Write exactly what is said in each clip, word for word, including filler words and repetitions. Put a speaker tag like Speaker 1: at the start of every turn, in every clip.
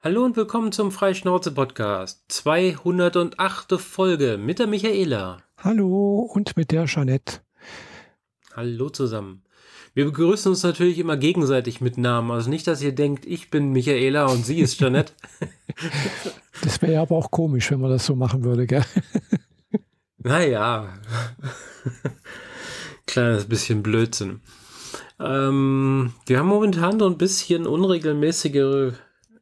Speaker 1: Hallo und willkommen zum Freischnauze-Podcast. zweihundertachte Folge mit der Michaela.
Speaker 2: Hallo und mit der Jeanette.
Speaker 1: Hallo zusammen. Wir begrüßen uns natürlich immer gegenseitig mit Namen. Also nicht, dass ihr denkt, ich bin Michaela und sie ist Jeanette.
Speaker 2: Das wäre aber auch komisch, wenn man das so machen würde, gell?
Speaker 1: Naja. Kleines bisschen Blödsinn. Ähm, wir haben momentan so ein bisschen unregelmäßigere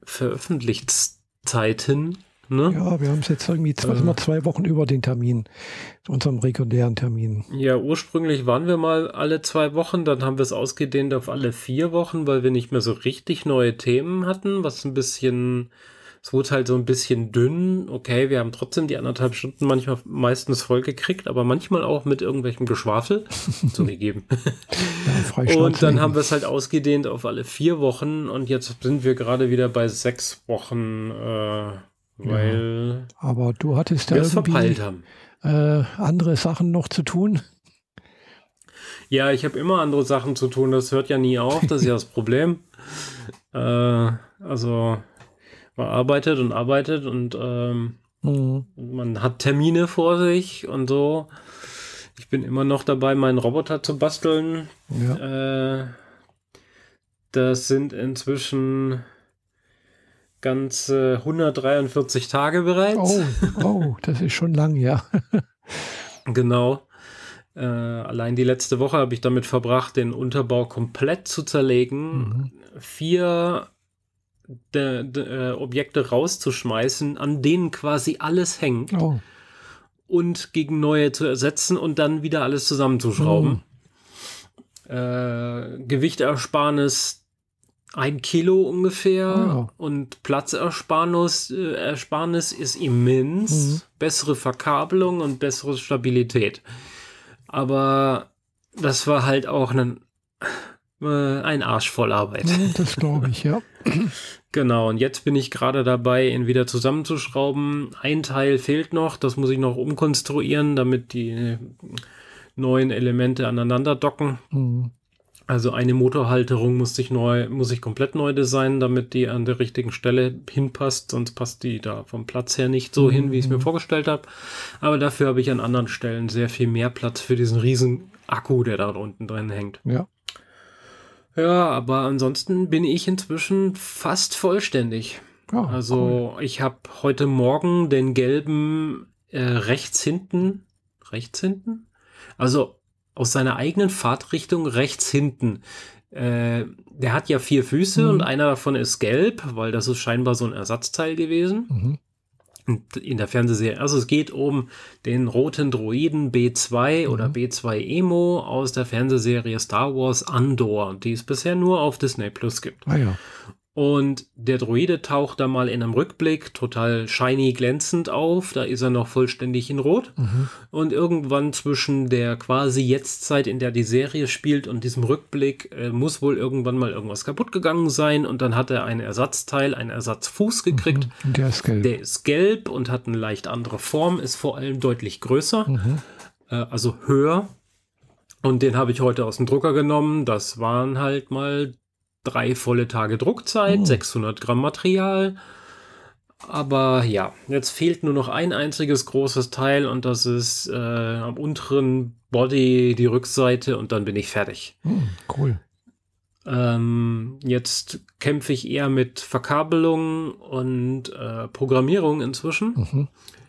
Speaker 1: Veröffentlichungszeiten. Ne?
Speaker 2: Ja, wir haben es jetzt irgendwie zwei, äh, zwei Wochen über den Termin, unserem regulären Termin.
Speaker 1: Ja, ursprünglich waren wir mal alle zwei Wochen, dann haben wir es ausgedehnt auf alle vier Wochen, weil wir nicht mehr so richtig neue Themen hatten, was ein bisschen, es wurde halt so ein bisschen dünn. Okay, wir haben trotzdem die anderthalb Stunden manchmal meistens voll gekriegt, aber manchmal auch mit irgendwelchem Geschwafel zugegeben. Ja, und dann haben wir es halt ausgedehnt auf alle vier Wochen und jetzt sind wir gerade wieder bei sechs Wochen, äh, weil
Speaker 2: ja, aber du hattest ja
Speaker 1: wir es verpeilt haben.
Speaker 2: Äh, andere Sachen noch zu tun.
Speaker 1: Ja, ich habe immer andere Sachen zu tun. Das hört ja nie auf. Das ist ja das Problem. äh, also man arbeitet und arbeitet und ähm, mhm. man hat Termine vor sich und so. Ich bin immer noch dabei, meinen Roboter zu basteln. Ja. Äh, das sind inzwischen ganze hundertdreiundvierzig Tage bereits.
Speaker 2: Oh, oh, das ist schon lang, ja.
Speaker 1: Genau. Äh, allein die letzte Woche habe ich damit verbracht, den Unterbau komplett zu zerlegen, mhm. vier de, de, äh, Objekte rauszuschmeißen, an denen quasi alles hängt oh. und gegen neue zu ersetzen und dann wieder alles zusammenzuschrauben. Mhm. Äh, Gewichtersparnis ein Kilo ungefähr oh. und Platzersparnis äh, Ersparnis ist immens. Mhm. Bessere Verkabelung und bessere Stabilität. Aber das war halt auch ein, äh, ein Arsch voll Arbeit.
Speaker 2: Ja, das glaube ich, ja.
Speaker 1: Genau, und jetzt bin ich gerade dabei, ihn wieder zusammenzuschrauben. Ein Teil fehlt noch, das muss ich noch umkonstruieren, damit die neuen Elemente aneinander docken. Mhm. Also eine Motorhalterung muss ich neu, muss ich komplett neu designen, damit die an der richtigen Stelle hinpasst. Sonst passt die da vom Platz her nicht so mhm. hin, wie ich es mir vorgestellt habe. Aber dafür habe ich an anderen Stellen sehr viel mehr Platz für diesen riesen Akku, der da unten drin hängt.
Speaker 2: Ja.
Speaker 1: Ja, aber ansonsten bin ich inzwischen fast vollständig. Oh, also cool. Ich habe heute Morgen den gelben äh, rechts hinten, rechts hinten? Also aus seiner eigenen Fahrtrichtung rechts hinten. Äh, der hat ja vier Füße mhm. und einer davon ist gelb, weil das ist scheinbar so ein Ersatzteil gewesen. Mhm. Und in der Fernsehserie, also es geht um den roten Droiden B zwei mhm. oder B zwei Emo aus der Fernsehserie Star Wars Andor, die es bisher nur auf Disney Plus gibt.
Speaker 2: Ah ja.
Speaker 1: Und der Droide taucht da mal in einem Rückblick total shiny glänzend auf. Da ist er noch vollständig in Rot. Mhm. Und irgendwann zwischen der quasi Jetztzeit, in der die Serie spielt, und diesem Rückblick äh, muss wohl irgendwann mal irgendwas kaputt gegangen sein. Und dann hat er ein Ersatzteil, einen Ersatzfuß gekriegt.
Speaker 2: Mhm. Der ist gelb.
Speaker 1: Der ist gelb und hat eine leicht andere Form, ist vor allem deutlich größer, mhm. äh, also höher. Und den habe ich heute aus dem Drucker genommen. Das waren halt mal drei volle Tage Druckzeit, oh. sechshundert Gramm Material. Aber ja, jetzt fehlt nur noch ein einziges großes Teil und das ist äh, am unteren Body die Rückseite und dann bin ich fertig.
Speaker 2: Oh, cool.
Speaker 1: Ähm, jetzt kämpfe ich eher mit Verkabelung und äh, Programmierung inzwischen. Mhm.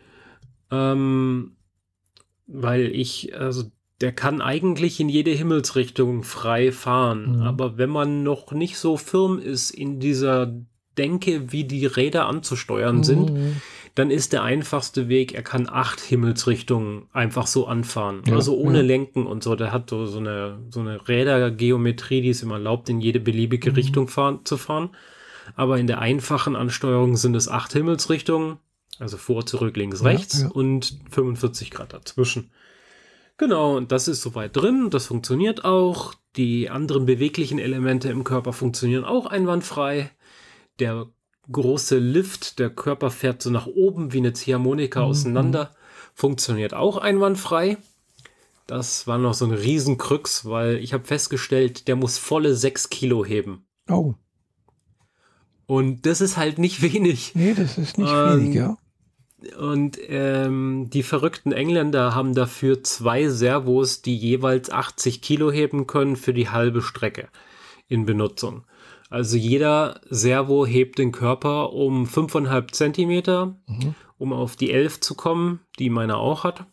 Speaker 1: Ähm, weil ich, also der kann eigentlich in jede Himmelsrichtung frei fahren. Mhm. Aber wenn man noch nicht so firm ist in dieser Denke, wie die Räder anzusteuern mhm. sind, dann ist der einfachste Weg, er kann acht Himmelsrichtungen einfach so anfahren. Ja, also ohne ja. Lenken und so. Der hat so, so eine, so eine Rädergeometrie, die es ihm erlaubt, in jede beliebige mhm. Richtung fahren, zu fahren. Aber in der einfachen Ansteuerung sind es acht Himmelsrichtungen. Also vor, zurück, links, ja, rechts ja. und fünfundvierzig Grad dazwischen. Genau, und das ist soweit drin, das funktioniert auch. Die anderen beweglichen Elemente im Körper funktionieren auch einwandfrei. Der große Lift, der Körper fährt so nach oben wie eine Ziehharmonika mhm. auseinander, funktioniert auch einwandfrei. Das war noch so ein Riesenkrux, weil ich habe festgestellt, der muss volle sechs Kilo heben.
Speaker 2: Oh.
Speaker 1: Und das ist halt nicht wenig.
Speaker 2: Nee, das ist nicht
Speaker 1: ähm,
Speaker 2: wenig, ja.
Speaker 1: Und ähm, die verrückten Engländer haben dafür zwei Servos, die jeweils achtzig Kilo heben können für die halbe Strecke in Benutzung. Also jeder Servo hebt den Körper um fünfeinhalb Zentimeter, mhm. um auf die elf zu kommen, die meiner auch hat.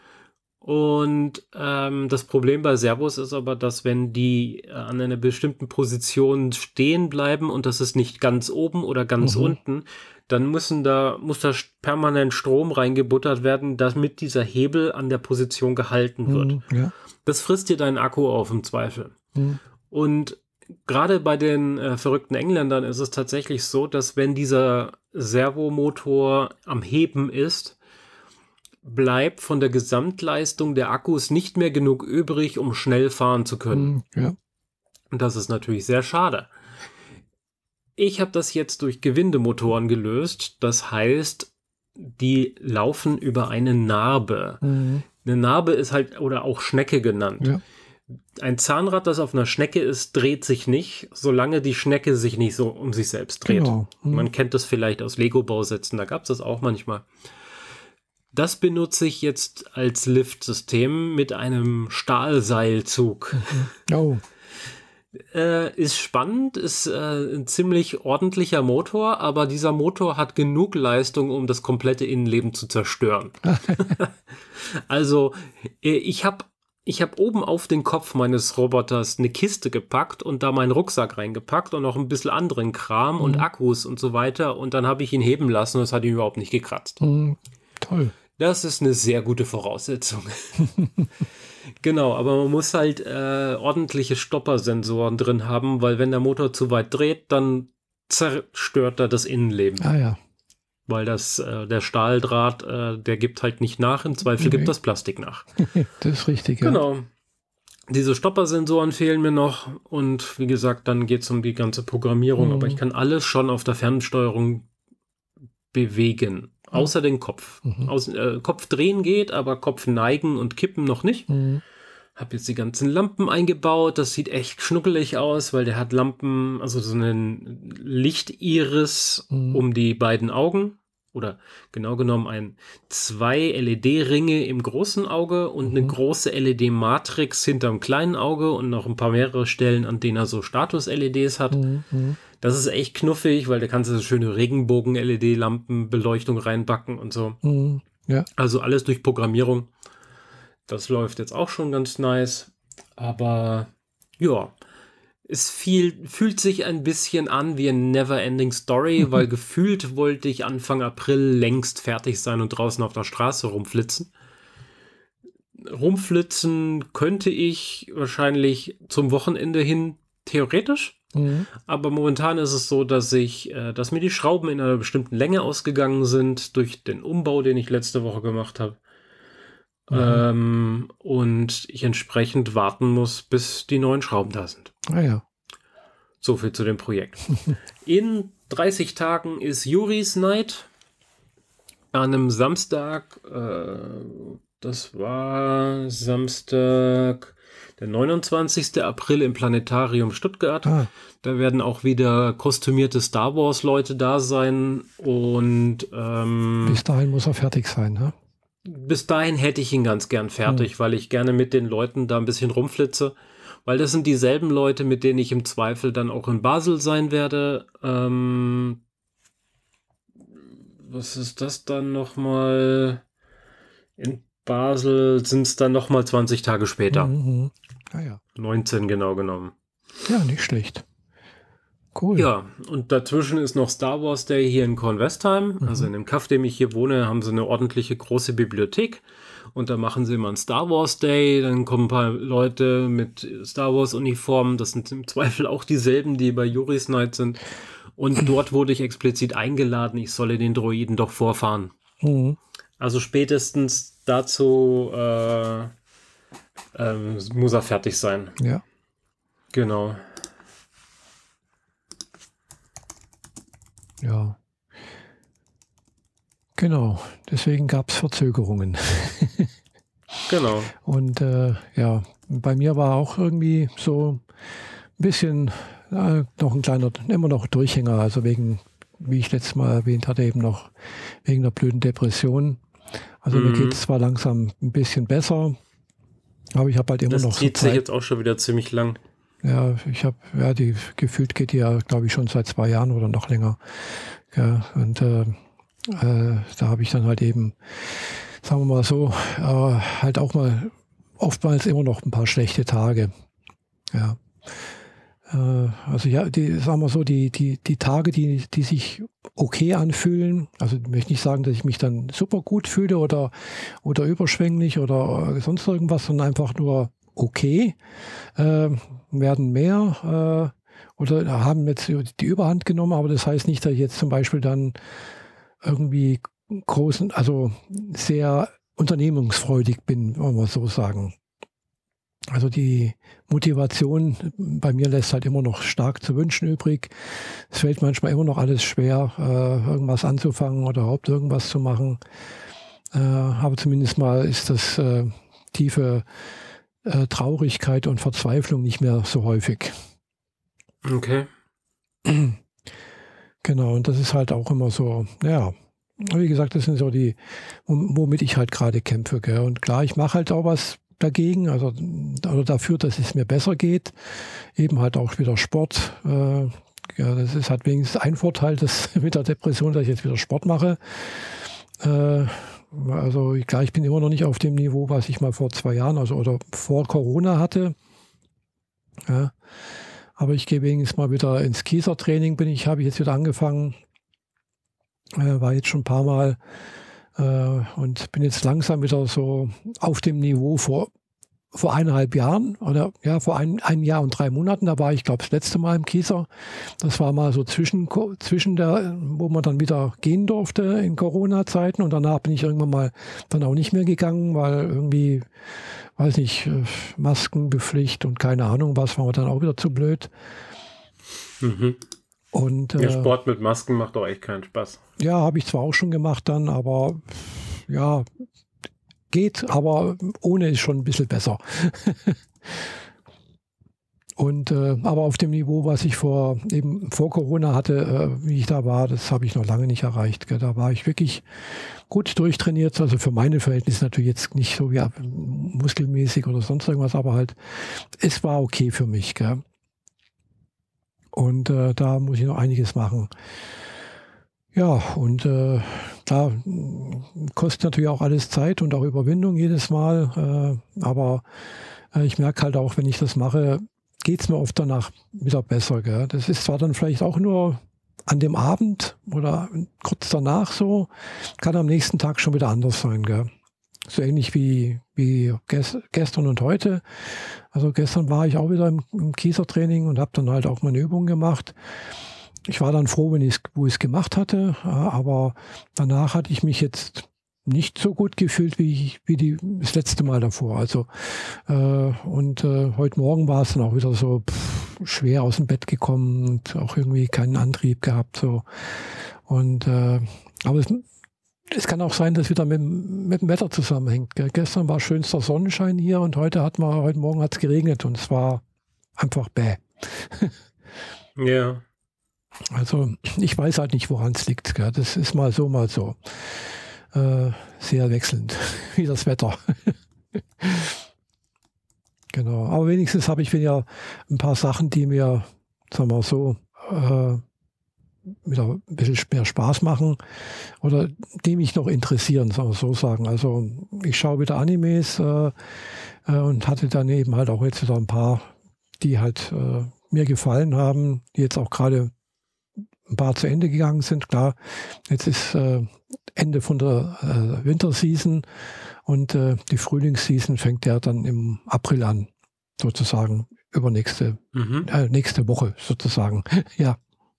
Speaker 1: Und ähm, das Problem bei Servos ist aber, dass wenn die äh, an einer bestimmten Position stehen bleiben und das ist nicht ganz oben oder ganz mhm. unten, dann müssen da, muss da permanent Strom reingebuttert werden, damit dieser Hebel an der Position gehalten wird.
Speaker 2: Mhm, ja.
Speaker 1: Das frisst dir deinen Akku auf im Zweifel.
Speaker 2: Mhm.
Speaker 1: Und gerade bei den äh, verrückten Engländern ist es tatsächlich so, dass wenn dieser Servomotor am Heben ist, bleibt von der Gesamtleistung der Akkus nicht mehr genug übrig, um schnell fahren zu können.
Speaker 2: Mhm, ja.
Speaker 1: Und das ist natürlich sehr schade. Ich habe das jetzt durch Gewindemotoren gelöst. Das heißt, die laufen über eine Narbe. Mhm. Eine Narbe ist halt, oder auch Schnecke genannt.
Speaker 2: Ja.
Speaker 1: Ein Zahnrad, das auf einer Schnecke ist, dreht sich nicht, solange die Schnecke sich nicht so um sich selbst dreht.
Speaker 2: Genau. Mhm.
Speaker 1: Man kennt das vielleicht aus Lego-Bausätzen, da gab es das auch manchmal. Das benutze ich jetzt als Liftsystem mit einem Stahlseilzug.
Speaker 2: Mhm. Oh.
Speaker 1: Äh, ist spannend, ist äh, ein ziemlich ordentlicher Motor, aber dieser Motor hat genug Leistung, um das komplette Innenleben zu zerstören. Also, äh, ich habe ich hab oben auf den Kopf meines Roboters eine Kiste gepackt und da meinen Rucksack reingepackt und noch ein bisschen anderen Kram mhm. und Akkus und so weiter und dann habe ich ihn heben lassen und es hat ihn überhaupt nicht gekratzt.
Speaker 2: Mhm. Toll.
Speaker 1: Das ist eine sehr gute Voraussetzung. Genau, aber man muss halt äh, ordentliche Stoppersensoren drin haben, weil wenn der Motor zu weit dreht, dann zerstört er das Innenleben.
Speaker 2: Ah ja.
Speaker 1: Weil das, äh, der Stahldraht, äh, der gibt halt nicht nach, im Zweifel okay. gibt das Plastik nach.
Speaker 2: Das ist richtig, ja.
Speaker 1: Genau. Diese Stoppersensoren fehlen mir noch und wie gesagt, dann geht es um die ganze Programmierung, mhm. aber ich kann alles schon auf der Fernsteuerung bewegen. Außer den Kopf. Mhm. Aus, äh, Kopf drehen geht, aber Kopf neigen und kippen noch nicht. Mhm. Hab jetzt die ganzen Lampen eingebaut. Das sieht echt schnuckelig aus, weil der hat Lampen, also so einen Lichtiris mhm. um die beiden Augen. Oder genau genommen ein zwei L E D-Ringe im großen Auge und mhm. eine große L E D-Matrix hinterm kleinen Auge und noch ein paar mehrere Stellen, an denen er so Status-L E Ds hat. Mhm. Das ist echt knuffig, weil da kannst du so schöne Regenbogen-L E D-Lampenbeleuchtung reinbacken und so.
Speaker 2: Mhm. Ja.
Speaker 1: Also alles durch Programmierung. Das läuft jetzt auch schon ganz nice. Aber ja, es viel, fühlt sich ein bisschen an wie eine Never-Ending Story, weil gefühlt wollte ich Anfang April längst fertig sein und draußen auf der Straße rumflitzen. Rumflitzen könnte ich wahrscheinlich zum Wochenende hin, theoretisch. Mhm. Aber momentan ist es so, dass ich, äh, dass mir die Schrauben in einer bestimmten Länge ausgegangen sind durch den Umbau, den ich letzte Woche gemacht habe. Mhm. Ähm, und ich entsprechend warten muss, bis die neuen Schrauben da sind.
Speaker 2: Ah ja.
Speaker 1: So viel zu dem Projekt. In dreißig Tagen ist Juris Night. An einem Samstag, äh, das war Samstag, der neunundzwanzigsten April im Planetarium Stuttgart. Ah. Da werden auch wieder kostümierte Star Wars Leute da sein. Und ähm,
Speaker 2: bis dahin muss er fertig sein, ne?
Speaker 1: Bis dahin hätte ich ihn ganz gern fertig, hm. weil ich gerne mit den Leuten da ein bisschen rumflitze. Weil das sind dieselben Leute, mit denen ich im Zweifel dann auch in Basel sein werde. Ähm, was ist das dann nochmal? In Basel sind es dann nochmal zwanzig Tage später.
Speaker 2: Mhm. Ah, ja.
Speaker 1: neunzehn genau genommen.
Speaker 2: Ja, nicht schlecht. Cool.
Speaker 1: Ja, und dazwischen ist noch Star Wars Day hier in Kornwestheim. Mhm. Also in dem Kaff, dem ich hier wohne, haben sie eine ordentliche große Bibliothek. Und da machen sie immer einen Star Wars Day. Dann kommen ein paar Leute mit Star Wars Uniformen. Das sind im Zweifel auch dieselben, die bei Juris Night sind. Und dort wurde ich explizit eingeladen, ich solle den Droiden doch vorfahren. Mhm. Also spätestens dazu äh, äh, muss er fertig sein.
Speaker 2: Ja.
Speaker 1: Genau.
Speaker 2: Ja. Genau, deswegen gab es Verzögerungen.
Speaker 1: Genau.
Speaker 2: Und äh, ja, bei mir war auch irgendwie so ein bisschen äh, noch ein kleiner, immer noch Durchhänger, also wegen, wie ich letztes Mal erwähnt hatte, eben noch wegen der blöden Depression. Also mhm. mir geht es zwar langsam ein bisschen besser, aber ich habe halt immer
Speaker 1: das
Speaker 2: noch
Speaker 1: so Zeit. Das zieht sich jetzt auch schon wieder ziemlich lang.
Speaker 2: Ja, ich habe, ja, die gefühlt geht die ja, glaube ich, schon seit zwei Jahren oder noch länger. Ja, und äh, äh, da habe ich dann halt eben, sagen wir mal so, äh, halt auch mal oftmals immer noch ein paar schlechte Tage. Ja. Äh, also ja, die, sagen wir so, die, die, die Tage, die, die sich okay anfühlen, also ich möchte nicht sagen, dass ich mich dann super gut fühle oder, oder überschwänglich oder sonst irgendwas, sondern einfach nur okay, äh, werden mehr äh, oder haben jetzt die Überhand genommen, aber das heißt nicht, dass ich jetzt zum Beispiel dann irgendwie großen, also sehr unternehmungsfreudig bin, wollen wir so sagen. Also die Motivation bei mir lässt halt immer noch stark zu wünschen übrig. Es fällt manchmal immer noch alles schwer, äh, irgendwas anzufangen oder überhaupt irgendwas zu machen. Äh, aber zumindest mal ist das äh, tiefe äh, Traurigkeit und Verzweiflung nicht mehr so häufig.
Speaker 1: Okay.
Speaker 2: Genau, und das ist halt auch immer so, ja, wie gesagt, das sind so die, womit ich halt gerade kämpfe. Gell? Und klar, ich mache halt auch was dagegen, also oder dafür, dass es mir besser geht. Eben halt auch wieder Sport. Äh, ja, das ist halt wenigstens ein Vorteil dass mit der Depression, dass ich jetzt wieder Sport mache. Äh, also klar, ich bin immer noch nicht auf dem Niveau, was ich mal vor zwei Jahren, also oder vor Corona hatte. Ja, aber ich gehe wenigstens mal wieder ins Kiesertraining, bin ich, habe ich jetzt wieder angefangen. Äh, war jetzt schon ein paar Mal äh, und bin jetzt langsam wieder so auf dem Niveau vor, vor eineinhalb Jahren oder ja, vor ein, ein Jahr und drei Monaten. Da war ich, glaube ich, das letzte Mal im Kieser. Das war mal so zwischen, zwischen der, wo man dann wieder gehen durfte in Corona-Zeiten und danach bin ich irgendwann mal dann auch nicht mehr gegangen, weil irgendwie, weiß nicht, Maskenpflicht und keine Ahnung was, war mir dann auch wieder zu blöd.
Speaker 1: Mhm.
Speaker 2: Und,
Speaker 1: ja,
Speaker 2: äh,
Speaker 1: Sport mit Masken macht doch echt keinen Spaß.
Speaker 2: Ja, habe ich zwar auch schon gemacht dann, aber ja, geht, aber ohne ist schon ein bisschen besser. Und äh, aber auf dem Niveau, was ich vor eben vor Corona hatte, äh, wie ich da war, das habe ich noch lange nicht erreicht. Gell. Da war ich wirklich gut durchtrainiert, also für meine Verhältnisse natürlich jetzt nicht so wie muskelmäßig oder sonst irgendwas, aber halt, es war okay für mich. Gell. Und äh, da muss ich noch einiges machen. Ja, und äh, klar, kostet natürlich auch alles Zeit und auch Überwindung jedes Mal. Äh, aber äh, ich merke halt auch, wenn ich das mache, geht es mir oft danach wieder besser. Gell? Das ist zwar dann vielleicht auch nur an dem Abend oder kurz danach so, kann am nächsten Tag schon wieder anders sein. Gell? So ähnlich wie, wie ges- gestern und heute. Also gestern war ich auch wieder im, im Kiesertraining und habe dann halt auch meine Übungen gemacht. Ich war dann froh, wenn ich es, wo ich es gemacht hatte, aber danach hatte ich mich jetzt nicht so gut gefühlt wie, ich, wie die, das letzte Mal davor. Also äh, und äh, heute Morgen war es dann auch wieder so pff, schwer aus dem Bett gekommen und auch irgendwie keinen Antrieb gehabt. So. Und äh, aber es, es kann auch sein, dass es wieder mit, mit dem Wetter zusammenhängt. Gell? Gestern war schönster Sonnenschein hier und heute hat man, heute Morgen hat es geregnet und es war einfach bäh.
Speaker 1: Ja.
Speaker 2: Also ich weiß halt nicht, woran es liegt. Gell? Das ist mal so, mal so. Äh, sehr wechselnd, wie das Wetter. Genau. Aber wenigstens habe ich wieder ein paar Sachen, die mir, sagen wir so, äh, wieder ein bisschen mehr Spaß machen oder die mich noch interessieren, sagen wir so sagen. Also ich schaue wieder Animes äh, äh, und hatte dann eben halt auch jetzt wieder ein paar, die halt äh, mir gefallen haben, die jetzt auch gerade ein paar zu Ende gegangen sind. Klar, jetzt ist äh, Ende von der äh, Winterseason und äh, die Frühlingsseason fängt ja dann im April an, sozusagen, übernächste
Speaker 1: Mhm.
Speaker 2: äh, nächste Woche sozusagen. Ja.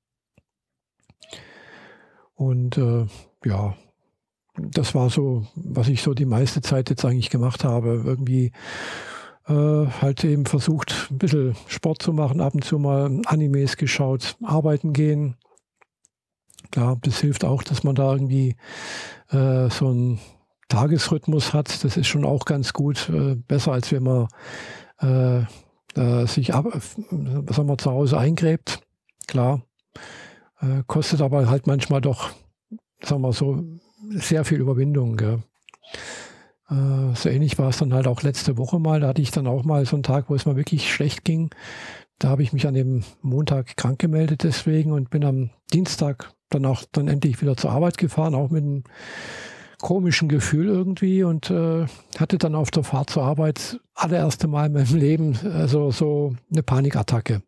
Speaker 2: Und äh, ja, das war so, was ich so die meiste Zeit jetzt eigentlich gemacht habe. Irgendwie äh, halt eben versucht, ein bisschen Sport zu machen, ab und zu mal Animes geschaut, arbeiten gehen. Klar, das hilft auch, dass man da irgendwie äh, so einen Tagesrhythmus hat. Das ist schon auch ganz gut. Äh, besser, als wenn man äh, äh, sich ab, sagen wir, zu Hause eingräbt. Klar, äh, kostet aber halt manchmal doch, sagen wir so, sehr viel Überwindung. Gell? Äh, so ähnlich war es dann halt auch letzte Woche mal. Da hatte ich dann auch mal so einen Tag, wo es mir wirklich schlecht ging. Da habe ich mich an dem Montag krank gemeldet deswegen und bin am Dienstag dann auch dann endlich wieder zur Arbeit gefahren, auch mit einem komischen Gefühl irgendwie und äh, hatte dann auf der Fahrt zur Arbeit allererste Mal in meinem Leben also so eine Panikattacke.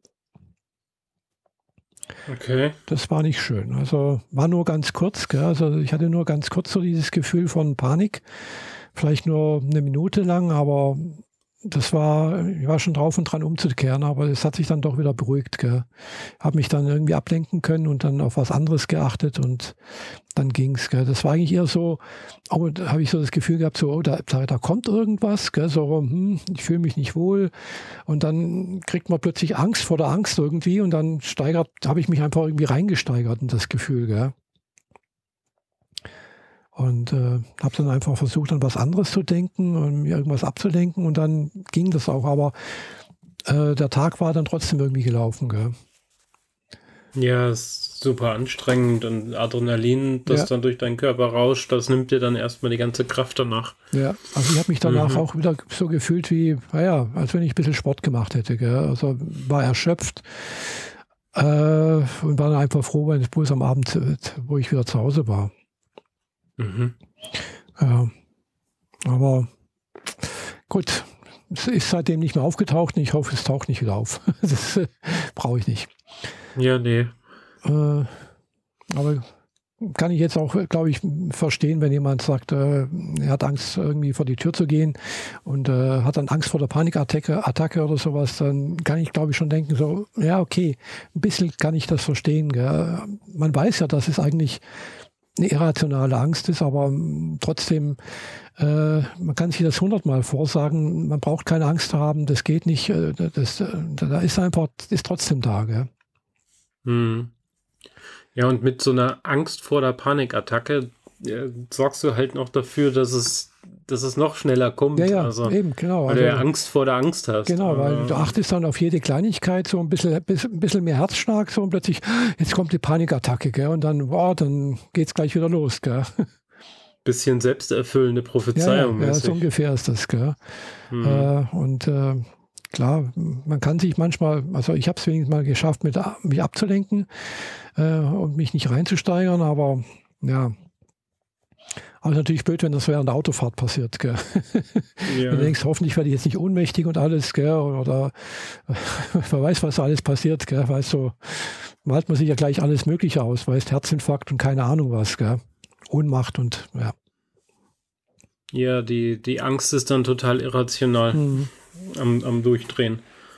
Speaker 1: Okay.
Speaker 2: Das war nicht schön. Also war nur ganz kurz, gell? Also ich hatte nur ganz kurz so dieses Gefühl von Panik, vielleicht nur eine Minute lang, aber das war, ich war schon drauf und dran umzukehren, aber es hat sich dann doch wieder beruhigt. Gell? Habe mich dann irgendwie ablenken können und dann auf was anderes geachtet und dann ging's. Gell? Das war eigentlich eher so, aber da habe ich so das Gefühl gehabt, so, oh, da, da, da kommt irgendwas, gell? So, hm, ich fühle mich nicht wohl und dann kriegt man plötzlich Angst vor der Angst irgendwie und dann steigert, habe ich mich einfach irgendwie reingesteigert in das Gefühl. Gell? Und äh, habe dann einfach versucht, an was anderes zu denken und mir irgendwas abzulenken und dann ging das auch. Aber äh, der Tag war dann trotzdem irgendwie gelaufen. Gell?
Speaker 1: Ja, ist super anstrengend und Adrenalin, das
Speaker 2: Ja.
Speaker 1: dann durch deinen Körper rauscht, das nimmt dir dann erstmal die ganze Kraft danach.
Speaker 2: Ja, also ich habe mich danach
Speaker 1: Mhm.
Speaker 2: auch wieder so gefühlt wie, naja, als wenn ich ein bisschen Sport gemacht hätte. Gell? Also war erschöpft äh, und war dann einfach froh, wenn es am Abend, äh, wo ich wieder zu Hause war.
Speaker 1: Mhm.
Speaker 2: Ja, aber gut, es ist seitdem nicht mehr aufgetaucht und ich hoffe, es taucht nicht wieder auf. Das äh, brauche ich nicht.
Speaker 1: Ja, nee.
Speaker 2: Äh, aber kann ich jetzt auch, glaube ich, verstehen, wenn jemand sagt, äh, er hat Angst, irgendwie vor die Tür zu gehen und äh, hat dann Angst vor der Panikattacke Attacke oder sowas, dann kann ich, glaube ich, schon denken, so, ja, okay, ein bisschen kann ich das verstehen. Gell? Man weiß ja, dass es eigentlich eine irrationale Angst ist, aber ähm, trotzdem, äh, man kann sich das hundertmal vorsagen, man braucht keine Angst haben, das geht nicht, äh, das, äh, da ist einfach, ist trotzdem da. Gell?
Speaker 1: Hm. Ja, und mit so einer Angst vor der Panikattacke äh, sorgst du halt noch dafür, dass es, dass es noch schneller kommt.
Speaker 2: Ja, ja,
Speaker 1: also,
Speaker 2: eben, genau.
Speaker 1: weil du ja
Speaker 2: Also,
Speaker 1: Angst vor der Angst hast.
Speaker 2: genau, weil
Speaker 1: Äh,
Speaker 2: du achtest dann auf jede Kleinigkeit, so ein bisschen, ein bisschen mehr Herzschlag, so und plötzlich, jetzt kommt die Panikattacke, gell, und dann, wow, dann geht's gleich wieder los, gell.
Speaker 1: bisschen selbsterfüllende
Speaker 2: Ja, ja,
Speaker 1: Prophezeiung.
Speaker 2: ja,
Speaker 1: mäßig.
Speaker 2: so ungefähr ist das, gell.
Speaker 1: Hm.
Speaker 2: Äh, und äh, klar, man kann sich manchmal, also ich habe es wenigstens mal geschafft, mit, mich abzulenken äh, und mich nicht reinzusteigern, aber ja, aber es ist natürlich blöd, wenn das während der Autofahrt passiert, gell.
Speaker 1: Ja.
Speaker 2: Du denkst, hoffentlich werde ich jetzt nicht ohnmächtig und alles, gell, oder wer weiß, was da alles passiert, gell, weißt du, malt man sich ja gleich alles Mögliche aus, weißt, Herzinfarkt und keine Ahnung was, gell, Ohnmacht und ja.
Speaker 1: Ja, die, die Angst ist dann total irrational
Speaker 2: Mhm.
Speaker 1: am, am Durchdrehen.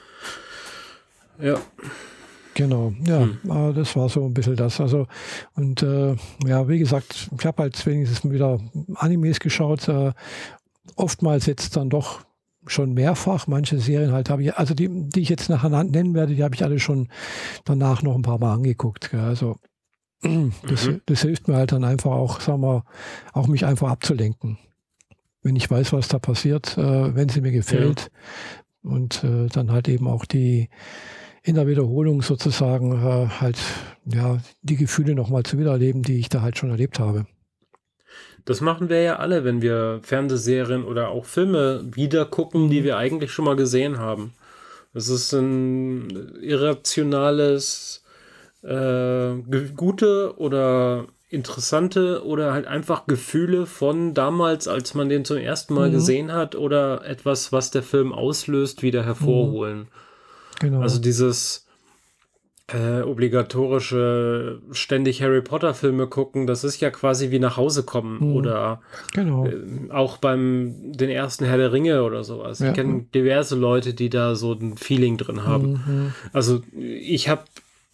Speaker 1: Ja.
Speaker 2: Genau, ja,
Speaker 1: Hm.
Speaker 2: aber das war so ein bisschen das. Also, und äh, ja, wie gesagt, ich habe halt wenigstens wieder Animes geschaut. Äh, oftmals jetzt dann doch schon mehrfach. Manche Serien halt habe ich, also die, die ich jetzt nachher nennen werde, die habe ich alle schon danach noch ein paar Mal angeguckt. Gell. Also, das,
Speaker 1: Mhm.
Speaker 2: das hilft mir halt dann einfach auch, sagen wir, auch mich einfach abzulenken. Wenn ich weiß, was da passiert, äh, wenn sie mir gefällt. Und äh, dann halt eben auch die in der Wiederholung sozusagen äh, halt ja die Gefühle nochmal zu wiedererleben, die ich da halt schon erlebt habe.
Speaker 1: Das machen wir ja alle, wenn wir Fernsehserien oder auch Filme wieder gucken, die
Speaker 2: Mhm.
Speaker 1: wir eigentlich schon mal gesehen haben. Das ist ein irrationales, äh, ge- gute oder interessante oder halt einfach Gefühle von damals, als man den zum ersten Mal
Speaker 2: Mhm.
Speaker 1: gesehen hat oder etwas, was der Film auslöst, wieder hervorholen.
Speaker 2: Genau.
Speaker 1: Also dieses äh, obligatorische ständig Harry Potter Filme gucken, das ist ja quasi wie nach Hause kommen
Speaker 2: Mhm.
Speaker 1: oder
Speaker 2: genau.
Speaker 1: äh, auch beim den ersten Herr der Ringe oder sowas.
Speaker 2: Ja.
Speaker 1: Ich kenne diverse Leute, die da so ein Feeling drin haben.
Speaker 2: Mhm.
Speaker 1: Also ich habe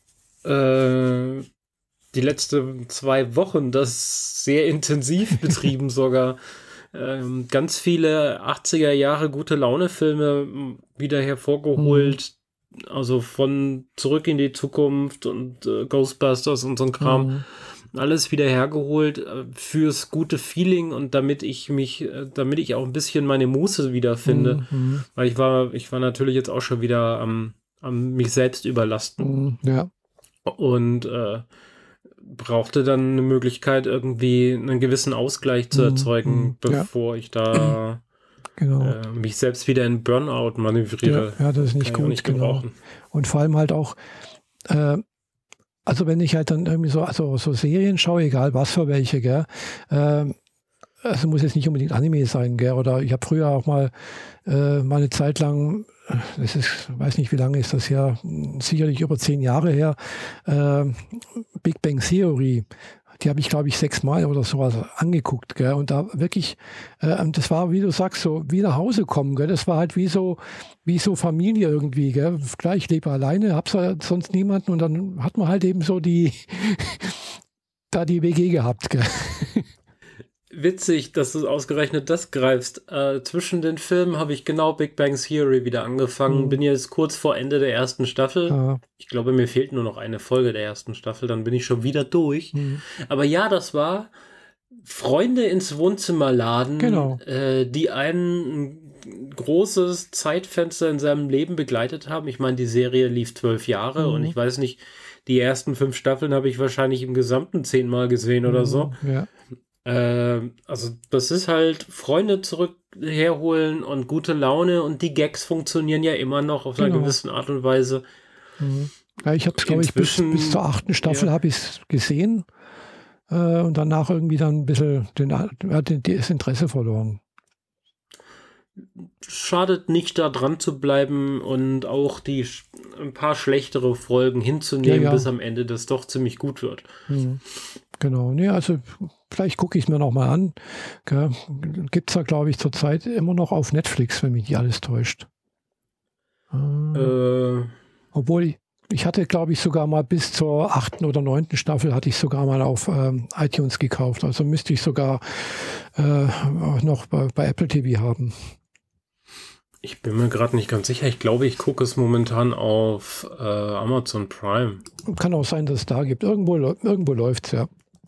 Speaker 1: äh, die letzten zwei Wochen das sehr intensiv betrieben sogar. Ähm, ganz viele achtziger Jahre gute Laune-Filme m, wieder hervorgeholt. Also von Zurück in die Zukunft und äh, Ghostbusters und so ein Kram.
Speaker 2: Mhm.
Speaker 1: alles wieder hergeholt äh, fürs gute Feeling und damit ich mich, äh, damit ich auch ein bisschen meine Muße wiederfinde.
Speaker 2: Mhm.
Speaker 1: Weil ich war, ich war natürlich jetzt auch schon wieder am, am mich selbst überlasten.
Speaker 2: Mhm. Ja.
Speaker 1: Und äh, brauchte dann eine Möglichkeit, irgendwie einen gewissen Ausgleich zu erzeugen,
Speaker 2: Mhm.
Speaker 1: bevor
Speaker 2: ja.
Speaker 1: ich da
Speaker 2: genau.
Speaker 1: äh, mich selbst wieder in Burnout manövriere.
Speaker 2: Ja, ja, das ist nicht
Speaker 1: Kann ich auch
Speaker 2: gut,
Speaker 1: nicht
Speaker 2: genau.
Speaker 1: gebrauchen.
Speaker 2: Und vor allem halt auch, äh, also wenn ich halt dann irgendwie so, also so Serien schaue, egal was für welche, gell, äh, also muss jetzt nicht unbedingt Anime sein, gell, oder ich habe früher auch mal, äh, mal eine Zeit lang, das ist, weiß nicht, wie lange ist das her, sicherlich über zehn Jahre her, äh, Big Bang Theory. Die habe ich, glaube ich, sechsmal oder sowas angeguckt. Gell? Und da wirklich, äh, das war, wie du sagst, so wie nach Hause kommen. Gell? Das war halt wie so, wie so Familie irgendwie. Gell? Klar, ich lebe alleine, habe sonst niemanden und dann hat man halt eben so die, da die W G gehabt. Gell?
Speaker 1: Witzig, dass du ausgerechnet das greifst. Äh, zwischen den Filmen habe ich genau Big Bang Theory wieder angefangen.
Speaker 2: Mhm.
Speaker 1: Bin jetzt kurz vor Ende der ersten Staffel.
Speaker 2: Ja.
Speaker 1: Ich glaube, mir fehlt nur noch eine Folge der ersten Staffel. Dann bin ich schon wieder durch.
Speaker 2: Mhm.
Speaker 1: Aber ja, das war Freunde ins Wohnzimmer laden,
Speaker 2: Genau.
Speaker 1: äh, die einen ein großes Zeitfenster in seinem Leben begleitet haben. Ich meine, die Serie lief zwölf Jahre
Speaker 2: Mhm.
Speaker 1: und ich weiß nicht, die ersten fünf Staffeln habe ich wahrscheinlich im Gesamten zehnmal gesehen oder so.
Speaker 2: Ja.
Speaker 1: Äh, also das ist halt Freunde zurück herholen und gute Laune und die Gags funktionieren ja immer noch auf einer
Speaker 2: Genau.
Speaker 1: gewissen Art und Weise.
Speaker 2: Mhm. Ja, ich habe es, glaube ich, bis,
Speaker 1: Inzwischen-
Speaker 2: bis zur achten Staffel
Speaker 1: ja.
Speaker 2: habe ich es gesehen äh, und danach irgendwie dann ein bisschen den, ja, den, das Interesse verloren.
Speaker 1: Schadet nicht, da dran zu bleiben und auch die sch- ein paar schlechtere Folgen hinzunehmen,
Speaker 2: Ja, ja.
Speaker 1: bis am Ende das doch ziemlich gut wird.
Speaker 2: Mhm. Genau, nee, also vielleicht gucke ich es mir nochmal an. Gibt es da, glaube ich, zurzeit immer noch auf Netflix, wenn mich nicht alles täuscht. Äh,
Speaker 1: Äh,
Speaker 2: obwohl, ich, ich hatte, glaube ich, sogar mal bis zur achten oder neunten Staffel hatte ich sogar mal auf ähm, iTunes gekauft. Also müsste ich sogar äh, auch noch bei, bei Apple T V haben.
Speaker 1: ich bin mir gerade nicht ganz sicher. Ich glaube, ich gucke es momentan auf äh, Amazon Prime.
Speaker 2: Kann auch sein, dass es da gibt. Irgendwo, irgendwo läuft es, ja.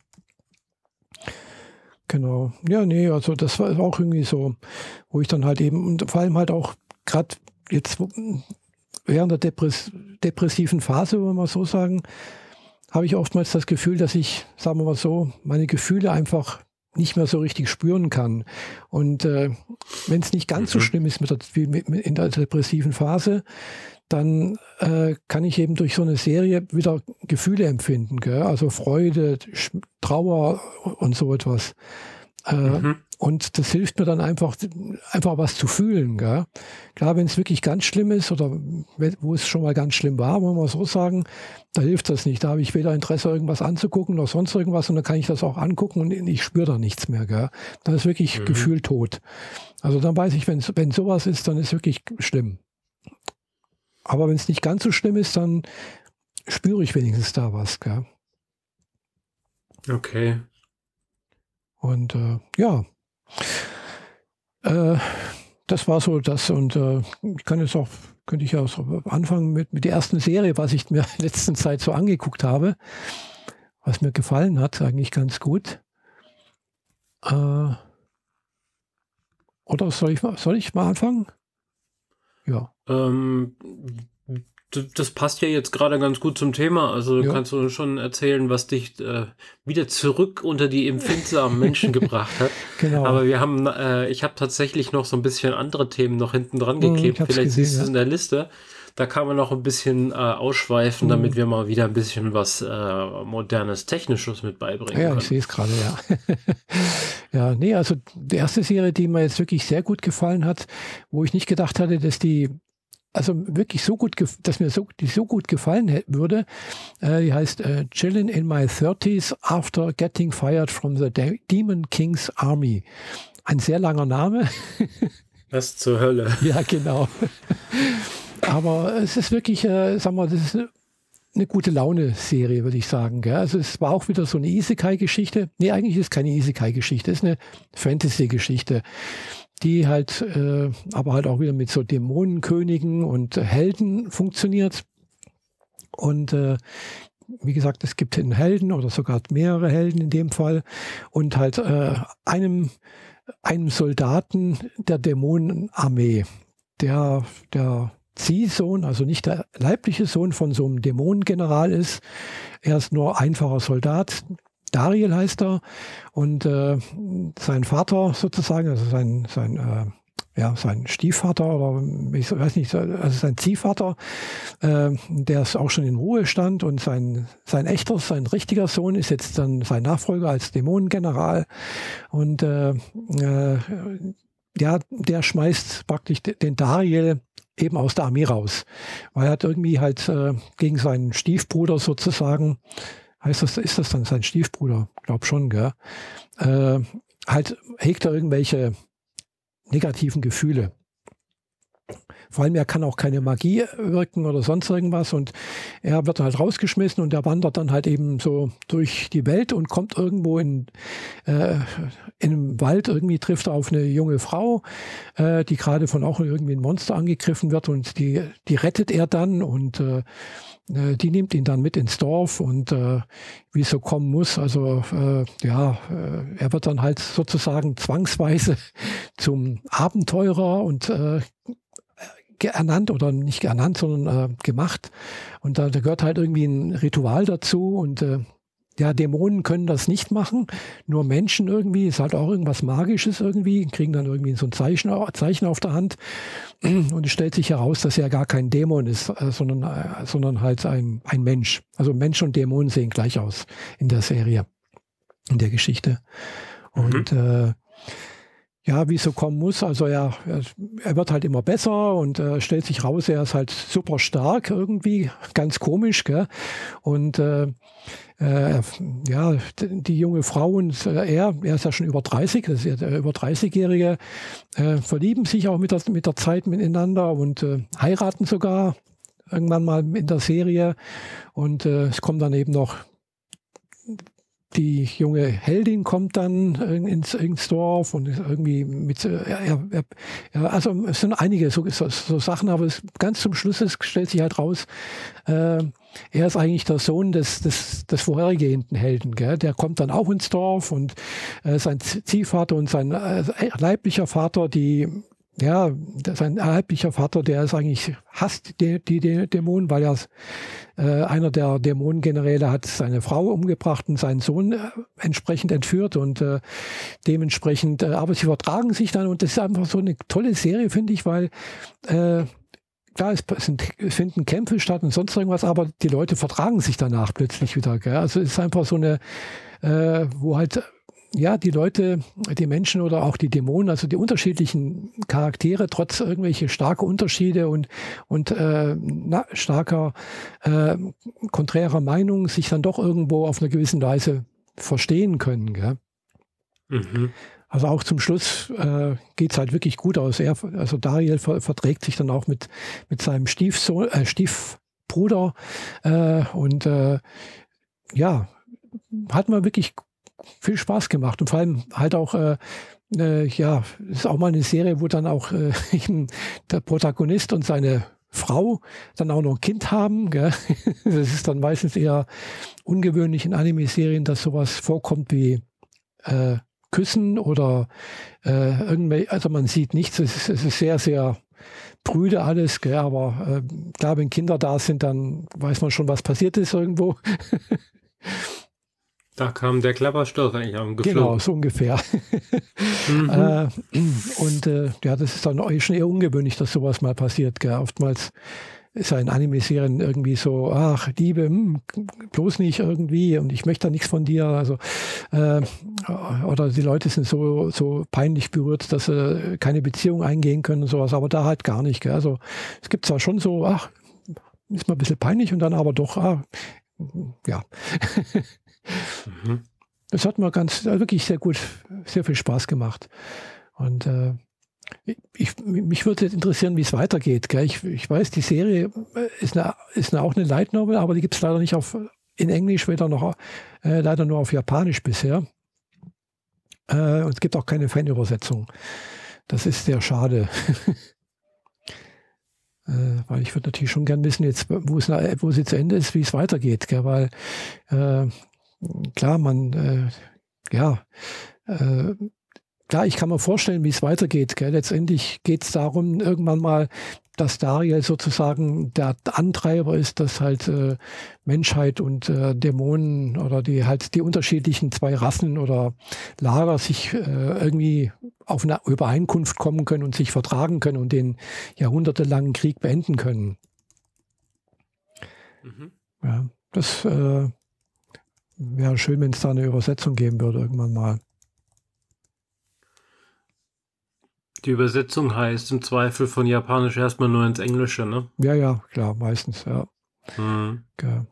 Speaker 2: Genau. Ja, nee, also das war auch irgendwie so, wo ich dann halt eben, und vor allem halt auch gerade jetzt während der Depress depressiven Phase, wenn wir mal so sagen, habe ich oftmals das Gefühl, dass ich, sagen wir mal so, meine Gefühle einfach nicht mehr so richtig spüren kann. Und äh, wenn es nicht ganz so
Speaker 1: Mhm.
Speaker 2: schlimm ist mit der, wie mit, mit in der depressiven Phase, dann äh, kann ich eben durch so eine Serie wieder Gefühle empfinden, gell? Also Freude, Sch- Trauer und so etwas. Äh,
Speaker 1: Mhm.
Speaker 2: Und das hilft mir dann einfach, einfach was zu fühlen. Gell? Klar, wenn es wirklich ganz schlimm ist oder wenn- wo es schon mal ganz schlimm war, wollen wir so sagen, da hilft das nicht. Da habe ich weder Interesse, irgendwas anzugucken noch sonst irgendwas und dann kann ich das auch angucken und ich spüre da nichts mehr. Gell? Dann ist wirklich
Speaker 1: Mhm.
Speaker 2: Gefühl tot. Also dann weiß ich, wenn wenn sowas ist, dann ist wirklich schlimm. Aber wenn es nicht ganz so schlimm ist, dann spüre ich wenigstens da was. Gell?
Speaker 1: Okay.
Speaker 2: Und äh, ja, äh, das war so das. Und äh, ich kann jetzt auch, könnte ich ja so anfangen mit, mit der ersten Serie, was ich mir in der letzten Zeit so angeguckt habe, was mir gefallen hat, eigentlich ganz gut. Äh, oder soll ich, mal- soll ich mal anfangen? Ja.
Speaker 1: Ähm, d- das passt ja jetzt gerade ganz gut zum Thema. Also
Speaker 2: Ja.
Speaker 1: kannst du schon erzählen, was dich äh, wieder zurück unter die empfindsamen Menschen gebracht hat.
Speaker 2: Genau.
Speaker 1: Aber wir haben, äh, ich habe tatsächlich noch so ein bisschen andere Themen noch hinten dran
Speaker 2: Hm,
Speaker 1: geklebt.
Speaker 2: ich hab's
Speaker 1: Vielleicht
Speaker 2: gesehen,
Speaker 1: siehst du es
Speaker 2: ja.
Speaker 1: in der Liste. Da kann man noch ein bisschen äh, ausschweifen,
Speaker 2: Hm.
Speaker 1: damit wir mal wieder ein bisschen was äh, modernes, technisches mit beibringen
Speaker 2: Ja,
Speaker 1: können.
Speaker 2: ich sehe es gerade, ja. Ja, nee, also die erste Serie, die mir jetzt wirklich sehr gut gefallen hat, wo ich nicht gedacht hatte, dass die, also wirklich so gut, gef- dass mir so, die so gut gefallen hä- würde, äh, die heißt äh, Chillin' in my thirties after getting fired from the De Demon King's Army. Ein sehr langer Name.
Speaker 1: Was zur Hölle.
Speaker 2: Ja, genau. Aber es ist wirklich, äh, sagen wir, das ist eine, eine gute Laune-Serie, würde ich sagen. Gell? Also es war auch wieder so eine Isekai-Geschichte. Nee, eigentlich ist es keine Isekai-Geschichte, es ist eine Fantasy-Geschichte, die halt, äh, aber halt auch wieder mit so Dämonenkönigen und Helden funktioniert. Und äh, wie gesagt, es gibt einen Helden oder sogar mehrere Helden in dem Fall und halt äh, einem, einem Soldaten der Dämonenarmee, der, der Ziehsohn, also nicht der leibliche Sohn von so einem Dämonengeneral ist. Er ist nur einfacher Soldat. Dariel heißt er. Und äh, sein Vater sozusagen, also sein, sein, äh, ja, sein Stiefvater oder ich weiß nicht, also sein Ziehvater, äh, der ist auch schon in Ruhestand und sein, sein echter, sein richtiger Sohn ist jetzt dann sein Nachfolger als Dämonengeneral. Und äh, äh, ja, der schmeißt praktisch den Dariel eben aus der Armee raus. Weil er hat irgendwie halt äh, gegen seinen Stiefbruder sozusagen, heißt das, ist das dann sein Stiefbruder? Glaub schon, gell? Äh, halt hegt er irgendwelche negativen Gefühle. Vor allem, er kann auch keine Magie wirken oder sonst irgendwas und er wird halt rausgeschmissen und er wandert dann halt eben so durch die Welt und kommt irgendwo in, äh, in einem Wald, irgendwie trifft er auf eine junge Frau, äh, die gerade von auch irgendwie ein Monster angegriffen wird und die, die rettet er dann und äh, die nimmt ihn dann mit ins Dorf und äh, wie es so kommen muss, also äh, ja, äh, er wird dann halt sozusagen zwangsweise zum Abenteurer und äh, ernannt oder nicht ernannt, sondern äh, gemacht. Und da, da gehört halt irgendwie ein Ritual dazu und äh, ja, Dämonen können das nicht machen, nur Menschen irgendwie, ist halt auch irgendwas Magisches irgendwie, kriegen dann irgendwie so ein Zeichen, Zeichen auf der Hand und es stellt sich heraus, dass er gar kein Dämon ist, äh, sondern, äh, sondern halt ein, ein Mensch. Also Mensch und Dämonen sehen gleich aus in der Serie, in der Geschichte. Und mhm. äh, ja, wie es so kommen muss, also er, er wird halt immer besser und äh, stellt sich raus, er ist halt super stark irgendwie, ganz komisch, gell? Und äh, äh, ja, die junge Frau und äh, er, er ist ja schon über dreißig, das ist ja der über dreißigjährige, äh, verlieben sich auch mit der, mit der Zeit miteinander und äh, heiraten sogar irgendwann mal in der Serie und äh, es kommt dann eben noch die junge Heldin kommt dann ins, ins Dorf und irgendwie mit, ja, ja, also es sind einige so, so, so Sachen, aber es, ganz zum Schluss ist, stellt sich halt raus, äh, er ist eigentlich der Sohn des, des, des vorhergehenden Helden, gell? Der kommt dann auch ins Dorf und äh, sein Ziehvater und sein äh, leiblicher Vater, die ja, sein leiblicher Vater, der ist eigentlich, hasst die, die, die Dämonen, weil er äh, einer der Dämonengeneräle hat seine Frau umgebracht und seinen Sohn äh, entsprechend entführt und äh, dementsprechend, äh, aber sie vertragen sich dann und das ist einfach so eine tolle Serie, finde ich, weil äh, klar, es, sind, es finden Kämpfe statt und sonst irgendwas, aber die Leute vertragen sich danach plötzlich wieder, gell? Also es ist einfach so eine, äh, wo halt ja, die Leute, die Menschen oder auch die Dämonen, also die unterschiedlichen Charaktere, trotz irgendwelche starke Unterschiede und, und äh, na, starker, äh, konträrer Meinung, sich dann doch irgendwo auf eine gewisse Weise verstehen können. Gell? Mhm. Also auch zum Schluss äh, geht es halt wirklich gut aus. Er, also Dariel ver verträgt sich dann auch mit, mit seinem Stiefsohn, äh, Stiefbruder äh, und äh, ja, hat man wirklich viel Spaß gemacht und vor allem halt auch, äh, äh, ja, ist auch mal eine Serie, wo dann auch äh, der Protagonist und seine Frau dann auch noch ein Kind haben. Gell? Das ist dann meistens eher ungewöhnlich in Anime-Serien, dass sowas vorkommt wie äh, Küssen oder äh, irgendwelche, also man sieht nichts, es ist, es ist sehr, sehr prüde alles, gell? Aber äh, klar, wenn Kinder da sind, dann weiß man schon, was passiert ist irgendwo.
Speaker 1: Da kam der Klapperstoß eigentlich am geflogen.
Speaker 2: Genau, so ungefähr. Mhm. äh, und äh, ja, das ist dann schon eher ungewöhnlich, dass sowas mal passiert. Gell? Oftmals ist ja in Anime-Serien irgendwie so, ach, Liebe, hm, bloß nicht irgendwie und ich möchte da nichts von dir. Also äh, oder die Leute sind so, so peinlich berührt, dass sie keine Beziehung eingehen können und sowas, aber da halt gar nicht. Gell? Also es gibt zwar schon so, ach, ist mal ein bisschen peinlich und dann aber doch, ah, ja. Mhm. Das hat mir ganz, wirklich sehr gut, sehr viel Spaß gemacht. Und äh, ich, mich würde jetzt interessieren, wie es weitergeht. Gell? Ich, ich weiß, die Serie ist, eine, ist eine, auch eine Light Novel, aber die gibt es leider nicht auf, in Englisch, weder noch, äh, leider nur auf Japanisch bisher. Äh, und es gibt auch keine Fanübersetzung. Das ist sehr schade. Äh, weil ich würde natürlich schon gern wissen, jetzt, wo es, wo es jetzt zu Ende ist, wie es weitergeht. Gell? Weil äh, klar, man, äh, ja, äh, klar, ich kann mir vorstellen, wie es weitergeht. Gell? Letztendlich geht es darum, irgendwann mal, dass Dariel sozusagen der Antreiber ist, dass halt äh, Menschheit und äh, Dämonen oder die halt die unterschiedlichen zwei Rassen oder Lager sich äh, irgendwie auf eine Übereinkunft kommen können und sich vertragen können und den jahrhundertelangen Krieg beenden können. Mhm. Ja, das äh, wäre schön, wenn es da eine Übersetzung geben würde irgendwann mal.
Speaker 1: Die Übersetzung heißt im Zweifel von Japanisch erstmal nur ins Englische, ne?
Speaker 2: Ja, ja, klar, meistens, ja. Mhm. Okay.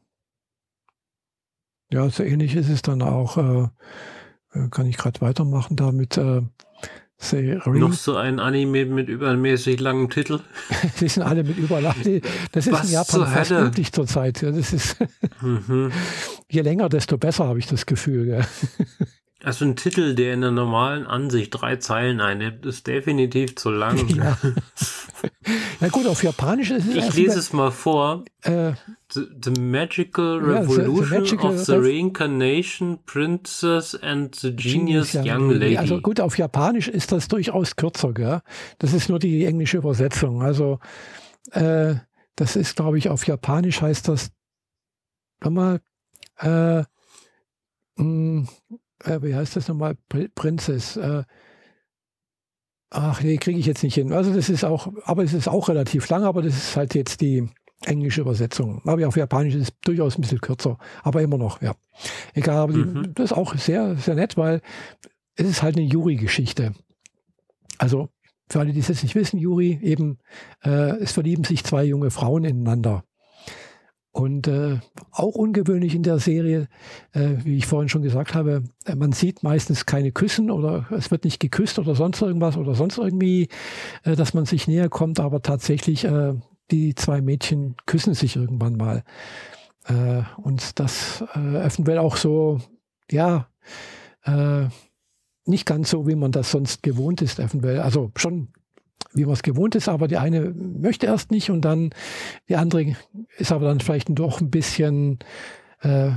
Speaker 2: Ja, so ähnlich ist es dann auch, äh, kann ich gerade weitermachen damit. Äh,
Speaker 1: Noch so ein Anime mit übermäßig langem Titel?
Speaker 2: Die sind alle mit überlang. Das ist Was in Japan fast üblich zurzeit. Das ist mhm. Je länger, desto besser, habe ich das Gefühl. Gell?
Speaker 1: Also ein Titel, der in der normalen Ansicht drei Zeilen einnimmt, ist definitiv zu lang.
Speaker 2: Ja. Na gut, auf Japanisch ist es...
Speaker 1: Ich lese es mal vor. Äh, the, the Magical Revolution ja, the, the magical of the Reincarnation Princess and the Genius, Genius Young Lady.
Speaker 2: Also gut, auf Japanisch ist das durchaus kürzer. Gell? Das ist nur die englische Übersetzung. Also äh, das ist, glaube ich, auf Japanisch heißt das... Nochmal... Äh, mh, Äh, wie heißt das nochmal? Princess. Äh, ach nee, kriege ich jetzt nicht hin. Also das ist auch, aber es ist auch relativ lang, aber das ist halt jetzt die englische Übersetzung. Aber auf Japanisch ist es durchaus ein bisschen kürzer, aber immer noch, ja. Egal, aber mhm. die, das ist auch sehr, sehr nett, weil es ist halt eine Yuri-Geschichte. Also für alle, die es jetzt nicht wissen, Yuri eben, äh, es verlieben sich zwei junge Frauen ineinander. Und äh, auch ungewöhnlich in der Serie, äh, wie ich vorhin schon gesagt habe, man sieht meistens keine Küssen oder es wird nicht geküsst oder sonst irgendwas oder sonst irgendwie, äh, dass man sich näher kommt, aber tatsächlich äh, die zwei Mädchen küssen sich irgendwann mal. Äh, und das äh, eventuell auch so, ja, äh, nicht ganz so, wie man das sonst gewohnt ist, eventuell. Also schon wie man es gewohnt ist, aber die eine möchte erst nicht und dann die andere ist aber dann vielleicht doch ein bisschen, äh,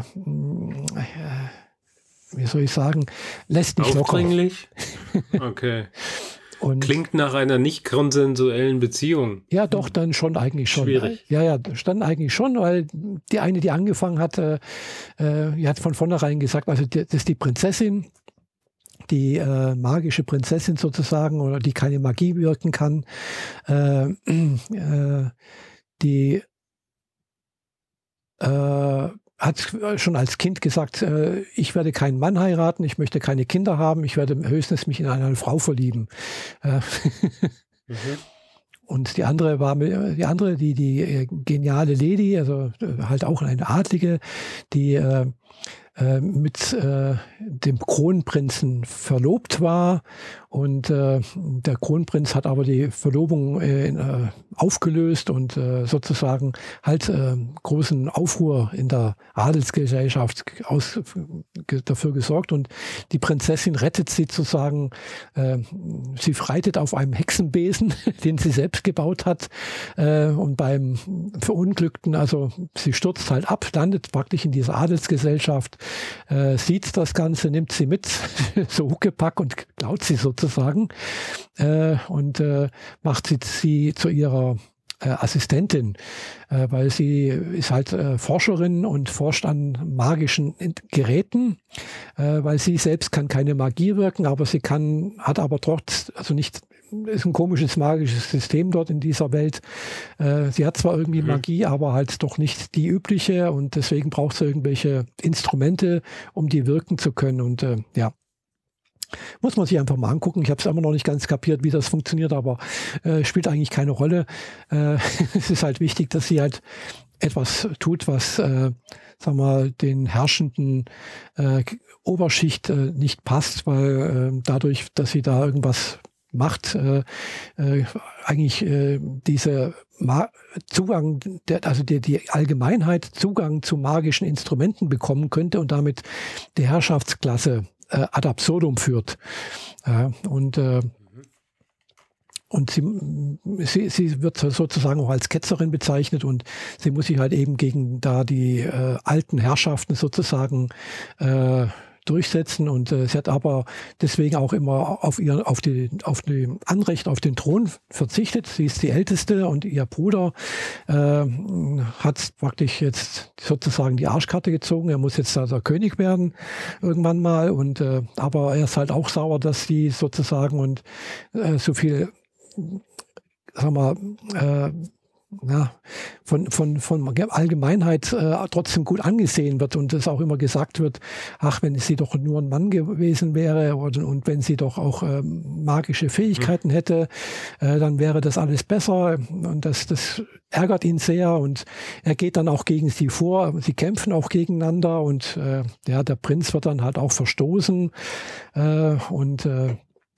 Speaker 2: wie soll ich sagen, lässt nicht
Speaker 1: Aufdringlich? Locker. Okay. Und klingt nach einer nicht konsensuellen Beziehung.
Speaker 2: Ja, doch, dann schon eigentlich schon.
Speaker 1: Schwierig.
Speaker 2: Ja, ja, dann eigentlich schon, weil die eine, die angefangen hat, äh, die hat von vornherein gesagt, also das ist die Prinzessin, die äh, magische Prinzessin sozusagen, oder die keine Magie wirken kann, äh, äh, die äh, hat schon als Kind gesagt, äh, ich werde keinen Mann heiraten, ich möchte keine Kinder haben, ich werde höchstens mich in eine Frau verlieben. Äh, mhm. Und die andere war die andere, die die äh, geniale Lady, also äh, halt auch eine Adlige, die äh, mit äh, dem Kronprinzen verlobt war und äh, der Kronprinz hat aber die Verlobung äh, äh, aufgelöst und äh, sozusagen halt äh, großen Aufruhr in der Adelsgesellschaft aus, ge, dafür gesorgt und die Prinzessin rettet sie sozusagen, äh, sie reitet auf einem Hexenbesen, den sie selbst gebaut hat äh, und beim Verunglückten, also sie stürzt halt ab, landet praktisch in dieser Adelsgesellschaft, Äh, sieht das Ganze, nimmt sie mit, so Huckepack und klaut sie sozusagen äh, und äh, macht sie, sie zu ihrer äh, Assistentin, äh, weil sie ist halt äh, Forscherin und forscht an magischen Geräten, äh, weil sie selbst kann keine Magie wirken, aber sie kann, hat aber trotz, also nicht, ist ein komisches magisches System dort in dieser Welt. Äh, sie hat zwar irgendwie mhm. Magie, aber halt doch nicht die übliche und deswegen braucht sie irgendwelche Instrumente, um die wirken zu können und äh, ja. Muss man sich einfach mal angucken. Ich habe es immer noch nicht ganz kapiert, wie das funktioniert, aber äh, spielt eigentlich keine Rolle. Äh, es ist halt wichtig, dass sie halt etwas tut, was äh, sagen wir mal, den herrschenden äh, Oberschicht äh, nicht passt, weil äh, dadurch, dass sie da irgendwas macht, äh, äh, eigentlich äh, diese Ma- Zugang, der, also die, die Allgemeinheit Zugang zu magischen Instrumenten bekommen könnte und damit die Herrschaftsklasse äh, ad absurdum führt. Ja, und äh, und sie, sie, sie wird sozusagen auch als Ketzerin bezeichnet und sie muss sich halt eben gegen da die äh, alten Herrschaften sozusagen äh, durchsetzen und äh, sie hat aber deswegen auch immer auf ihr auf die auf die Anrecht auf den Thron verzichtet. Sie ist die Älteste und ihr Bruder äh, hat praktisch jetzt sozusagen die Arschkarte gezogen. Er muss jetzt also König werden irgendwann mal und äh, aber er ist halt auch sauer, dass sie sozusagen und äh, so viel, sagen wir mal, äh, ja, von, von, von Allgemeinheit äh, trotzdem gut angesehen wird und es auch immer gesagt wird, ach, wenn sie doch nur ein Mann gewesen wäre und, und wenn sie doch auch äh, magische Fähigkeiten hätte, äh, dann wäre das alles besser und das, das ärgert ihn sehr und er geht dann auch gegen sie vor, sie kämpfen auch gegeneinander und äh, ja, der Prinz wird dann halt auch verstoßen äh, und äh,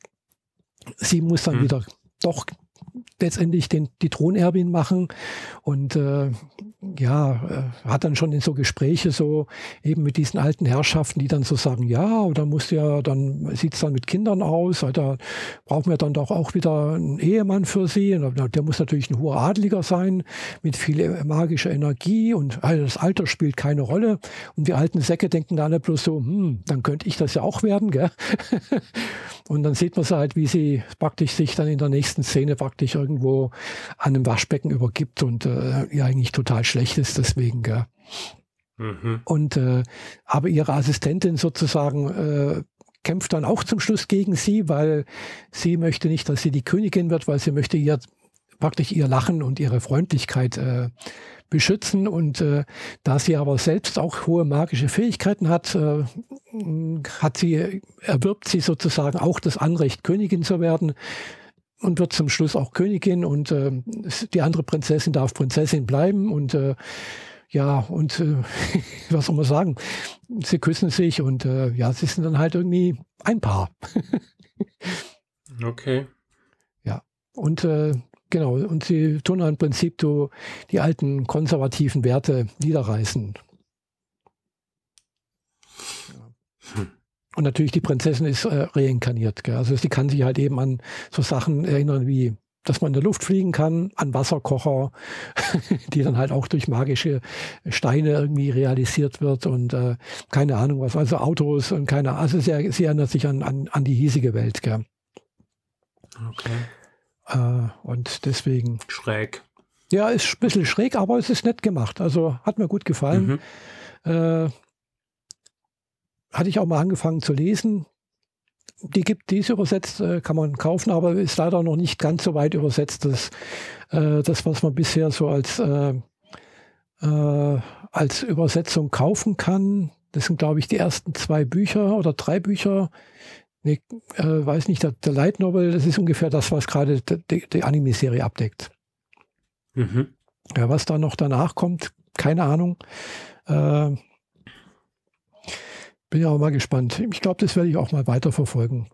Speaker 2: sie muss dann mhm. wieder doch letztendlich den, die Thronerbin machen und äh, ja, äh, hat dann schon in so Gespräche so eben mit diesen alten Herrschaften, die dann so sagen, ja, oder muss ja, dann sieht es dann mit Kindern aus, oder brauchen wir dann doch auch wieder einen Ehemann für sie. Und der muss natürlich ein hoher Adliger sein, mit viel magischer Energie und also das Alter spielt keine Rolle. Und die alten Säcke denken dann alle bloß so, hm, dann könnte ich das ja auch werden, gell? Und dann sieht man sie halt, wie sie praktisch sich dann in der nächsten Szene praktisch irgendwo an einem Waschbecken übergibt und äh, ja eigentlich total schlecht ist deswegen. Gell? Mhm. Und äh, aber ihre Assistentin sozusagen äh, kämpft dann auch zum Schluss gegen sie, weil sie möchte nicht, dass sie die Königin wird, weil sie möchte ihr praktisch ihr Lachen und ihre Freundlichkeit äh, beschützen und äh, da sie aber selbst auch hohe magische Fähigkeiten hat, äh, hat sie, erwirbt sie sozusagen auch das Anrecht, Königin zu werden und wird zum Schluss auch Königin und äh, die andere Prinzessin darf Prinzessin bleiben und äh, ja, und äh, was soll man sagen, sie küssen sich und äh, ja, sie sind dann halt irgendwie ein Paar.
Speaker 1: Okay.
Speaker 2: Ja, und äh, genau, und sie tun im Prinzip so die alten konservativen Werte niederreißen. Hm. Und natürlich die Prinzessin ist äh, reinkarniert. Gell? Also sie kann sich halt eben an so Sachen erinnern wie, dass man in der Luft fliegen kann, an Wasserkocher, die dann halt auch durch magische Steine irgendwie realisiert wird und äh, keine Ahnung was, also Autos und keine, also sie, sie erinnert sich an, an, an die hiesige Welt. Gell?
Speaker 1: Okay.
Speaker 2: Uh, und deswegen.
Speaker 1: Schräg.
Speaker 2: Ja, ist ein bisschen schräg, aber es ist nett gemacht. Also hat mir gut gefallen. Mhm. Uh, hatte ich auch mal angefangen zu lesen. Die gibt, die ist übersetzt, uh, kann man kaufen, aber ist leider noch nicht ganz so weit übersetzt. Das, uh, das was man bisher so als, uh, uh, als Übersetzung kaufen kann. Das sind, glaube ich, die ersten zwei Bücher oder drei Bücher. Ich äh, weiß nicht, der, der Light Novel, das ist ungefähr das, was gerade die, die Anime-Serie abdeckt. Mhm. Ja, was da noch danach kommt, keine Ahnung. Äh, bin ja auch mal gespannt. Ich glaube, das werde ich auch mal weiterverfolgen.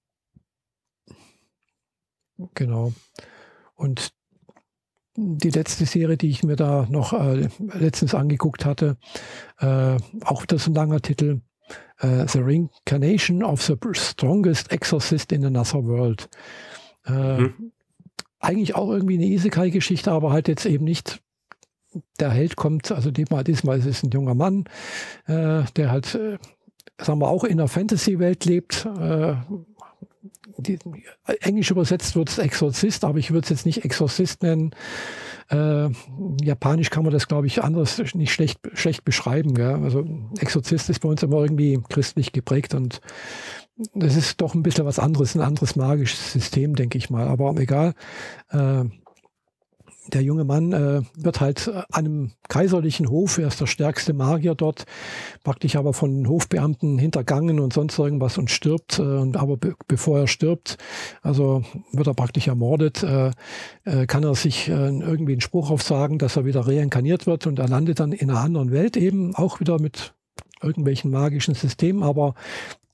Speaker 2: Genau. Und die letzte Serie, die ich mir da noch äh, letztens angeguckt hatte, äh, auch das ist ein langer Titel, Uh, The Reincarnation of the Strongest Exorcist in Another World. Uh, mhm. Eigentlich auch irgendwie eine Isekai-Geschichte, aber halt jetzt eben nicht, der Held kommt, also diesmal, diesmal ist es ein junger Mann, uh, der halt, uh, sagen wir, auch in einer Fantasy-Welt lebt. Uh, die, Englisch übersetzt wird es Exorzist, aber ich würde es jetzt nicht Exorzist nennen. Äh, Japanisch kann man das, glaube ich, anders nicht schlecht, schlecht beschreiben. Gell? Also Exorzist ist bei uns immer irgendwie christlich geprägt und das ist doch ein bisschen was anderes, ein anderes magisches System, denke ich mal. Aber egal. Äh, der junge Mann äh, wird halt an einem kaiserlichen Hof, er ist der stärkste Magier dort, praktisch aber von Hofbeamten hintergangen und sonst irgendwas und stirbt. Äh, und aber be bevor er stirbt, also wird er praktisch ermordet, äh, äh, kann er sich äh, irgendwie einen Spruch aufsagen, dass er wieder reinkarniert wird und er landet dann in einer anderen Welt eben, auch wieder mit irgendwelchen magischen Systemen, aber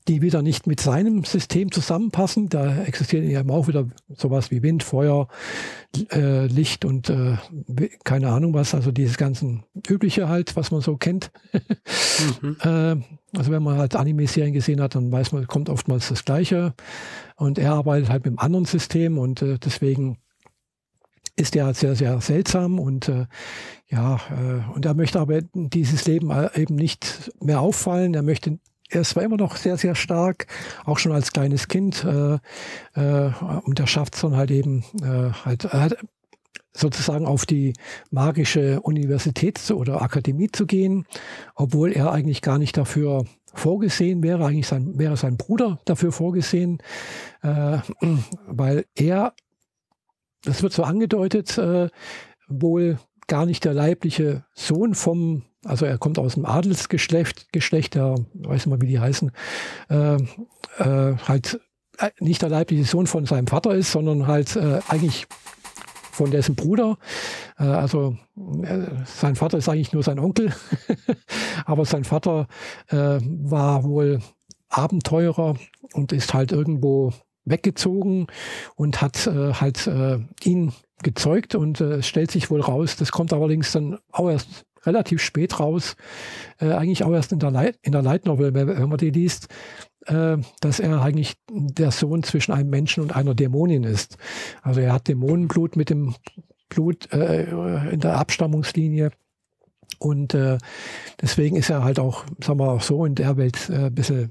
Speaker 2: die wieder nicht mit seinem System zusammenpassen. Da existiert eben auch wieder sowas wie Wind, Feuer, äh, Licht und äh, keine Ahnung was, also dieses ganzen Übliche halt, was man so kennt. mhm. äh, also wenn man halt Anime-Serien gesehen hat, dann weiß man, kommt oftmals das Gleiche. Und er arbeitet halt mit einem anderen System und äh, deswegen ist er halt sehr, sehr seltsam und äh, ja, äh, und er möchte aber dieses Leben eben nicht mehr auffallen. Er möchte, er ist zwar immer noch sehr, sehr stark, auch schon als kleines Kind, äh, äh, und er schafft es dann halt eben äh, halt, halt sozusagen auf die magische Universität zu, oder Akademie zu gehen, obwohl er eigentlich gar nicht dafür vorgesehen wäre. Eigentlich sein, wäre sein Bruder dafür vorgesehen, äh, weil er, das wird so angedeutet, äh, wohl gar nicht der leibliche Sohn vom, also er kommt aus dem Adelsgeschlecht, Geschlecht, der, weiß nicht mal, wie die heißen, äh, äh, halt nicht der leibliche Sohn von seinem Vater ist, sondern halt äh, eigentlich von dessen Bruder. Äh, also äh, sein Vater ist eigentlich nur sein Onkel, aber sein Vater äh, war wohl Abenteurer und ist halt irgendwo weggezogen und hat äh, halt äh, ihn gezeugt und äh, es stellt sich wohl raus, das kommt allerdings dann auch erst relativ spät raus, äh, eigentlich auch erst in der Light, in der Light Novel, wenn, wenn man die liest, äh, dass er eigentlich der Sohn zwischen einem Menschen und einer Dämonin ist. Also er hat Dämonenblut mit dem Blut äh, in der Abstammungslinie und äh, deswegen ist er halt auch, sagen wir auch so, in der Welt äh, ein bisschen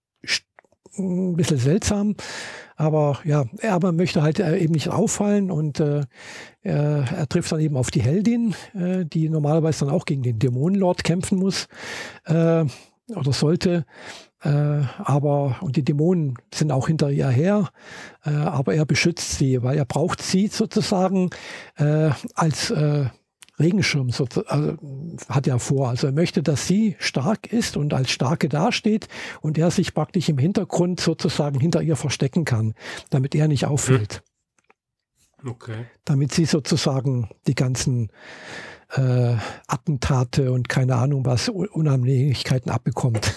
Speaker 2: ein bisschen seltsam, aber ja, er aber möchte halt eben nicht auffallen und äh, er, er trifft dann eben auf die Heldin, äh, die normalerweise dann auch gegen den Dämonenlord kämpfen muss äh, oder sollte, äh, aber und die Dämonen sind auch hinter ihr her, äh, aber er beschützt sie, weil er braucht sie sozusagen äh, als äh, Regenschirm, also, hat er vor. Also er möchte, dass sie stark ist und als Starke dasteht und er sich praktisch im Hintergrund sozusagen hinter ihr verstecken kann, damit er nicht auffällt.
Speaker 1: Okay.
Speaker 2: Damit sie sozusagen die ganzen äh, Attentate und keine Ahnung was, Unannehmlichkeiten abbekommt.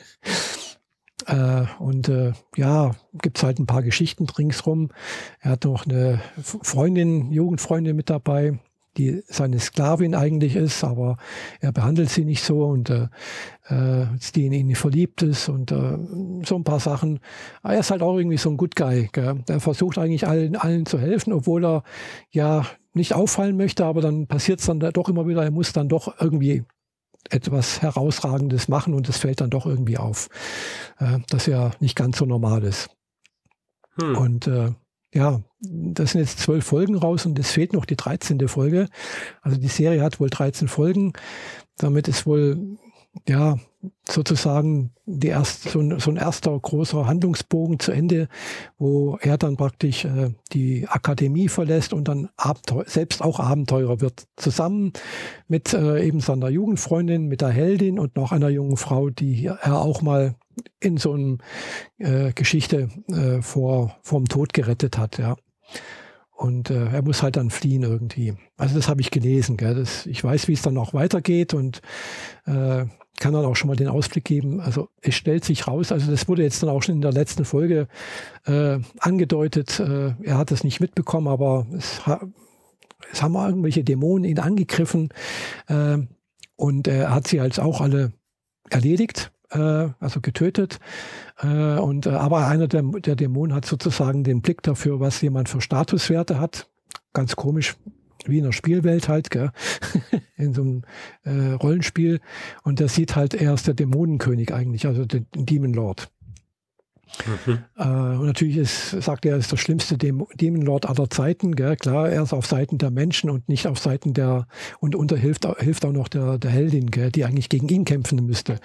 Speaker 2: äh, und äh, ja, gibt es halt ein paar Geschichten ringsrum. Er hat noch eine Freundin, Jugendfreundin mit dabei, die seine Sklavin eigentlich ist, aber er behandelt sie nicht so und äh, die in ihn verliebt ist und äh, so ein paar Sachen. Er ist halt auch irgendwie so ein Good Guy. Gell? Er versucht eigentlich allen, allen zu helfen, obwohl er ja nicht auffallen möchte, aber dann passiert es dann doch immer wieder, er muss dann doch irgendwie etwas Herausragendes machen und es fällt dann doch irgendwie auf, äh, dass er nicht ganz so normal ist. Hm. Und äh, ja, das sind jetzt zwölf Folgen raus und es fehlt noch die dreizehnte Folge. Also die Serie hat wohl dreizehn Folgen. Damit ist wohl, ja, sozusagen die erst, so, ein, so ein erster großer Handlungsbogen zu Ende, wo er dann praktisch äh, die Akademie verlässt und dann Abenteu- selbst auch Abenteurer wird. Zusammen mit äh, eben seiner Jugendfreundin, mit der Heldin und noch einer jungen Frau, die er auch mal in so einer äh, Geschichte äh, vor vom Tod gerettet hat, ja. Und äh, er muss halt dann fliehen irgendwie. Also das habe ich gelesen, gell. Das, ich weiß, wie es dann auch weitergeht und äh, kann dann auch schon mal den Ausblick geben. Also es stellt sich raus, also das wurde jetzt dann auch schon in der letzten Folge äh, angedeutet. Äh, er hat es nicht mitbekommen, aber es, ha- es haben irgendwelche Dämonen ihn angegriffen äh, und er hat sie halt auch alle erledigt. Also getötet. Und, aber einer der, der Dämonen hat sozusagen den Blick dafür, was jemand für Statuswerte hat. Ganz komisch, wie in der Spielwelt halt, gell? In so einem äh, Rollenspiel. Und der sieht halt, er ist der Dämonenkönig eigentlich, also der Demon Lord. Mhm. Äh, und natürlich ist, sagt er, er ist der schlimmste Däm- Demon Lord aller Zeiten. Gell? Klar, er ist auf Seiten der Menschen und nicht auf Seiten der, und unter hilft, hilft auch noch der, der Heldin, gell? Die eigentlich gegen ihn kämpfen müsste.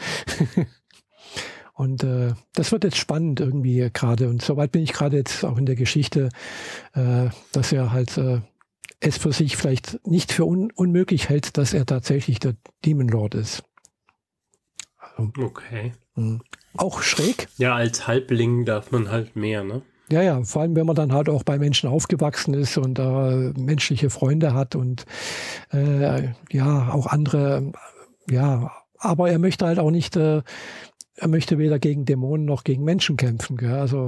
Speaker 2: Und äh, das wird jetzt spannend irgendwie gerade. Und soweit bin ich gerade jetzt auch in der Geschichte, äh, dass er halt äh, es für sich vielleicht nicht für un- unmöglich hält, dass er tatsächlich der Demon Lord ist. Also,
Speaker 1: okay.
Speaker 2: Mh. Auch schräg.
Speaker 1: Ja, als Halbling darf man halt mehr, ne?
Speaker 2: Ja, ja, vor allem, wenn man dann halt auch bei Menschen aufgewachsen ist und äh, menschliche Freunde hat und äh, ja, auch andere, ja, aber er möchte halt auch nicht äh, er möchte weder gegen Dämonen noch gegen Menschen kämpfen. Gell? Also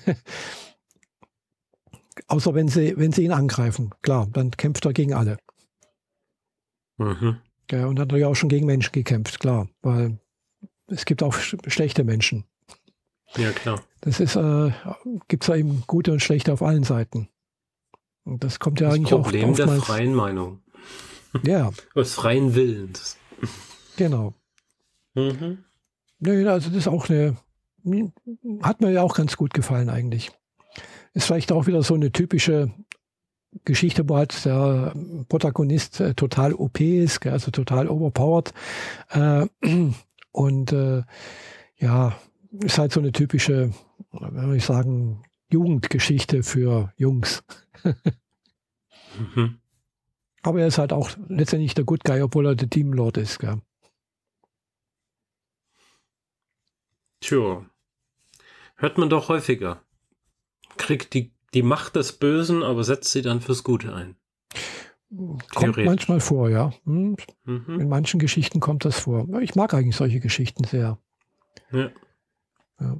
Speaker 2: außer wenn sie, wenn sie ihn angreifen. Klar, dann kämpft er gegen alle.
Speaker 1: Mhm.
Speaker 2: Gell? Und hat er ja auch schon gegen Menschen gekämpft, klar. Weil es gibt auch sch schlechte Menschen.
Speaker 1: Ja, klar.
Speaker 2: Das ist, äh, gibt es ja eben gute und schlechte auf allen Seiten. Und das kommt ja
Speaker 1: das
Speaker 2: eigentlich
Speaker 1: Problem
Speaker 2: auch oftmals...
Speaker 1: der freien Meinung.
Speaker 2: Ja.
Speaker 1: Des freien Willens.
Speaker 2: Genau.
Speaker 1: Mhm.
Speaker 2: Nee, also das ist auch eine... Hat mir ja auch ganz gut gefallen eigentlich. Ist vielleicht auch wieder so eine typische Geschichte, wo halt der Protagonist äh, total O P ist, gell, also total overpowered. Äh, und äh, ja, ist halt so eine typische, würde ich sagen, Jugendgeschichte für Jungs.
Speaker 1: mhm.
Speaker 2: Aber er ist halt auch letztendlich der Good Guy, obwohl er der Demon Lord ist. Gell.
Speaker 1: Tja. Hört man doch häufiger. Kriegt die, die Macht des Bösen, aber setzt sie dann fürs Gute ein.
Speaker 2: Kommt manchmal vor, ja. Hm.
Speaker 1: Mhm.
Speaker 2: In manchen Geschichten kommt das vor. Ich mag eigentlich solche Geschichten sehr.
Speaker 1: Ja.
Speaker 2: Ja.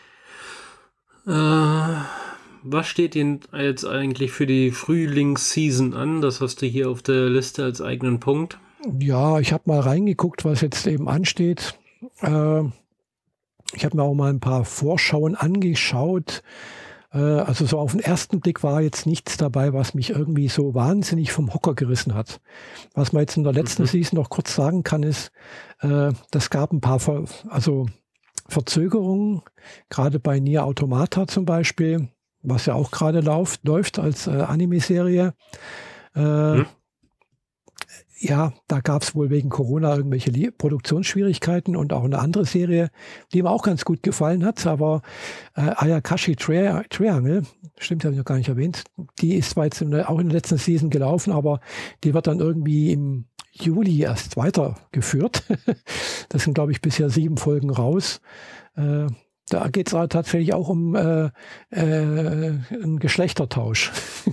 Speaker 1: Äh, was steht Ihnen jetzt eigentlich für die Frühlingsseason an? Das hast du hier auf der Liste als eigenen Punkt.
Speaker 2: Ja, ich habe mal reingeguckt, was jetzt eben ansteht. Äh, ich habe mir auch mal ein paar Vorschauen angeschaut. Äh, also so auf den ersten Blick war jetzt nichts dabei, was mich irgendwie so wahnsinnig vom Hocker gerissen hat. Was man jetzt in der letzten mhm. Season noch kurz sagen kann, ist, äh, das gab ein paar Ver also Verzögerungen, gerade bei Nier Automata zum Beispiel, was ja auch gerade läuft, läuft als äh, Anime-Serie. Äh, hm. Ja, da gab es wohl wegen Corona irgendwelche Lie Produktionsschwierigkeiten und auch eine andere Serie, die mir auch ganz gut gefallen hat, aber äh, Ayakashi Tri Triangle, stimmt, habe ich noch gar nicht erwähnt, die ist zwar jetzt in der, auch in der letzten Season gelaufen, aber die wird dann irgendwie im Juli erst weitergeführt. Das sind, glaube ich, bisher sieben Folgen raus. Äh, da geht es tatsächlich auch um äh, äh, einen Geschlechtertausch.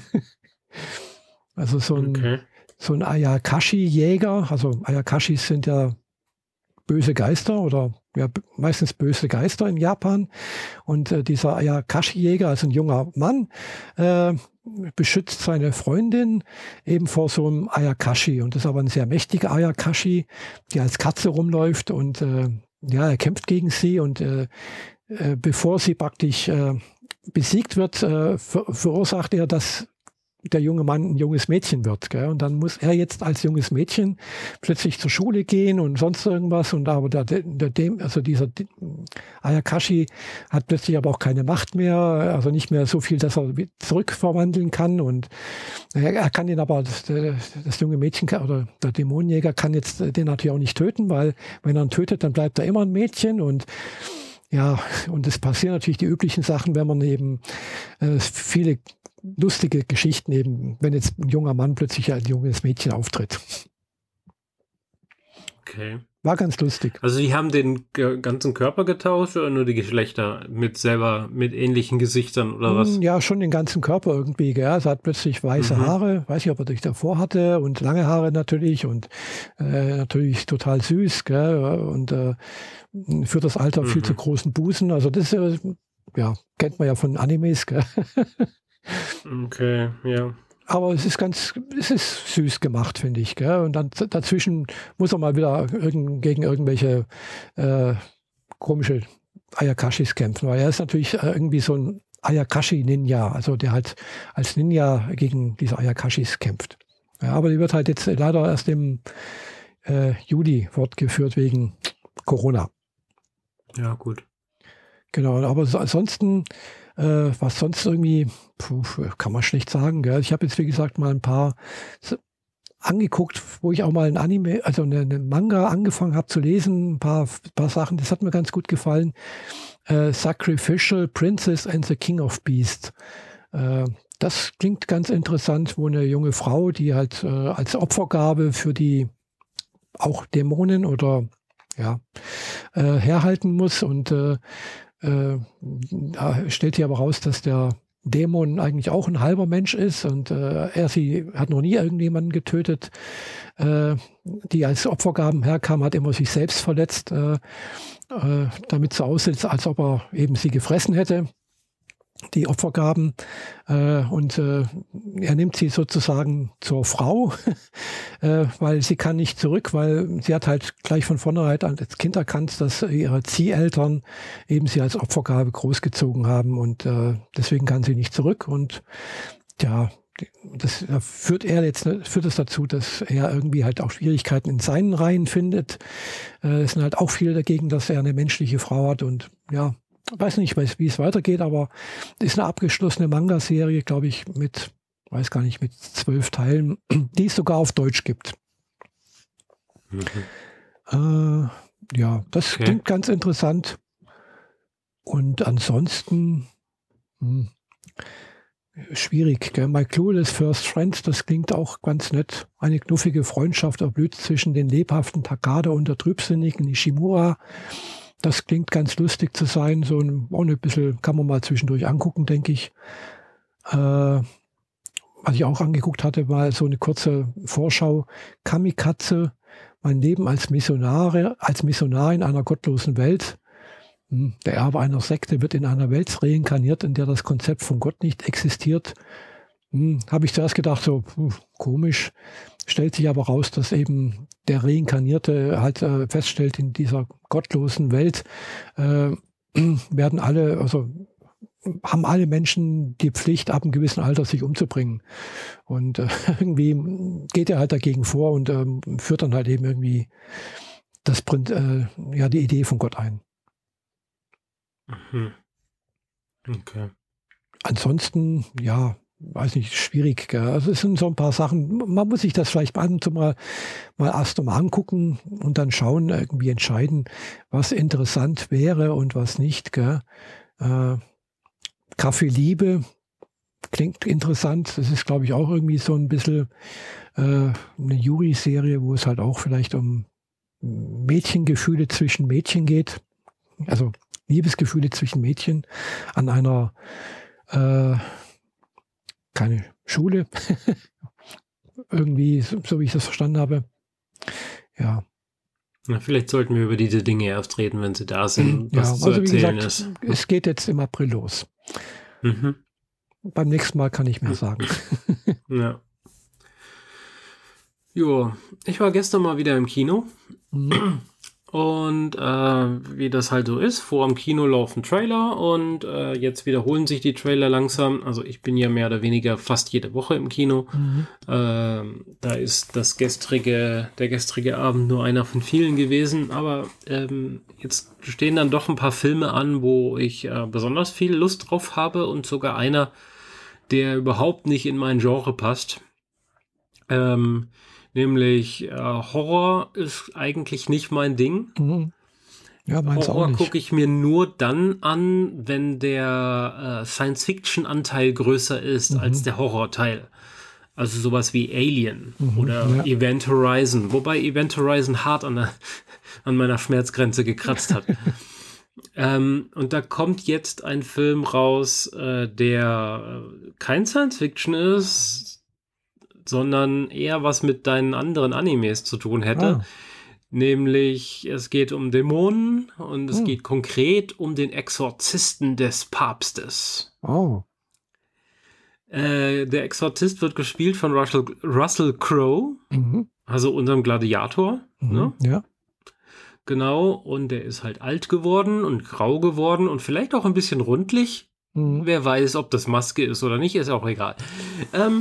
Speaker 2: Also so ein, okay. so ein Ayakashi-Jäger. Also Ayakashis sind ja böse Geister oder ja, meistens böse Geister in Japan. Und äh, dieser Ayakashi-Jäger, also ein junger Mann, äh, beschützt seine Freundin eben vor so einem Ayakashi. Und das ist aber ein sehr mächtiger Ayakashi, die als Katze rumläuft. Und äh, ja, er kämpft gegen sie. Und äh, äh, bevor sie praktisch äh, besiegt wird, äh, ver verursacht er, dass der junge Mann ein junges Mädchen wird. Gell? Und dann muss er jetzt als junges Mädchen plötzlich zur Schule gehen und sonst irgendwas. Und aber der, der, der, also dieser Ayakashi hat plötzlich aber auch keine Macht mehr, also nicht mehr so viel, dass er zurückverwandeln kann. Und er, er kann ihn aber, das, das junge Mädchen kann, oder der Dämonenjäger kann jetzt den natürlich auch nicht töten, weil wenn er ihn tötet, dann bleibt er immer ein Mädchen. Und ja, und es passieren natürlich die üblichen Sachen, wenn man eben äh, viele lustige Geschichten eben, wenn jetzt ein junger Mann plötzlich ein junges Mädchen auftritt.
Speaker 1: Okay.
Speaker 2: War ganz lustig.
Speaker 1: Also die haben den ganzen Körper getauscht oder nur die Geschlechter mit selber, mit ähnlichen Gesichtern oder was?
Speaker 2: Ja, schon den ganzen Körper irgendwie. Gell? Also hat plötzlich weiße mhm. Haare, weiß ich, ob er dich davor hatte, und lange Haare natürlich und äh, natürlich total süß, gell? Und äh, für das Alter mhm. viel zu großen Busen. Also das äh, ja, kennt man ja von Animes. Gell?
Speaker 1: Okay, ja.
Speaker 2: Aber es ist ganz, es ist süß gemacht, finde ich. Gell? Und dann dazwischen muss er mal wieder irgend, gegen irgendwelche äh, komische Ayakashis kämpfen. Weil er ist natürlich äh, irgendwie so ein Ayakashi-Ninja, also der halt als Ninja gegen diese Ayakashis kämpft. Ja, aber die wird halt jetzt leider erst im äh, Juli fortgeführt wegen Corona.
Speaker 1: Ja, gut.
Speaker 2: Genau, aber so, ansonsten Äh, was sonst irgendwie, puh, kann man schlecht sagen. Gell? Ich habe jetzt, wie gesagt, mal ein paar so angeguckt, wo ich auch mal ein Anime, also eine, eine Manga angefangen habe zu lesen, ein paar, paar Sachen, das hat mir ganz gut gefallen. Äh, Sacrificial Princess and the King of Beasts. Äh, das klingt ganz interessant, wo eine junge Frau, die halt äh, als Opfergabe für die auch Dämonen oder ja, äh, herhalten muss, und äh, Äh, stellt sich aber raus, dass der Dämon eigentlich auch ein halber Mensch ist und äh, er sie hat noch nie irgendjemanden getötet, äh, die als Opfergaben herkam, hat immer sich selbst verletzt, äh, äh, damit so aussieht, als ob er eben sie gefressen hätte, die Opfergaben, äh, und äh, er nimmt sie sozusagen zur Frau, äh, weil sie kann nicht zurück, weil sie hat halt gleich von vornherein als Kind erkannt, dass ihre Zieheltern eben sie als Opfergabe großgezogen haben und äh, deswegen kann sie nicht zurück und ja, das führt er jetzt führt es dazu, dass er irgendwie halt auch Schwierigkeiten in seinen Reihen findet. Äh, es sind halt auch viele dagegen, dass er eine menschliche Frau hat und ja, weiß nicht, wie es weitergeht, aber es ist eine abgeschlossene Manga-Serie, glaube ich, mit, weiß gar nicht, mit zwölf Teilen, die es sogar auf Deutsch gibt. Mhm. Äh, ja, das okay. Klingt ganz interessant. Und ansonsten hm, schwierig. Gell? My Clueless First Friend, das klingt auch ganz nett. Eine knuffige Freundschaft erblüht zwischen den lebhaften Takada und der trübsinnigen Ishimura. Das klingt ganz lustig zu sein, so ein, auch ein bisschen kann man mal zwischendurch angucken, denke ich. Äh, was ich auch angeguckt hatte, war so eine kurze Vorschau. Kamikaze, mein Leben als Missionare, als Missionar in einer gottlosen Welt. Der Erbe einer Sekte wird in einer Welt reinkarniert, in der das Konzept von Gott nicht existiert. Hm, habe ich zuerst gedacht, so puh, komisch. Stellt sich aber raus, dass eben der Reinkarnierte halt äh, feststellt, in dieser gottlosen Welt äh, werden alle, also haben alle Menschen die Pflicht, ab einem gewissen Alter sich umzubringen. Und äh, irgendwie geht er halt dagegen vor und ähm, führt dann halt eben irgendwie das, äh, ja, die Idee von Gott ein.
Speaker 1: Mhm. Okay.
Speaker 2: Ansonsten, ja, weiß nicht, schwierig. Gell? Also es sind so ein paar Sachen, man muss sich das vielleicht mal, mal, mal erst mal angucken und dann schauen, irgendwie entscheiden, was interessant wäre und was nicht. Gell? Äh, Kaffee Liebe klingt interessant. Das ist, glaube ich, auch irgendwie so ein bisschen äh, eine Yuri-Serie, wo es halt auch vielleicht um Mädchengefühle zwischen Mädchen geht. Also Liebesgefühle zwischen Mädchen an einer äh, keine Schule, irgendwie, so, so wie ich das verstanden habe. Ja.
Speaker 1: Na, vielleicht sollten wir über diese Dinge erst reden, wenn sie da sind,
Speaker 2: ja,
Speaker 1: was zu
Speaker 2: also
Speaker 1: erzählen
Speaker 2: wie gesagt,
Speaker 1: ist.
Speaker 2: Es geht jetzt im April los.
Speaker 1: Mhm.
Speaker 2: Beim nächsten Mal kann ich mehr sagen.
Speaker 1: Ja. Jo, ich war gestern mal wieder im Kino. Mhm. Und äh, wie das halt so ist, vor dem Kino laufen Trailer und äh, jetzt wiederholen sich die Trailer langsam. Also ich bin ja mehr oder weniger fast jede Woche im Kino. Mhm. Äh, da ist das gestrige, der gestrige Abend nur einer von vielen gewesen. Aber ähm, jetzt stehen dann doch ein paar Filme an, wo ich äh, besonders viel Lust drauf habe und sogar einer, der überhaupt nicht in mein Genre passt. Ähm, Nämlich äh, Horror ist eigentlich nicht mein Ding.
Speaker 2: Mhm. Ja, meins
Speaker 1: Horror
Speaker 2: auch nicht.
Speaker 1: gucke ich mir nur dann an, wenn der äh, Science-Fiction-Anteil größer ist mhm. als der Horror-Teil. Also sowas wie Alien mhm, oder ja. Event Horizon. Wobei Event Horizon hart an, der, an meiner Schmerzgrenze gekratzt hat. ähm, und da kommt jetzt ein Film raus, äh, der äh, kein Science-Fiction ist, sondern eher was mit deinen anderen Animes zu tun hätte. Ah. Nämlich, es geht um Dämonen und es hm. geht konkret um den Exorzisten des Papstes.
Speaker 2: Oh.
Speaker 1: Äh, der Exorzist wird gespielt von Russell, Russell Crowe, mhm. also unserem Gladiator.
Speaker 2: Mhm.
Speaker 1: Ne?
Speaker 2: Ja.
Speaker 1: Genau, und der ist halt alt geworden und grau geworden und vielleicht auch ein bisschen rundlich. Mhm. Wer weiß, ob das Maske ist oder nicht, ist auch egal. Ähm,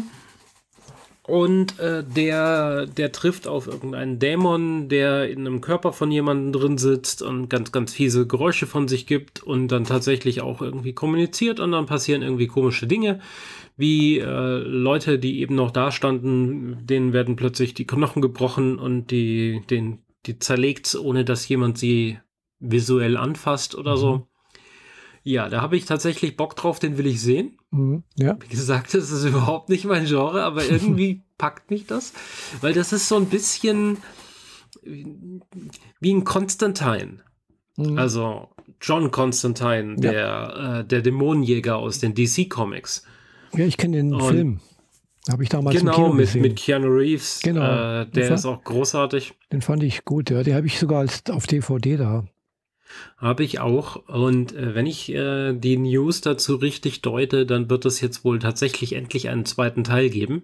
Speaker 1: Und äh, der, der trifft auf irgendeinen Dämon, der in einem Körper von jemandem drin sitzt und ganz, ganz fiese Geräusche von sich gibt und dann tatsächlich auch irgendwie kommuniziert und dann passieren irgendwie komische Dinge, wie äh, Leute, die eben noch da standen, denen werden plötzlich die Knochen gebrochen und die, den, die zerlegt, ohne dass jemand sie visuell anfasst oder mhm. so. Ja, da habe ich tatsächlich Bock drauf, den will ich sehen.
Speaker 2: Mhm, ja.
Speaker 1: Wie gesagt, das ist überhaupt nicht mein Genre, aber irgendwie packt mich das, weil das ist so ein bisschen wie ein Konstantin. Mhm. Also John Constantine, der, ja. äh, der Dämonenjäger aus den D C-Comics.
Speaker 2: Ja, ich kenne den Und Film. Habe ich damals
Speaker 1: genau,
Speaker 2: im Kino
Speaker 1: mit,
Speaker 2: gesehen.
Speaker 1: mit Keanu Reeves.
Speaker 2: Genau.
Speaker 1: Äh, der fand, ist auch großartig.
Speaker 2: Den fand ich gut, ja. Den habe ich sogar als, auf D V D da.
Speaker 1: Habe ich auch. Und äh, wenn ich äh, die News dazu richtig deute, dann wird es jetzt wohl tatsächlich endlich einen zweiten Teil geben.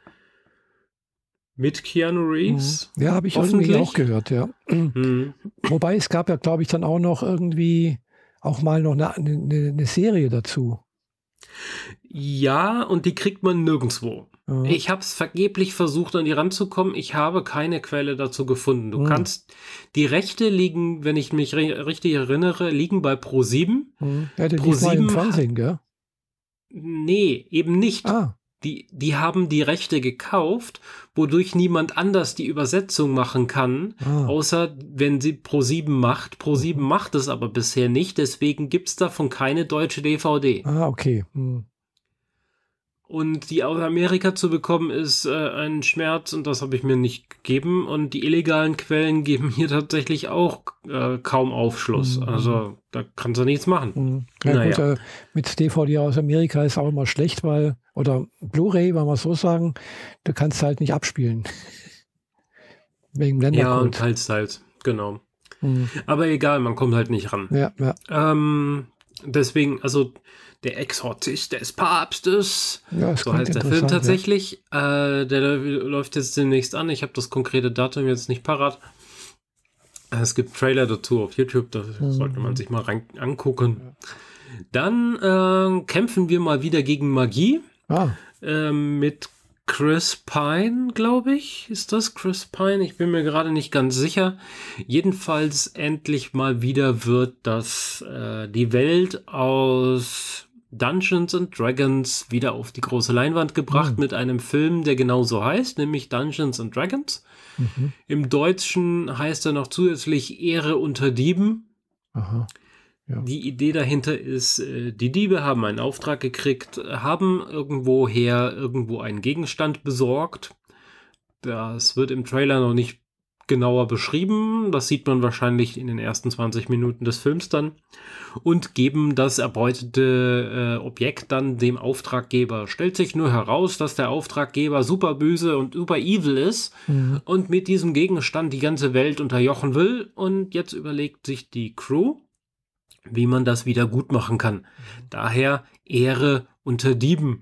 Speaker 1: Mit Keanu Reeves.
Speaker 2: Ja, habe ich irgendwie auch gehört, ja. Mhm. Wobei es gab ja, glaube ich, dann auch noch irgendwie auch mal noch eine, eine, eine Serie dazu.
Speaker 1: Ja, und die kriegt man nirgendwo. Mhm. Ich habe es vergeblich versucht, an die ranzukommen. Ich habe keine Quelle dazu gefunden. Du mhm. kannst, die Rechte liegen, wenn ich mich re- richtig erinnere, liegen bei ProSieben.
Speaker 2: Mhm. Ja, der lief mal im Fernsehen, gell?
Speaker 1: Nee, eben nicht.
Speaker 2: Ah.
Speaker 1: Die, die haben die Rechte gekauft, wodurch niemand anders die Übersetzung machen kann, ah. außer wenn sie ProSieben macht. ProSieben mhm. macht es aber bisher nicht, deswegen gibt es davon keine deutsche D V D.
Speaker 2: Ah, okay. Mhm.
Speaker 1: Und die aus Amerika zu bekommen, ist äh, ein Schmerz und das habe ich mir nicht gegeben. Und die illegalen Quellen geben hier tatsächlich auch äh, kaum Aufschluss. Mhm. Also da kannst du nichts machen.
Speaker 2: Mhm. Ja, naja. gut, äh, mit D V D aus Amerika ist auch immer schlecht, weil, oder Blu-ray, wenn wir so sagen, du kannst halt nicht abspielen. Wegen Ländercode.
Speaker 1: Ja, und teils, teils, genau. Mhm. Aber egal, man kommt halt nicht ran.
Speaker 2: Ja, ja.
Speaker 1: Ähm, deswegen, also der Exorzist des Papstes,
Speaker 2: ja,
Speaker 1: so heißt der Film tatsächlich. Ja. Äh, der läuft jetzt demnächst an. Ich habe das konkrete Datum jetzt nicht parat. Es gibt Trailer dazu auf YouTube, da mhm. sollte man sich mal rein angucken. Ja. Dann äh, kämpfen wir mal wieder gegen Magie.
Speaker 2: Ah.
Speaker 1: Äh, mit Chris Pine, glaube ich. Ist das Chris Pine? Ich bin mir gerade nicht ganz sicher. Jedenfalls endlich mal wieder wird das äh, die Welt aus Dungeons and Dragons wieder auf die große Leinwand gebracht mhm. mit einem Film, der genauso heißt, nämlich Dungeons and Dragons. Mhm. Im Deutschen heißt er noch zusätzlich Ehre unter Dieben.
Speaker 2: Aha. Ja.
Speaker 1: Die Idee dahinter ist, die Diebe haben einen Auftrag gekriegt, haben irgendwoher irgendwo einen Gegenstand besorgt. Das wird im Trailer noch nicht genauer beschrieben. Das sieht man wahrscheinlich in den ersten zwanzig Minuten des Films dann. Und geben das erbeutete äh, Objekt dann dem Auftraggeber. Stellt sich nur heraus, dass der Auftraggeber super böse und super evil ist mhm. und mit diesem Gegenstand die ganze Welt unterjochen will. Und jetzt überlegt sich die Crew, wie man das wieder gut machen kann. Daher Ehre unter Dieben.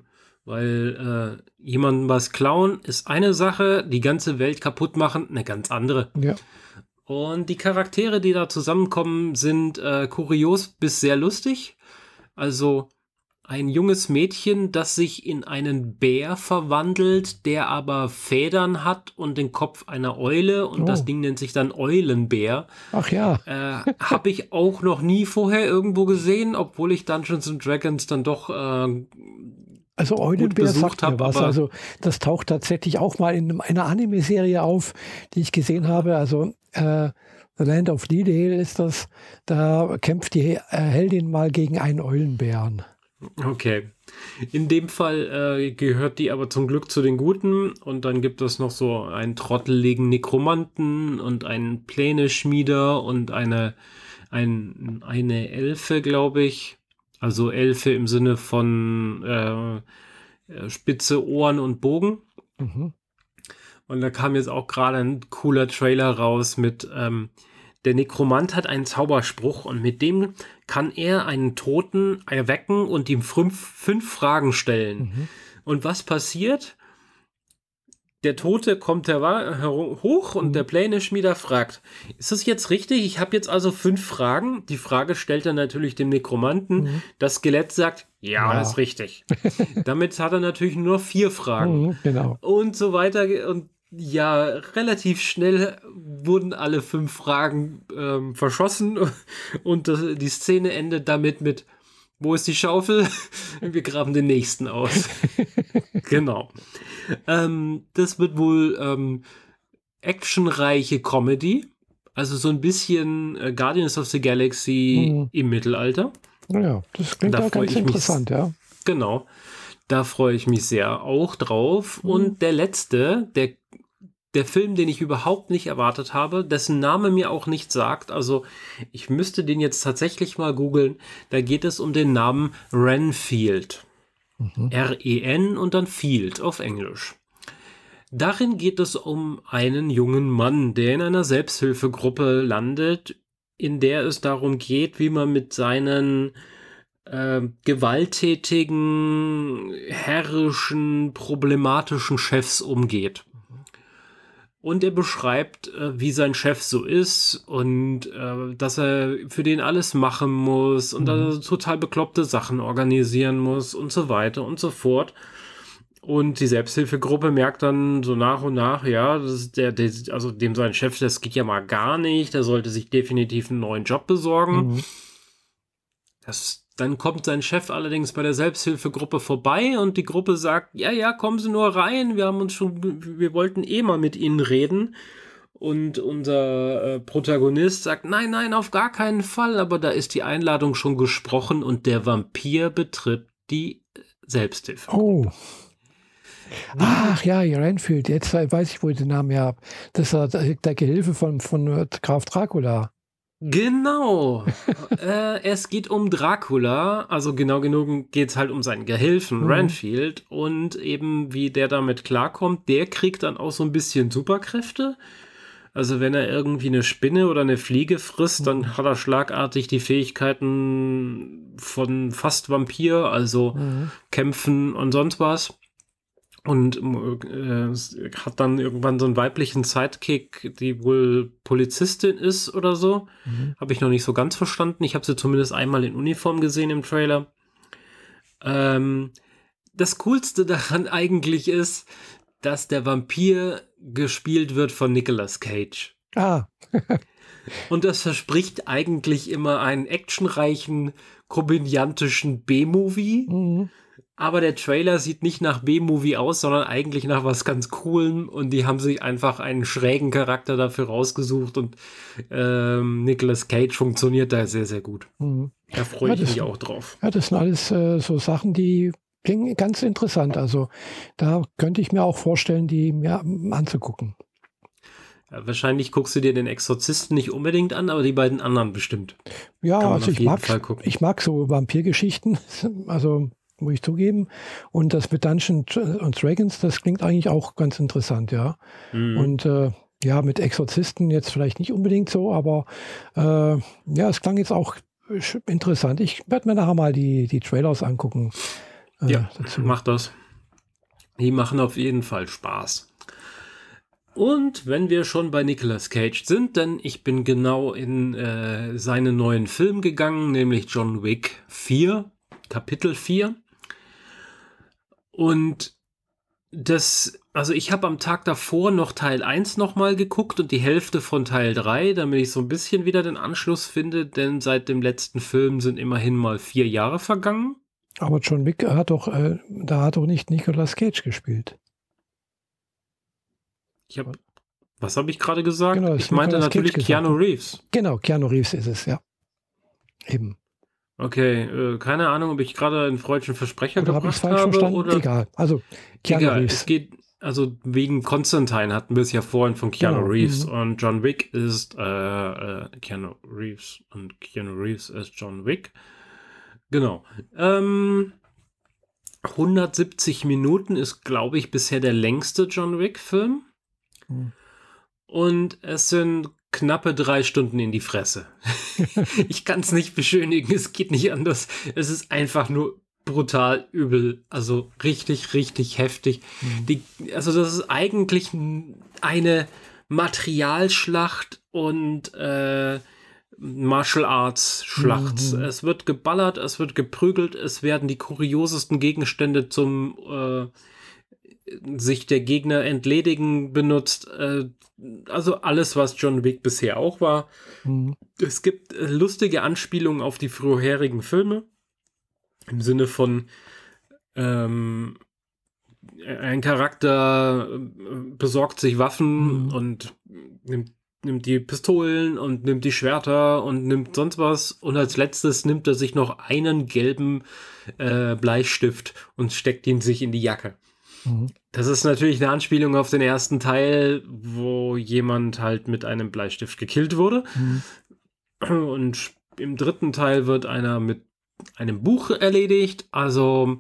Speaker 1: Weil äh, jemandem was klauen ist eine Sache, die ganze Welt kaputt machen eine ganz andere.
Speaker 2: Ja.
Speaker 1: Und die Charaktere, die da zusammenkommen, sind äh, kurios bis sehr lustig. Also ein junges Mädchen, das sich in einen Bär verwandelt, der aber Federn hat und den Kopf einer Eule. Und oh. das Ding nennt sich dann Eulenbär.
Speaker 2: Ach ja.
Speaker 1: Äh, habe ich auch noch nie vorher irgendwo gesehen, obwohl ich Dungeons and Dragons dann doch äh,
Speaker 2: Also Eulenbär sagt mir was. Also das taucht tatsächlich auch mal in einer Anime-Serie auf, die ich gesehen habe. Also äh, The Land of Leadale ist das. Da kämpft die äh, Heldin mal gegen einen Eulenbären.
Speaker 1: Okay. In dem Fall äh, gehört die aber zum Glück zu den Guten. Und dann gibt es noch so einen trotteligen Nekromanten und einen Pläne-Schmieder und eine, ein, eine Elfe, glaube ich. Also Elfe im Sinne von äh, spitze Ohren und Bogen.
Speaker 2: Mhm.
Speaker 1: Und da kam jetzt auch gerade ein cooler Trailer raus mit, ähm, der Nekromant hat einen Zauberspruch und mit dem kann er einen Toten erwecken und ihm fünf, fünf Fragen stellen. Mhm. Und was passiert? Der Tote kommt her- hoch und mhm. der Pläne-Schmieder fragt, ist das jetzt richtig? Ich habe jetzt also fünf Fragen. Die Frage stellt er natürlich dem Nekromanten. Mhm. Das Skelett sagt, ja, ja, das ist richtig. Damit hat er natürlich nur noch vier Fragen.
Speaker 2: Mhm, genau.
Speaker 1: Und so weiter. Und ja, relativ schnell wurden alle fünf Fragen ähm, verschossen. Und das, die Szene endet damit mit, wo ist die Schaufel? Wir graben den nächsten aus. Genau. Ähm, das wird wohl ähm, actionreiche Comedy. Also so ein bisschen äh, Guardians of the Galaxy mhm. im Mittelalter.
Speaker 2: Ja, das klingt ja ganz interessant,
Speaker 1: mich,
Speaker 2: ja.
Speaker 1: Genau. Da freue ich mich sehr auch drauf. Mhm. Und der letzte, der der Film, den ich überhaupt nicht erwartet habe, dessen Name mir auch nicht sagt. Also ich müsste den jetzt tatsächlich mal googeln. Da geht es um den Namen Renfield. Mhm. R E N und dann Field auf Englisch. Darin geht es um einen jungen Mann, der in einer Selbsthilfegruppe landet, in der es darum geht, wie man mit seinen äh, gewalttätigen, herrischen, problematischen Chefs umgeht. Und er beschreibt, äh, wie sein Chef so ist und äh, dass er für den alles machen muss und mhm. dass er total bekloppte Sachen organisieren muss und so weiter und so fort. Und die Selbsthilfegruppe merkt dann so nach und nach, ja, das ist der, der, also dem sein Chef, das geht ja mal gar nicht, der sollte sich definitiv einen neuen Job besorgen. Mhm. Das Dann kommt sein Chef allerdings bei der Selbsthilfegruppe vorbei und die Gruppe sagt, ja, ja, kommen Sie nur rein, wir haben uns schon, wir wollten eh mal mit Ihnen reden. Und unser äh, Protagonist sagt, nein, nein, auf gar keinen Fall, aber da ist die Einladung schon gesprochen und der Vampir betritt die Selbsthilfe.
Speaker 2: Oh. Ach ja, Renfield, jetzt weiß ich, wo ich den Namen her habe. Das ist der, der Gehilfe von, von Graf Dracula.
Speaker 1: Genau. äh, es geht um Dracula, also genau genug geht es halt um seinen Gehilfen, mhm. Renfield, und eben wie der damit klarkommt. Der kriegt dann auch so ein bisschen Superkräfte. Also wenn er irgendwie eine Spinne oder eine Fliege frisst, mhm. dann hat er schlagartig die Fähigkeiten von fast Vampir, also mhm. kämpfen und sonst was. Und äh, hat dann irgendwann so einen weiblichen Sidekick, die wohl Polizistin ist oder so. Mhm. Habe ich noch nicht so ganz verstanden. Ich habe sie zumindest einmal in Uniform gesehen im Trailer. Ähm, das Coolste daran eigentlich ist, dass der Vampir gespielt wird von Nicolas Cage.
Speaker 2: Ah.
Speaker 1: Und das verspricht eigentlich immer einen actionreichen, komödiantischen B-Movie. Mhm. Aber der Trailer sieht nicht nach B-Movie aus, sondern eigentlich nach was ganz Coolem. Und die haben sich einfach einen schrägen Charakter dafür rausgesucht. Und ähm, Nicolas Cage funktioniert da sehr, sehr gut. Mhm. Da freue ja, ich mich auch drauf.
Speaker 2: Ja, das sind alles äh, so Sachen, die klingen ganz interessant. Also da könnte ich mir auch vorstellen, die mir anzugucken.
Speaker 1: Ja, wahrscheinlich guckst du dir den Exorzisten nicht unbedingt an, aber die beiden anderen bestimmt.
Speaker 2: Ja, also ich mag, ich mag so Vampirgeschichten. Also muss ich zugeben. Und das mit Dungeons and Dragons, das klingt eigentlich auch ganz interessant, ja. Mhm. Und äh, ja, mit Exorzisten jetzt vielleicht nicht unbedingt so, aber äh, ja, es klang jetzt auch interessant. Ich werde mir nachher mal die, die Trailers angucken.
Speaker 1: Äh, ja, dazu. Mach das. Die machen auf jeden Fall Spaß. Und wenn wir schon bei Nicolas Cage sind, denn ich bin genau in äh, seinen neuen Film gegangen, nämlich John Wick vier, Kapitel vier. Und das, also ich habe am Tag davor noch Teil eins nochmal geguckt und die Hälfte von Teil drei, damit ich so ein bisschen wieder den Anschluss finde, denn seit dem letzten Film sind immerhin mal vier Jahre vergangen.
Speaker 2: Aber John Wick hat doch, äh, da hat doch nicht Nicolas Cage gespielt.
Speaker 1: Ich hab, was habe ich gerade gesagt?
Speaker 2: Genau,
Speaker 1: ich meinte
Speaker 2: Nicolas
Speaker 1: natürlich Keanu Reeves.
Speaker 2: Genau, Keanu Reeves ist es, ja. Eben.
Speaker 1: Okay, äh, keine Ahnung, ob ich gerade einen freudschen Versprecher
Speaker 2: oder
Speaker 1: gebracht
Speaker 2: hab
Speaker 1: habe.
Speaker 2: Verstanden?
Speaker 1: Oder
Speaker 2: egal. Also Keanu
Speaker 1: egal.
Speaker 2: Reeves.
Speaker 1: Es geht, also wegen Constantine hatten wir es ja vorhin von Keanu genau. Reeves mhm. und John Wick ist äh, äh, Keanu Reeves und Keanu Reeves ist John Wick. Genau. Ähm, hundertsiebzig Minuten ist, glaube ich, bisher der längste John Wick-Film. Mhm. Und es sind knappe drei Stunden in die Fresse. Ich kann es nicht beschönigen, es geht nicht anders. Es ist einfach nur brutal übel, also richtig, richtig heftig. Mhm. Die, also das ist eigentlich eine Materialschlacht und äh, Martial Arts Schlacht. Mhm. Es wird geballert, es wird geprügelt, es werden die kuriosesten Gegenstände zum äh, sich der Gegner entledigen benutzt. Äh, also alles, was John Wick bisher auch war. Mhm. Es gibt äh, lustige Anspielungen auf die vorherigen Filme. Im Sinne von ähm, ein Charakter besorgt sich Waffen mhm. und nimmt, nimmt die Pistolen und nimmt die Schwerter und nimmt sonst was. Und als letztes nimmt er sich noch einen gelben äh, Bleistift und steckt ihn sich in die Jacke.
Speaker 2: Mhm.
Speaker 1: Das ist natürlich eine Anspielung auf den ersten Teil, wo jemand halt mit einem Bleistift gekillt wurde.
Speaker 2: Mhm.
Speaker 1: Und im dritten Teil wird einer mit einem Buch erledigt. Also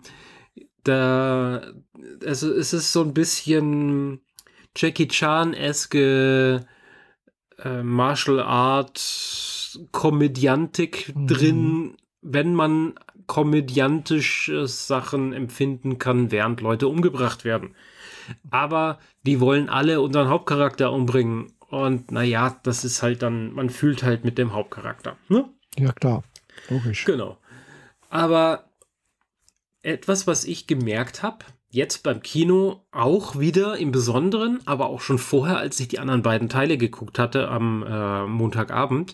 Speaker 1: da, also es ist so ein bisschen Jackie Chan-eske äh, Martial Art Komödiantik
Speaker 2: Mhm.
Speaker 1: drin, wenn man komödiantische Sachen empfinden kann, während Leute umgebracht werden. Aber die wollen alle unseren Hauptcharakter umbringen. Und naja, das ist halt dann, man fühlt halt mit dem Hauptcharakter. Ne?
Speaker 2: Ja, klar. Logisch.
Speaker 1: Genau. Aber etwas, was ich gemerkt habe, jetzt beim Kino auch wieder im Besonderen, aber auch schon vorher, als ich die anderen beiden Teile geguckt hatte am äh, Montagabend,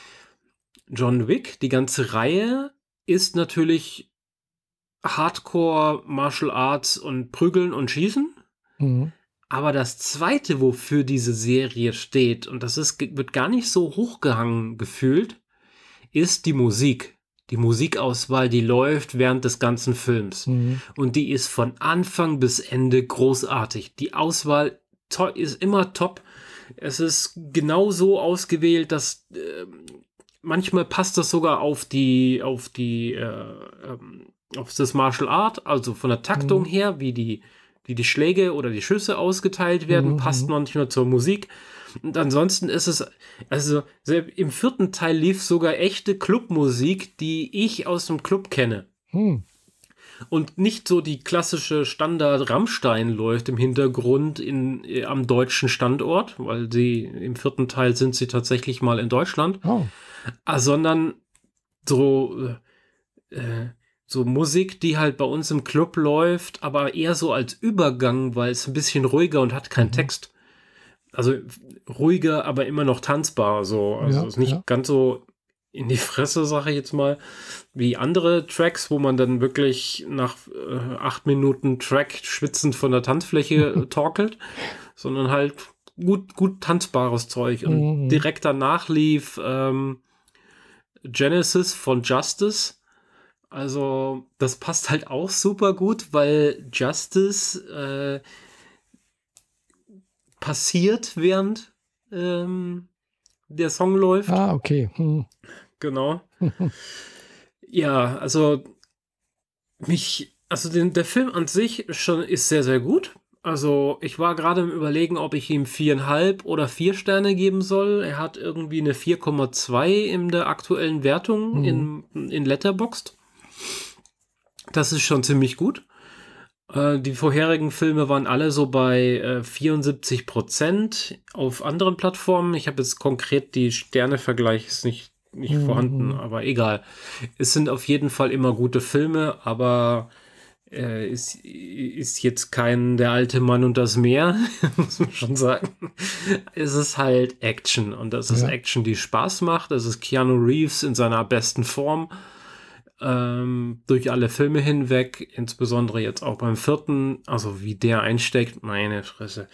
Speaker 1: John Wick, die ganze Reihe ist natürlich Hardcore Martial Arts und Prügeln und Schießen.
Speaker 2: Mhm.
Speaker 1: Aber das zweite, wofür diese Serie steht, und das ist, wird gar nicht so hochgehangen gefühlt, ist die Musik. Die Musikauswahl, die läuft während des ganzen Films.
Speaker 2: Mhm.
Speaker 1: Und die ist von Anfang bis Ende großartig. Die Auswahl to- ist immer top. Es ist genau so ausgewählt, dass äh, manchmal passt das sogar auf die, auf die, äh, ähm, auf das Martial Art, also von der Taktung
Speaker 2: Mhm.
Speaker 1: her, wie die, wie die Schläge oder die Schüsse ausgeteilt werden,
Speaker 2: Mhm.
Speaker 1: passt manchmal zur Musik. Und ansonsten ist es, also selbst im vierten Teil lief sogar echte Clubmusik, die ich aus dem Club kenne.
Speaker 2: Mhm.
Speaker 1: Und nicht so die klassische Standard Rammstein läuft im Hintergrund in, äh, am deutschen Standort, weil sie im vierten Teil sind sie tatsächlich mal in Deutschland,
Speaker 2: Oh.
Speaker 1: ah, sondern so, äh, so Musik, die halt bei uns im Club läuft, aber eher so als Übergang, weil es ein bisschen ruhiger und hat keinen
Speaker 2: Mhm.
Speaker 1: Text. Also ruhiger, aber immer noch tanzbar. So. Also
Speaker 2: Ja,
Speaker 1: ist nicht
Speaker 2: ja.
Speaker 1: ganz so in die Fresse, sage ich jetzt mal, wie andere Tracks, wo man dann wirklich nach äh, acht Minuten Track schwitzend von der Tanzfläche äh, torkelt, sondern halt gut, gut tanzbares Zeug. Und
Speaker 2: Mhm.
Speaker 1: direkt danach lief ähm, Genesis von Justice. Also das passt halt auch super gut, weil Justice äh, passiert, während ähm, der Song läuft.
Speaker 2: Ah, okay. Mhm.
Speaker 1: Genau. Ja, also mich, also den, der Film an sich schon ist sehr, sehr gut. Also ich war gerade im Überlegen, ob ich ihm viereinhalb oder vier Sterne geben soll. Er hat irgendwie eine vier Komma zwei in der aktuellen Wertung
Speaker 2: Mhm.
Speaker 1: in, in Letterboxd. Das ist schon ziemlich gut. Äh, die vorherigen Filme waren alle so bei äh, vierundsiebzig Prozent auf anderen Plattformen. Ich habe jetzt konkret die Sternevergleichs nicht, nicht vorhanden,
Speaker 2: Mhm.
Speaker 1: aber egal. Es sind auf jeden Fall immer gute Filme, aber äh, ist, ist jetzt kein Der alte Mann und das Meer, muss man schon sagen. Es ist halt Action und das ist
Speaker 2: Ja.
Speaker 1: Action, die Spaß macht. Es ist Keanu Reeves in seiner besten Form. Ähm, durch alle Filme hinweg, insbesondere jetzt auch beim vierten, also wie der einsteckt, meine Fresse.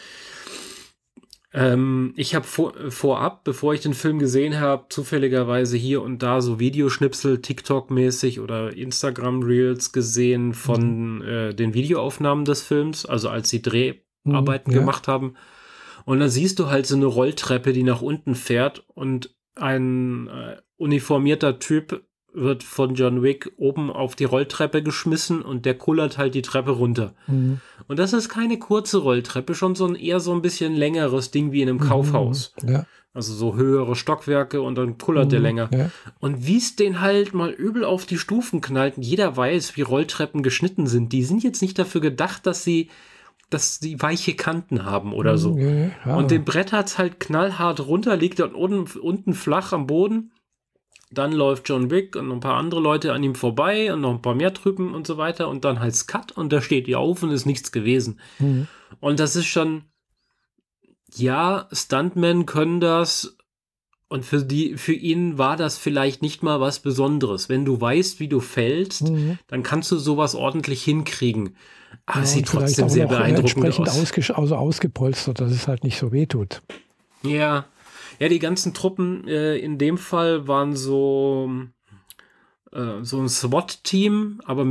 Speaker 1: Ähm, ich habe vor, vorab, bevor ich den Film gesehen habe, zufälligerweise hier und da so Videoschnipsel, TikTok-mäßig oder Instagram-Reels gesehen von
Speaker 2: Mhm.
Speaker 1: äh, den Videoaufnahmen des Films, also als sie
Speaker 2: Mhm.
Speaker 1: Dreharbeiten
Speaker 2: Ja.
Speaker 1: gemacht haben. Und dann siehst du halt so eine Rolltreppe, die nach unten fährt und ein äh, uniformierter Typ wird von John Wick oben auf die Rolltreppe geschmissen und der kullert halt die Treppe runter.
Speaker 2: Mhm.
Speaker 1: Und das ist keine kurze Rolltreppe, schon so ein eher so ein bisschen längeres Ding wie in einem
Speaker 2: Mhm.
Speaker 1: Kaufhaus.
Speaker 2: Ja.
Speaker 1: Also so höhere Stockwerke und dann kullert der
Speaker 2: Mhm.
Speaker 1: länger.
Speaker 2: Ja.
Speaker 1: Und wie es den halt mal übel auf die Stufen knallt und jeder weiß, wie Rolltreppen geschnitten sind. Die sind jetzt nicht dafür gedacht, dass sie dass sie weiche Kanten haben oder
Speaker 2: Mhm.
Speaker 1: so.
Speaker 2: Ja. Ja.
Speaker 1: Und den brettert halt knallhart runter, liegt dann unten, unten flach am Boden. Dann läuft John Wick und noch ein paar andere Leute an ihm vorbei und noch ein paar mehr Typen und so weiter. Und dann heißt Cut und da steht ihr auf und ist nichts gewesen.
Speaker 2: Mhm.
Speaker 1: Und das ist schon, ja, Stuntmen können das. Und für die, für ihn war das vielleicht nicht mal was Besonderes. Wenn du weißt, wie du fällst,
Speaker 2: Mhm.
Speaker 1: dann kannst du sowas ordentlich hinkriegen. Aber
Speaker 2: Ja,
Speaker 1: es sieht
Speaker 2: und vielleicht
Speaker 1: trotzdem
Speaker 2: auch
Speaker 1: sehr
Speaker 2: noch äh,
Speaker 1: beeindruckend
Speaker 2: entsprechend
Speaker 1: aus.
Speaker 2: ausges also ausgepolstert, dass es halt nicht so weh tut.
Speaker 1: Ja, ja, die ganzen Truppen äh, in dem Fall waren so, äh, so ein SWAT-Team, aber mit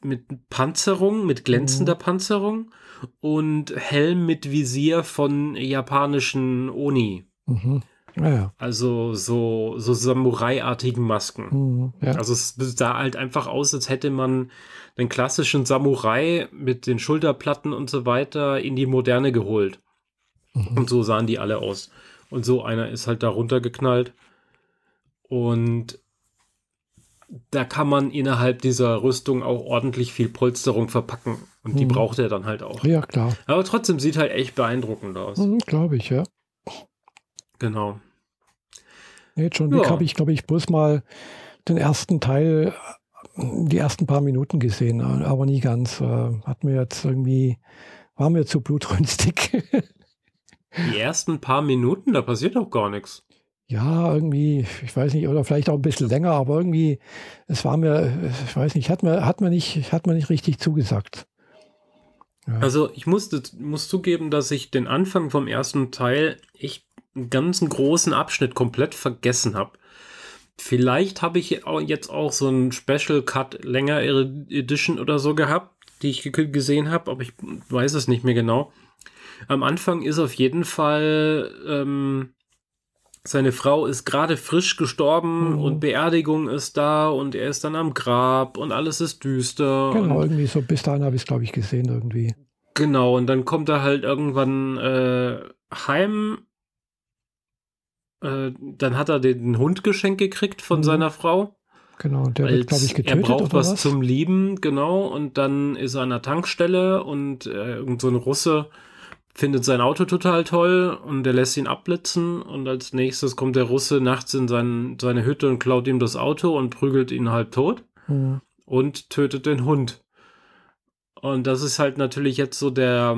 Speaker 1: mit Panzerung, mit glänzender mhm. Panzerung und Helm mit Visier von japanischen Oni.
Speaker 2: Mhm. Ja, ja.
Speaker 1: Also so, so Samurai-artigen Masken.
Speaker 2: Mhm, ja.
Speaker 1: Also es sah halt einfach aus, als hätte man den klassischen Samurai mit den Schulterplatten und so weiter in die Moderne geholt. Mhm. Und so sahen die alle aus. Und so einer ist halt da runtergeknallt. Und da kann man innerhalb dieser Rüstung auch ordentlich viel Polsterung verpacken. Und die mhm. braucht er dann halt auch.
Speaker 2: Ja, klar.
Speaker 1: Aber trotzdem sieht halt echt beeindruckend aus.
Speaker 2: Mhm, glaube ich, ja.
Speaker 1: Genau.
Speaker 2: Nee, John Wick ja. habe ich, glaube ich, bloß mal den ersten Teil, die ersten paar Minuten gesehen, aber nie ganz. Hat mir jetzt irgendwie, war mir zu blutrünstig.
Speaker 1: Die ersten paar Minuten, da passiert auch gar nichts.
Speaker 2: Ja, irgendwie, ich weiß nicht, oder vielleicht auch ein bisschen länger, aber irgendwie, es war mir, ich weiß nicht, hat mir, hat mir nicht, hat mir nicht richtig zugesagt.
Speaker 1: Ja. Also ich musste, muss zugeben, dass ich den Anfang vom ersten Teil echt einen ganzen großen Abschnitt komplett vergessen habe. Vielleicht habe ich jetzt auch so einen Special Cut länger Edition oder so gehabt, die ich gesehen habe, aber ich weiß es nicht mehr genau. Am Anfang ist auf jeden Fall ähm, seine Frau ist gerade frisch gestorben mhm. und Beerdigung ist da und er ist dann am Grab und alles ist düster.
Speaker 2: Genau,
Speaker 1: und
Speaker 2: irgendwie so bis dahin habe ich es, glaube ich, gesehen irgendwie.
Speaker 1: Genau, und dann kommt er halt irgendwann äh, heim. Äh, dann hat er den Hund geschenkt gekriegt von mhm. seiner Frau.
Speaker 2: Genau, der wird, glaube ich, getötet.
Speaker 1: Er braucht
Speaker 2: oder
Speaker 1: was,
Speaker 2: was
Speaker 1: zum Lieben, genau. Und dann ist er an der Tankstelle und äh, irgend so ein Russe findet sein Auto total toll und der lässt ihn abblitzen. Und als nächstes kommt der Russe nachts in sein, seine Hütte und klaut ihm das Auto und prügelt ihn halb tot
Speaker 2: mhm.
Speaker 1: und tötet den Hund. Und das ist halt natürlich jetzt so der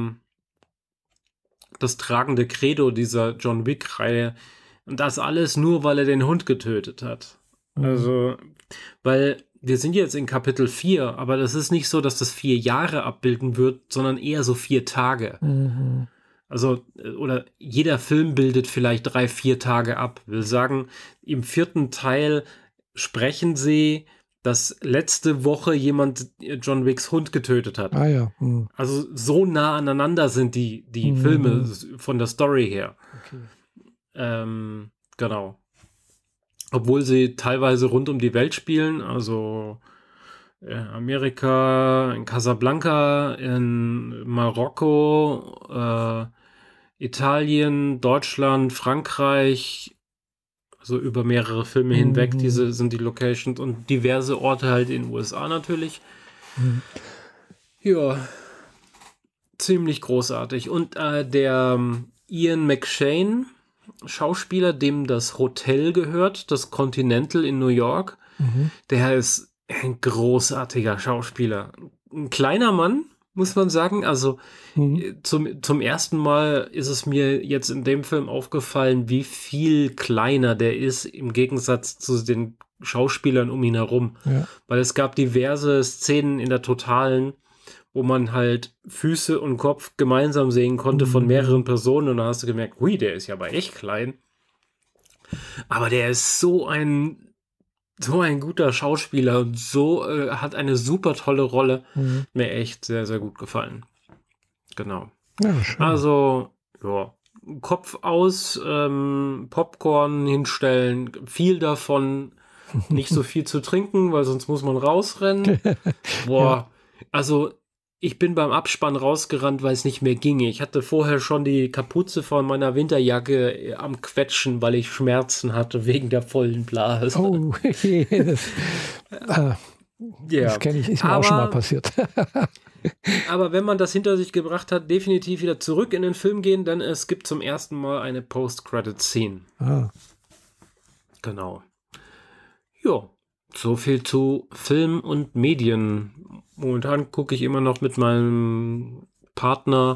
Speaker 1: das tragende Credo dieser John Wick-Reihe. Und das alles nur, weil er den Hund getötet hat. Mhm. Also, weil wir sind jetzt in Kapitel vier, aber das ist nicht so, dass das vier Jahre abbilden wird, sondern eher so vier Tage.
Speaker 2: Mhm.
Speaker 1: Also, oder jeder Film bildet vielleicht drei, vier Tage ab. Will sagen, im vierten Teil sprechen sie, dass letzte Woche jemand John Wicks Hund getötet hat.
Speaker 2: Ah ja. Mhm.
Speaker 1: Also so nah aneinander sind die, die mhm. Filme von der Story her.
Speaker 2: Okay.
Speaker 1: Ähm, genau. Obwohl sie teilweise rund um die Welt spielen, also in Amerika, in Casablanca, in Marokko, äh, Italien, Deutschland, Frankreich, also über mehrere Filme mhm. hinweg, diese sind die Locations und diverse Orte halt in den U S A natürlich.
Speaker 2: Mhm.
Speaker 1: Ja, ziemlich großartig. Und äh, der Ian McShane, Schauspieler, dem das Hotel gehört, das Continental in New York,
Speaker 2: mhm.
Speaker 1: der ist ein großartiger Schauspieler. Ein kleiner Mann, muss man sagen. Also mhm. zum, zum ersten Mal ist es mir jetzt in dem Film aufgefallen, wie viel kleiner der ist im Gegensatz zu den Schauspielern um ihn herum.
Speaker 2: Ja.
Speaker 1: Weil es gab diverse Szenen in der Totalen, wo man halt Füße und Kopf gemeinsam sehen konnte mhm. von mehreren Personen und da hast du gemerkt, ui, der ist ja aber echt klein. Aber der ist so ein so ein guter Schauspieler und so äh, hat eine super tolle Rolle.
Speaker 2: Mhm.
Speaker 1: Mir echt sehr, sehr gut gefallen. Genau.
Speaker 2: Ja, schön.
Speaker 1: Also, ja, Kopf aus, ähm, Popcorn hinstellen, viel davon, nicht so viel zu trinken, weil sonst muss man rausrennen. Boah, ja. Also ich bin beim Abspann rausgerannt, weil es nicht mehr ginge. Ich hatte vorher schon die Kapuze von meiner Winterjacke am Quetschen, weil ich Schmerzen hatte wegen der vollen Blase.
Speaker 2: Oh, das, äh,
Speaker 1: ja.
Speaker 2: das kenne ich, ist mir
Speaker 1: aber,
Speaker 2: auch schon mal passiert.
Speaker 1: Aber wenn man das hinter sich gebracht hat, definitiv wieder zurück in den Film gehen, denn es gibt zum ersten Mal eine Post-Credit-Scene.
Speaker 2: Ah.
Speaker 1: Genau. Ja, so viel zu Film und Medien. Momentan gucke ich immer noch mit meinem Partner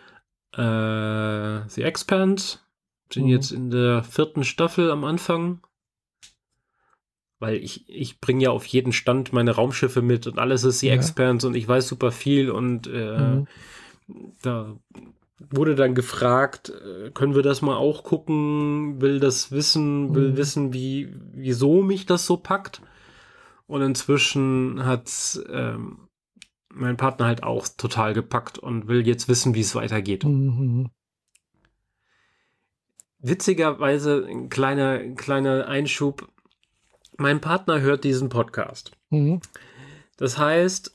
Speaker 1: äh, The Expanse. Sind mhm. jetzt in der vierten Staffel am Anfang. Weil ich, ich bringe ja auf jeden Stand meine Raumschiffe mit und alles ist The ja. Expanse und ich weiß super viel und äh, mhm. da wurde dann gefragt, äh, können wir das mal auch gucken, will das wissen, will mhm. wissen, wie, wieso mich das so packt. Und inzwischen hat ähm, mein Partner halt auch total gepackt und will jetzt wissen, wie es weitergeht.
Speaker 2: Mhm.
Speaker 1: Witzigerweise, ein kleiner, kleiner Einschub, mein Partner hört diesen Podcast.
Speaker 2: Mhm.
Speaker 1: Das heißt,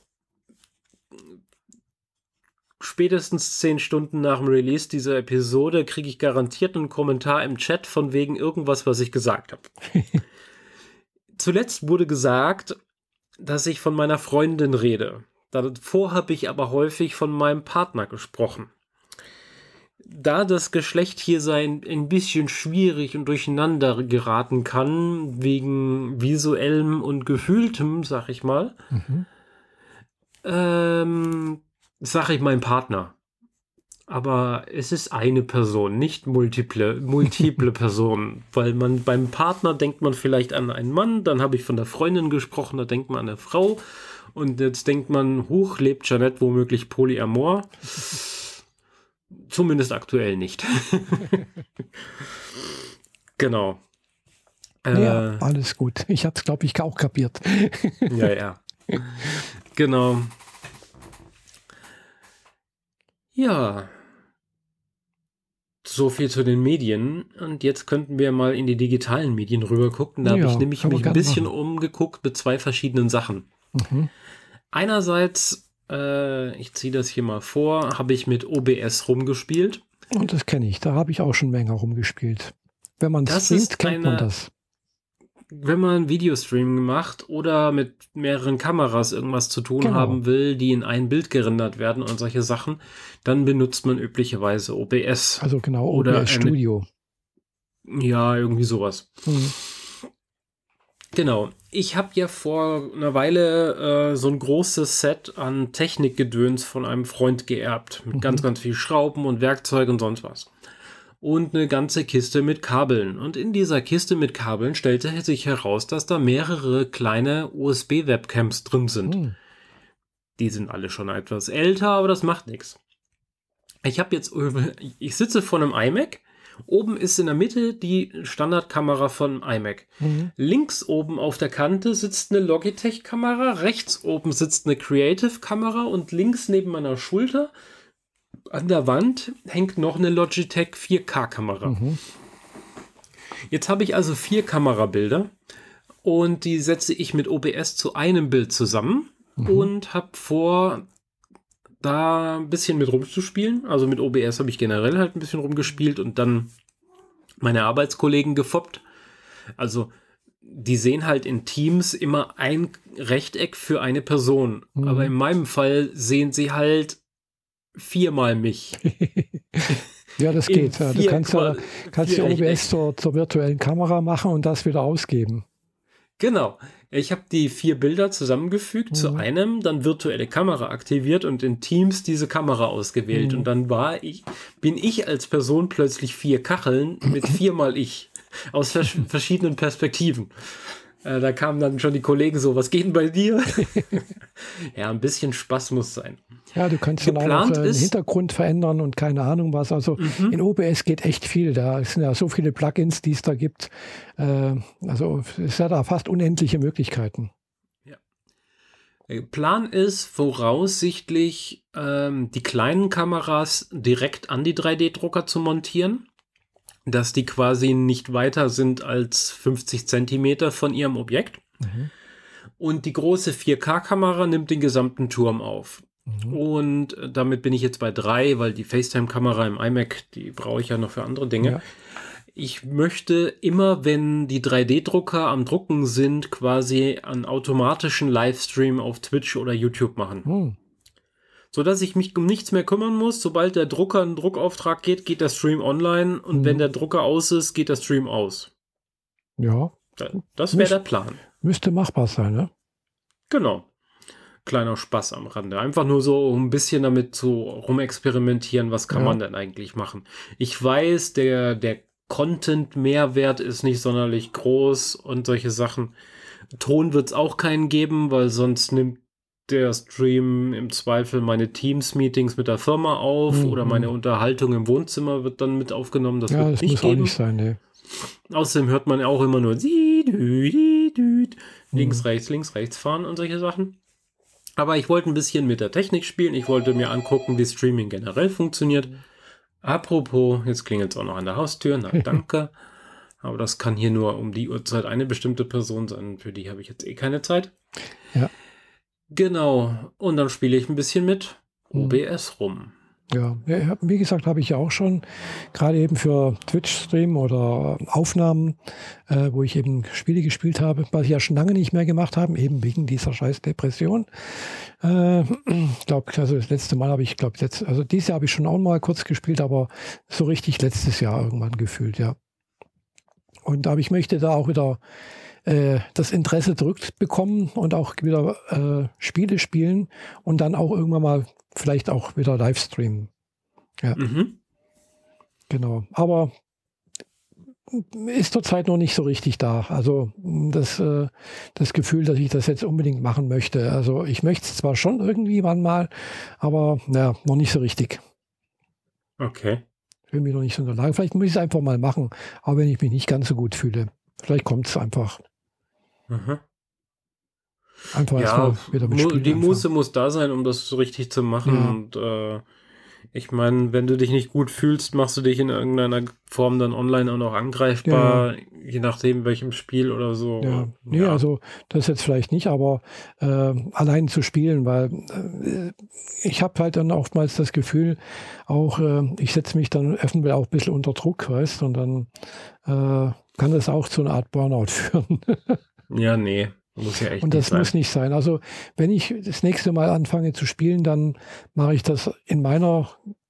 Speaker 1: spätestens zehn Stunden nach dem Release dieser Episode kriege ich garantiert einen Kommentar im Chat von wegen irgendwas, was ich gesagt habe. Zuletzt wurde gesagt, dass ich von meiner Freundin rede. Davor habe ich aber häufig von meinem Partner gesprochen. Da das Geschlecht hier sein ein bisschen schwierig und durcheinander geraten kann, wegen visuellem und gefühltem, sag ich mal,
Speaker 2: Mhm.
Speaker 1: ähm, sag ich mein Partner. Aber es ist eine Person, nicht multiple, multiple Personen, weil man beim Partner denkt man vielleicht an einen Mann, dann habe ich von der Freundin gesprochen, da denkt man an eine Frau und jetzt denkt man, huch, lebt Jeanette womöglich polyamor? Zumindest aktuell nicht. Genau.
Speaker 2: Ja,
Speaker 1: Äh,
Speaker 2: alles gut. Ich habe es, glaube ich, auch kapiert.
Speaker 1: ja, ja. Genau. Ja. So viel zu den Medien. Und jetzt könnten wir mal in die digitalen Medien rüber gucken. Da
Speaker 2: Ja,
Speaker 1: habe ich nämlich
Speaker 2: können wir
Speaker 1: mich ein
Speaker 2: gerne
Speaker 1: bisschen
Speaker 2: machen.
Speaker 1: umgeguckt mit zwei verschiedenen Sachen.
Speaker 2: Mhm.
Speaker 1: Einerseits, äh, ich ziehe das hier mal vor, habe ich mit O B S rumgespielt.
Speaker 2: Und das kenne ich. Da habe ich auch schon länger rumgespielt. Wenn man
Speaker 1: Das
Speaker 2: streamt,
Speaker 1: ist
Speaker 2: kennt man
Speaker 1: eine-
Speaker 2: das.
Speaker 1: Wenn man Videostream macht oder mit mehreren Kameras irgendwas zu tun
Speaker 2: Genau.
Speaker 1: haben will, die in ein Bild gerendert werden und solche Sachen, dann benutzt man üblicherweise O B S.
Speaker 2: Also genau,
Speaker 1: Oder
Speaker 2: O B S
Speaker 1: eine-
Speaker 2: Studio.
Speaker 1: Ja, irgendwie sowas.
Speaker 2: Mhm.
Speaker 1: Genau. Ich habe ja vor einer Weile äh, so ein großes Set an Technikgedöns von einem Freund geerbt. Mit
Speaker 2: Mhm.
Speaker 1: ganz, ganz viel Schrauben und Werkzeug und sonst was. Und eine ganze Kiste mit Kabeln. Und in dieser Kiste mit Kabeln stellte sich heraus, dass da mehrere kleine U S B-Webcams drin sind.
Speaker 2: Mhm.
Speaker 1: Die sind alle schon etwas älter, aber das macht nichts. Ich habe jetzt, ich sitze vor einem iMac. Oben ist in der Mitte die Standardkamera von iMac.
Speaker 2: Mhm.
Speaker 1: Links oben auf der Kante sitzt eine Logitech-Kamera, rechts oben sitzt eine Creative-Kamera und links neben meiner Schulter an der Wand hängt noch eine Logitech vier K-Kamera.
Speaker 2: Mhm.
Speaker 1: Jetzt habe ich also vier Kamerabilder und die setze ich mit O B S zu einem Bild zusammen
Speaker 2: Mhm.
Speaker 1: und habe vor, da ein bisschen mit rumzuspielen. Also mit O B S habe ich generell halt ein bisschen rumgespielt und dann meine Arbeitskollegen gefoppt. Also die sehen halt in Teams immer ein Rechteck für eine Person.
Speaker 2: Mhm.
Speaker 1: Aber in meinem Fall sehen sie halt viermal mich.
Speaker 2: Ja, das
Speaker 1: In
Speaker 2: geht. Ja, du
Speaker 1: vier
Speaker 2: kannst, ja,
Speaker 1: Qua-
Speaker 2: kannst
Speaker 1: vier
Speaker 2: die O B S
Speaker 1: Rechteck.
Speaker 2: zur, zur virtuellen Kamera machen und das wieder ausgeben.
Speaker 1: Genau. Ich habe die vier Bilder zusammengefügt
Speaker 2: Mhm.
Speaker 1: zu einem, dann virtuelle Kamera aktiviert und in Teams diese Kamera ausgewählt.
Speaker 2: Mhm.
Speaker 1: Und dann war ich, bin ich als Person plötzlich vier Kacheln mit viermal ich. Aus vers verschiedenen Perspektiven. Äh, da kamen dann schon die Kollegen so, was geht denn bei dir? Ja, ein bisschen Spaß muss sein.
Speaker 2: Ja, du kannst dann auch
Speaker 1: Geplant
Speaker 2: noch äh, den
Speaker 1: ist-
Speaker 2: Hintergrund verändern und keine Ahnung was. Also
Speaker 1: Mhm.
Speaker 2: in O B S geht echt viel. Da sind ja so viele Plugins, die es da gibt. Äh, also es hat da fast unendliche Möglichkeiten.
Speaker 1: Der Plan ist voraussichtlich, ähm, die kleinen Kameras direkt an die drei D-Drucker zu montieren, dass die quasi nicht weiter sind als fünfzig Zentimeter von ihrem Objekt.
Speaker 2: Mhm.
Speaker 1: Und die große vier K-Kamera nimmt den gesamten Turm auf.
Speaker 2: Mhm.
Speaker 1: Und äh, damit bin ich jetzt bei drei, weil die FaceTime-Kamera im iMac, die brauche ich ja noch für andere Dinge.
Speaker 2: Ja.
Speaker 1: Ich möchte immer, wenn die drei D-Drucker am Drucken sind, quasi einen automatischen Livestream auf Twitch oder YouTube machen.
Speaker 2: Hm.
Speaker 1: Sodass ich mich um nichts mehr kümmern muss. Sobald der Drucker einen Druckauftrag geht, geht der Stream online. Und
Speaker 2: Mhm.
Speaker 1: wenn der Drucker aus ist, geht der Stream aus.
Speaker 2: Ja,
Speaker 1: Da- Das wäre der Plan.
Speaker 2: müsste machbar sein, ne?
Speaker 1: Genau. Kleiner Spaß am Rande. Einfach nur so um ein bisschen damit zu rumexperimentieren, was kann
Speaker 2: Ja.
Speaker 1: man denn eigentlich machen. Ich weiß, der, der Content-Mehrwert ist nicht sonderlich groß und solche Sachen. Ton wird es auch keinen geben, weil sonst nimmt der Stream im Zweifel meine Teams-Meetings mit der Firma auf
Speaker 2: Mhm.
Speaker 1: oder meine Unterhaltung im Wohnzimmer wird dann mit aufgenommen. Das
Speaker 2: Ja,
Speaker 1: wird
Speaker 2: das
Speaker 1: nicht
Speaker 2: muss auch
Speaker 1: geben.
Speaker 2: nicht sein, ne?
Speaker 1: Außerdem hört man auch immer nur die, die, die, die, links,
Speaker 2: Mhm.
Speaker 1: rechts, links, rechts fahren und solche Sachen. Aber ich wollte ein bisschen mit der Technik spielen. Ich wollte mir angucken, wie Streaming generell funktioniert. Apropos, jetzt klingelt es auch noch an der Haustür. Na, danke. Aber das kann hier nur um die Uhrzeit eine bestimmte Person sein. Für die habe ich jetzt eh keine Zeit.
Speaker 2: Ja.
Speaker 1: Genau. Und dann spiele ich ein bisschen mit O B S rum.
Speaker 2: Ja, ja, wie gesagt, habe ich ja auch schon, gerade eben für Twitch-Stream oder Aufnahmen, äh, wo ich eben Spiele gespielt habe, was ich ja schon lange nicht mehr gemacht habe, eben wegen dieser scheiß Depression. Äh, ich glaube, also das letzte Mal habe ich, glaube jetzt, also dieses Jahr habe ich schon auch mal kurz gespielt, aber so richtig letztes Jahr irgendwann gefühlt, ja. Und aber ich möchte da auch wieder äh, das Interesse zurückbekommen und auch wieder äh, Spiele spielen und dann auch irgendwann mal vielleicht auch wieder Livestreamen. Ja.
Speaker 1: Mhm.
Speaker 2: Genau. Aber ist zurzeit noch nicht so richtig da. Also das, äh, das Gefühl, dass ich das jetzt unbedingt machen möchte. Also ich möchte es zwar schon irgendwie wann mal, aber ja, noch nicht so richtig.
Speaker 1: Okay.
Speaker 2: Ich will mich noch nicht so in der Lage. Vielleicht muss ich es einfach mal machen, auch wenn ich mich nicht ganz so gut fühle. Vielleicht kommt es einfach.
Speaker 1: Mhm.
Speaker 2: Einfach
Speaker 1: ja,
Speaker 2: erstmal wieder mit
Speaker 1: mu-
Speaker 2: Spielen
Speaker 1: die
Speaker 2: anfangen.
Speaker 1: Muße muss da sein, um das so richtig zu machen.
Speaker 2: Ja.
Speaker 1: Und äh, ich meine, wenn du dich nicht gut fühlst, machst du dich in irgendeiner Form dann online auch noch angreifbar, je nachdem welchem Spiel oder so.
Speaker 2: Ja, nee,
Speaker 1: Ja.
Speaker 2: also das jetzt vielleicht nicht, aber äh, allein zu spielen, weil äh, ich habe halt dann oftmals das Gefühl, auch äh, ich setze mich dann eventuell auch ein bisschen unter Druck, weißt, und dann äh, kann das auch zu einer Art Burnout führen.
Speaker 1: Ja, nee, muss ja echt
Speaker 2: Und das
Speaker 1: nicht sein.
Speaker 2: muss nicht sein. Also wenn ich das nächste Mal anfange zu spielen, dann mache ich das in meiner,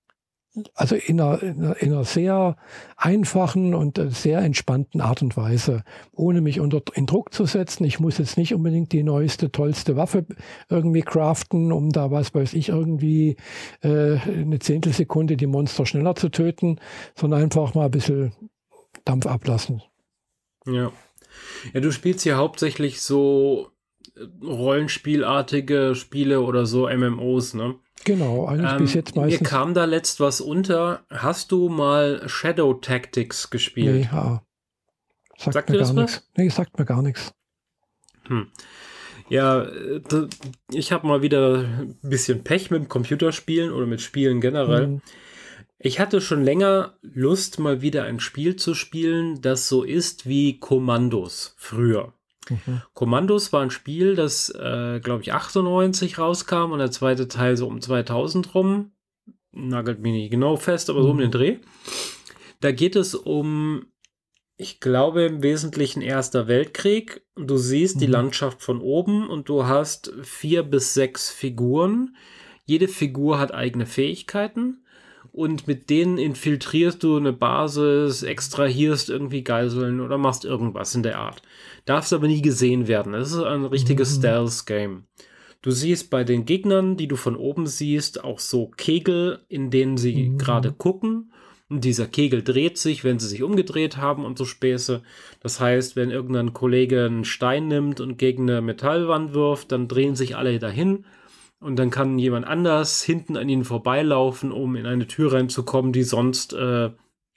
Speaker 2: also in einer, in einer, in einer sehr einfachen und äh, sehr entspannten Art und Weise, ohne mich unter in Druck zu setzen. Ich muss jetzt nicht unbedingt die neueste, tollste Waffe irgendwie craften, um da, was weiß ich, irgendwie äh, eine Zehntelsekunde die Monster schneller zu töten, sondern einfach mal ein bisschen Dampf ablassen.
Speaker 1: Ja. Ja, du spielst ja hauptsächlich so äh, Rollenspielartige Spiele oder so M M Os, ne?
Speaker 2: Genau, eigentlich
Speaker 1: Ähm,
Speaker 2: bis jetzt
Speaker 1: mir
Speaker 2: meistens.
Speaker 1: kam da letzt was unter. Hast du mal Shadow Tactics gespielt?
Speaker 2: Nee, ah, sagt,
Speaker 1: Sagt
Speaker 2: mir
Speaker 1: dir das
Speaker 2: gar
Speaker 1: was?
Speaker 2: nichts. Nee, sagt mir gar nichts.
Speaker 1: Hm. Ja, äh, d- ich habe mal wieder ein bisschen Pech mit Computerspielen oder mit Spielen generell.
Speaker 2: Hm.
Speaker 1: Ich hatte schon länger Lust, mal wieder ein Spiel zu spielen, das so ist wie Kommandos früher.
Speaker 2: Mhm.
Speaker 1: Kommandos war ein Spiel, das, äh, glaube ich, achtundneunzig rauskam und der zweite Teil so um zweitausend rum. Nagelt mich nicht genau fest, aber so um den Dreh. Da geht es um, ich glaube, im Wesentlichen Erster Weltkrieg. Du siehst die
Speaker 2: Mhm.
Speaker 1: Landschaft von oben und du hast vier bis sechs Figuren. Jede Figur hat eigene Fähigkeiten. Und mit denen infiltrierst du eine Basis, extrahierst irgendwie Geiseln oder machst irgendwas in der Art. Darfst aber nie gesehen werden. Das ist ein richtiges
Speaker 2: Mhm.
Speaker 1: Stealth-Game. Du siehst bei den Gegnern, die du von oben siehst, auch so Kegel, in denen sie
Speaker 2: Mhm.
Speaker 1: gerade gucken. Und dieser Kegel dreht sich, wenn sie sich umgedreht haben und so Späße. Das heißt, wenn irgendein Kollege einen Stein nimmt und gegen eine Metallwand wirft, dann drehen sich alle dahin. Und dann kann jemand anders hinten an ihnen vorbeilaufen, um in eine Tür reinzukommen, die sonst äh,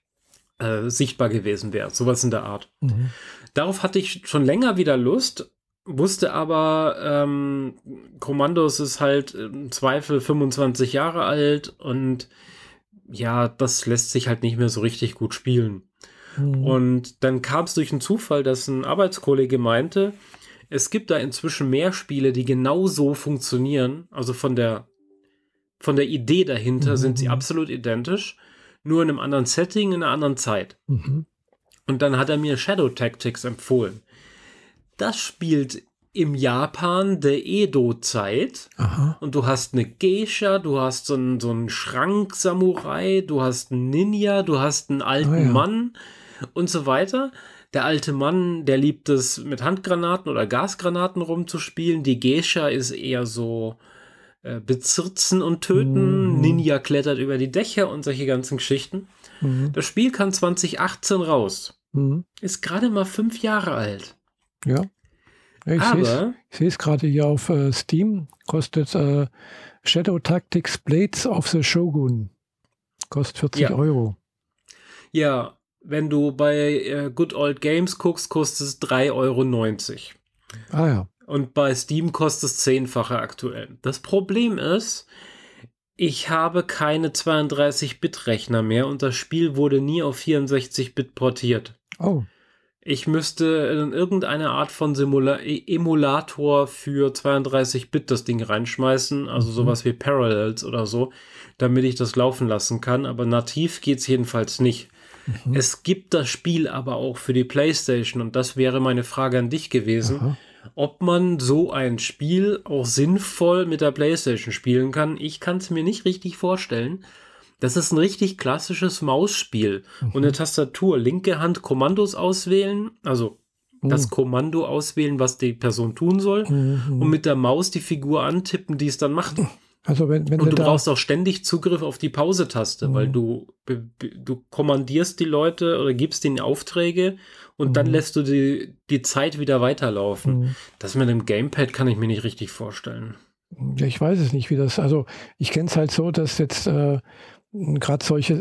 Speaker 1: äh, sichtbar gewesen wäre. Sowas in der Art.
Speaker 2: Mhm.
Speaker 1: Darauf hatte ich schon länger wieder Lust, wusste aber, ähm, Kommandos ist halt im Zweifel fünfundzwanzig Jahre alt und ja, das lässt sich halt nicht mehr so richtig gut spielen.
Speaker 2: Mhm.
Speaker 1: Und dann kam es durch einen Zufall, dass ein Arbeitskollege meinte, es gibt da inzwischen mehr Spiele, die genau so funktionieren. Also von der, von der Idee dahinter
Speaker 2: Mhm.
Speaker 1: sind sie absolut identisch, nur in einem anderen Setting, in einer anderen Zeit.
Speaker 2: Mhm.
Speaker 1: Und dann hat er mir Shadow Tactics empfohlen. Das spielt im Japan der Edo-Zeit.
Speaker 2: Aha.
Speaker 1: Und du hast eine Geisha, du hast so einen, so einen Schrank-Samurai, du hast einen Ninja, du hast einen alten
Speaker 2: Ah, ja.
Speaker 1: Mann und so weiter. Der alte Mann, der liebt es, mit Handgranaten oder Gasgranaten rumzuspielen. Die Geisha ist eher so äh, bezirzen und töten.
Speaker 2: Mhm.
Speaker 1: Ninja klettert über die Dächer und solche ganzen Geschichten.
Speaker 2: Mhm.
Speaker 1: Das Spiel kam zwanzig achtzehn raus.
Speaker 2: Mhm.
Speaker 1: Ist gerade mal fünf Jahre alt.
Speaker 2: Ja. Ja, ich sehe es
Speaker 1: Aber,
Speaker 2: ich sehe es gerade hier auf äh, Steam. Kostet äh, Shadow Tactics Blades of the Shogun. Kostet vierzig
Speaker 1: Ja.
Speaker 2: Euro.
Speaker 1: ja, wenn du bei äh, Good Old Games guckst, kostet es drei Euro neunzig.
Speaker 2: Ah ja.
Speaker 1: Und bei Steam kostet es zehnfache aktuell. Das Problem ist, ich habe keine zweiunddreißig-Bit-Rechner mehr und das Spiel wurde nie auf vierundsechzig-Bit portiert.
Speaker 2: Oh.
Speaker 1: Ich müsste in irgendeine Art von Simula- Emulator für zweiunddreißig-Bit das Ding reinschmeißen, also mhm. sowas wie Parallels oder so, damit ich das laufen lassen kann, aber nativ geht es jedenfalls nicht. Mhm. Es gibt das Spiel aber auch für die PlayStation und das wäre meine Frage an dich gewesen, aha. ob man so ein Spiel auch sinnvoll mit der PlayStation spielen kann. Ich kann es mir nicht richtig vorstellen. Das ist ein richtig klassisches Mausspiel. Mhm. Und eine Tastatur, linke Hand Kommandos auswählen, also mhm. das Kommando auswählen, was die Person tun soll, mhm. und mit der Maus die Figur antippen, die es dann macht.
Speaker 2: Also wenn, wenn
Speaker 1: und du
Speaker 2: da
Speaker 1: brauchst auch ständig Zugriff auf die Pause-Taste, mhm. weil du, du kommandierst die Leute oder gibst ihnen Aufträge und mhm. dann lässt du die, die Zeit wieder weiterlaufen. Mhm. Das mit dem Gamepad kann ich mir nicht richtig vorstellen.
Speaker 2: Ja, ich weiß es nicht, wie das, also ich kenne es halt so, dass jetzt äh, gerade solche,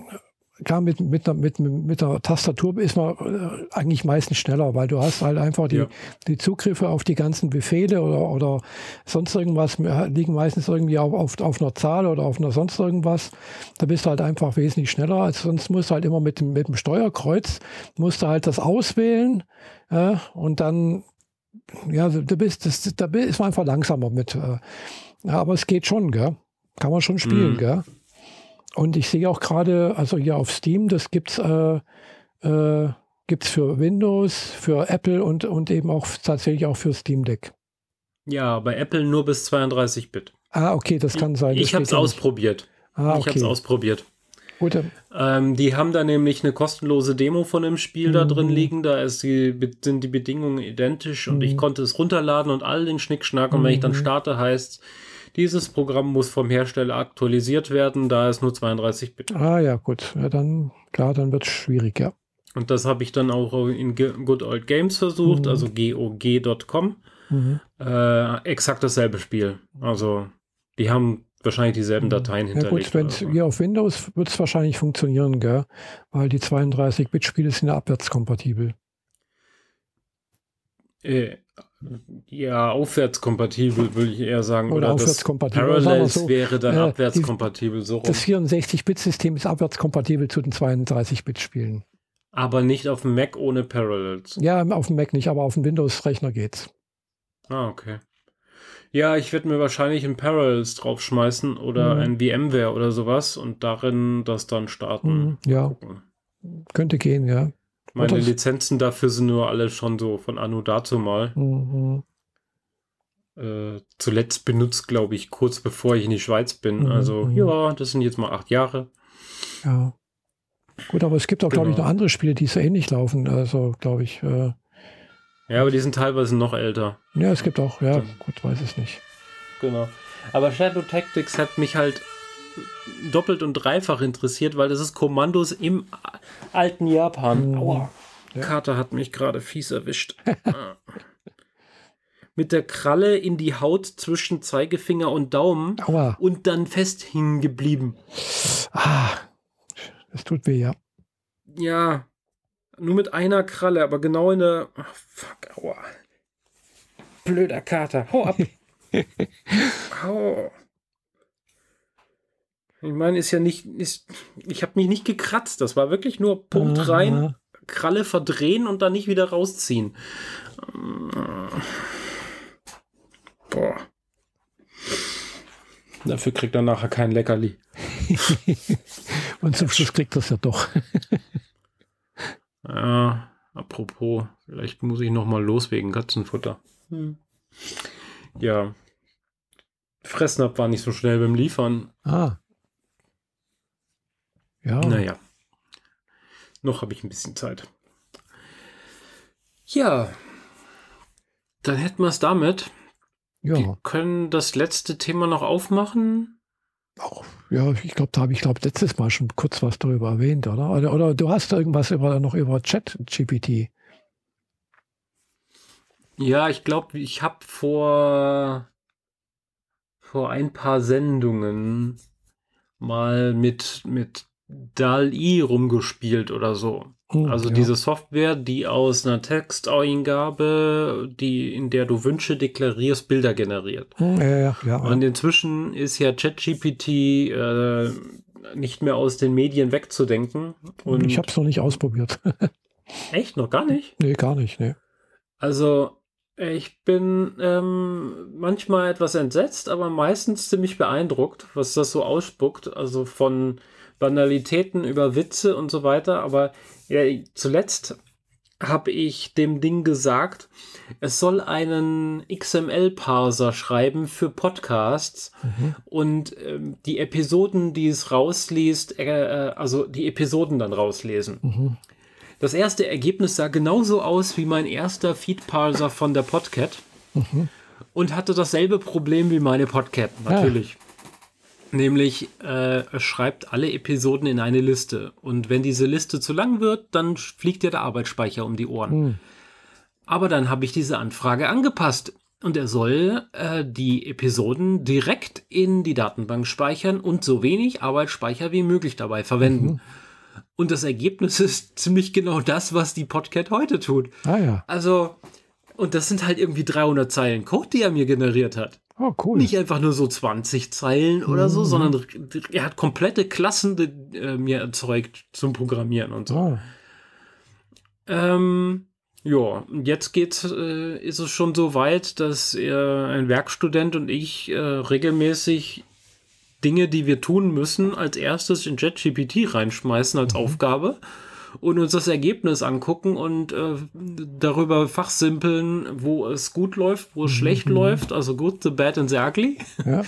Speaker 2: klar mit, mit, mit, mit der Tastatur ist man äh, eigentlich meistens schneller, weil du hast halt einfach die, ja. die Zugriffe auf die ganzen Befehle oder, oder sonst irgendwas liegen meistens irgendwie auf, auf, auf einer Zahl oder auf einer sonst irgendwas. Da bist du halt einfach wesentlich schneller, als sonst musst du halt immer mit dem, mit dem Steuerkreuz, musst du halt das auswählen äh, und dann ja, du bist, das, da ist man einfach langsamer mit. Äh, ja, aber es geht schon, gell? Kann man schon spielen, mm. gell? Und ich sehe auch gerade, also hier auf Steam, das gibt's, äh, äh, gibt's für Windows, für Apple und, und eben auch tatsächlich auch für Steam Deck.
Speaker 1: Ja, bei Apple nur bis zweiunddreißig-Bit.
Speaker 2: Ah, okay, das kann sein.
Speaker 1: Ich, ich habe es ausprobiert.
Speaker 2: Ah, okay.
Speaker 1: Ich habe es ausprobiert.
Speaker 2: Gut,
Speaker 1: ähm, die haben da nämlich eine kostenlose Demo von dem Spiel mhm. da drin liegen. Da ist die, sind die Bedingungen identisch und mhm. ich konnte es runterladen und all den Schnickschnack. Und mhm. wenn ich dann starte, heißt dieses Programm muss vom Hersteller aktualisiert werden, da ist nur zweiunddreißig-Bit.
Speaker 2: Ah ja, gut. Ja, dann, klar, dann wird es schwierig, ja.
Speaker 1: Und das habe ich dann auch in Good Old Games versucht, mhm. also G O G Punkt com. Mhm. Äh, exakt dasselbe Spiel. Also die haben wahrscheinlich dieselben Dateien hinterlegt.
Speaker 2: Ja gut, wenn hier auf Windows wird es wahrscheinlich funktionieren, gell? Weil die zweiunddreißig-Bit-Spiele sind ja abwärtskompatibel.
Speaker 1: Äh, ja, aufwärtskompatibel würde ich eher sagen.
Speaker 2: Oder,
Speaker 1: Oder
Speaker 2: aufwärtskompatibel.
Speaker 1: Das Parallels
Speaker 2: so,
Speaker 1: wäre dann
Speaker 2: äh,
Speaker 1: abwärtskompatibel. So rum.
Speaker 2: Das vierundsechzig-Bit-System ist abwärtskompatibel zu den zweiunddreißig-Bit-Spielen.
Speaker 1: Aber nicht auf dem Mac ohne Parallels.
Speaker 2: Ja, auf dem Mac nicht, aber auf dem Windows-Rechner geht's.
Speaker 1: Ah, okay. Ja, ich werde mir wahrscheinlich ein Parallels draufschmeißen oder mhm. ein VMware oder sowas und darin das dann starten.
Speaker 2: Mhm, ja, gucken. Könnte gehen, ja.
Speaker 1: Meine oder Lizenzen dafür sind nur alle schon so von anno dazu mal. Mhm. Äh, zuletzt benutzt, glaube ich, kurz bevor ich in die Schweiz bin. Mhm. Also, ja, das sind jetzt mal acht Jahre.
Speaker 2: Ja. Gut, aber es gibt auch, genau. glaube ich, noch andere Spiele, die so ähnlich laufen. Also, glaube ich. Äh,
Speaker 1: Ja, aber die sind teilweise noch älter.
Speaker 2: Ja, es gibt auch, ja, gut, weiß es nicht.
Speaker 1: Genau. Aber Shadow Tactics hat mich halt doppelt und dreifach interessiert, weil das ist Kommandos im alten Japan. Mhm. Aua. Ja. Kater hat mich gerade fies erwischt. Mit der Kralle in die Haut zwischen Zeigefinger und Daumen.
Speaker 2: Aua.
Speaker 1: Und dann fest hingeblieben.
Speaker 2: Ah, das tut weh, ja.
Speaker 1: Ja. Nur mit einer Kralle, aber genau in der... Oh, fuck, aua. Blöder Kater, hau ab. Hau. Ich meine, ist ja nicht... Ist, ich habe mich nicht gekratzt. Das war wirklich nur Punkt Aha. rein, Kralle verdrehen und dann nicht wieder rausziehen. Boah. Dafür kriegt er nachher kein Leckerli.
Speaker 2: Und zum Schluss kriegt das ja doch.
Speaker 1: Ja, apropos, vielleicht muss ich noch mal los wegen Katzenfutter. Hm. Ja. Fressnapf war nicht so schnell beim Liefern.
Speaker 2: Ah. Ja.
Speaker 1: Naja. Noch habe ich ein bisschen Zeit. Ja. Dann hätten wir es damit.
Speaker 2: Ja.
Speaker 1: Wir können das letzte Thema noch aufmachen.
Speaker 2: Auch, ja, ich glaube, da habe ich glaube letztes Mal schon kurz was darüber erwähnt, oder? Oder, oder du hast irgendwas über, noch über ChatGPT.
Speaker 1: Ja, ich glaube, ich habe vor, vor ein paar Sendungen mal mit, mit D A L L-E rumgespielt oder so. Hm, also ja. Diese Software, die aus einer Texteingabe, die, in der du Wünsche deklarierst, Bilder generiert.
Speaker 2: Hm, ja, ja, ja,
Speaker 1: Und inzwischen ist ja ChatGPT äh, nicht mehr aus den Medien wegzudenken. Und
Speaker 2: ich habe es noch nicht ausprobiert.
Speaker 1: Echt? Noch gar nicht?
Speaker 2: Nee, gar nicht, nee.
Speaker 1: Also ich bin ähm, manchmal etwas entsetzt, aber meistens ziemlich beeindruckt, was das so ausspuckt. Also von Banalitäten über Witze und so weiter. Aber ja, zuletzt habe ich dem Ding gesagt, es soll einen X M L-Parser schreiben für Podcasts mhm. und ähm, die Episoden, die es rausliest, äh, also die Episoden dann rauslesen. Mhm. Das erste Ergebnis sah genauso aus wie mein erster Feed-Parser von der Podcat mhm. und hatte dasselbe Problem wie meine Podcat, natürlich. Ja. Nämlich, äh, es schreibt alle Episoden in eine Liste. Und wenn diese Liste zu lang wird, dann fliegt dir der Arbeitsspeicher um die Ohren. Mhm. Aber dann habe ich diese Anfrage angepasst. Und er soll äh, die Episoden direkt in die Datenbank speichern und so wenig Arbeitsspeicher wie möglich dabei verwenden. Mhm. Und das Ergebnis ist ziemlich genau das, was die Podcat heute tut.
Speaker 2: Ah ja.
Speaker 1: Also, und das sind halt irgendwie dreihundert Zeilen Code, die er mir generiert hat.
Speaker 2: Oh, cool.
Speaker 1: Nicht einfach nur so zwanzig Zeilen oder mhm. so, sondern er hat komplette Klassen die, äh, mir erzeugt zum Programmieren und so. Oh. Ähm, ja, jetzt geht's, äh, ist es schon so weit, dass er, ein Werkstudent und ich äh, regelmäßig Dinge, die wir tun müssen, als erstes in ChatGPT reinschmeißen als mhm. Aufgabe und uns das Ergebnis angucken und äh, darüber fachsimpeln, wo es gut läuft, wo es mhm. schlecht läuft, also good, the bad and the ugly.
Speaker 2: Ja.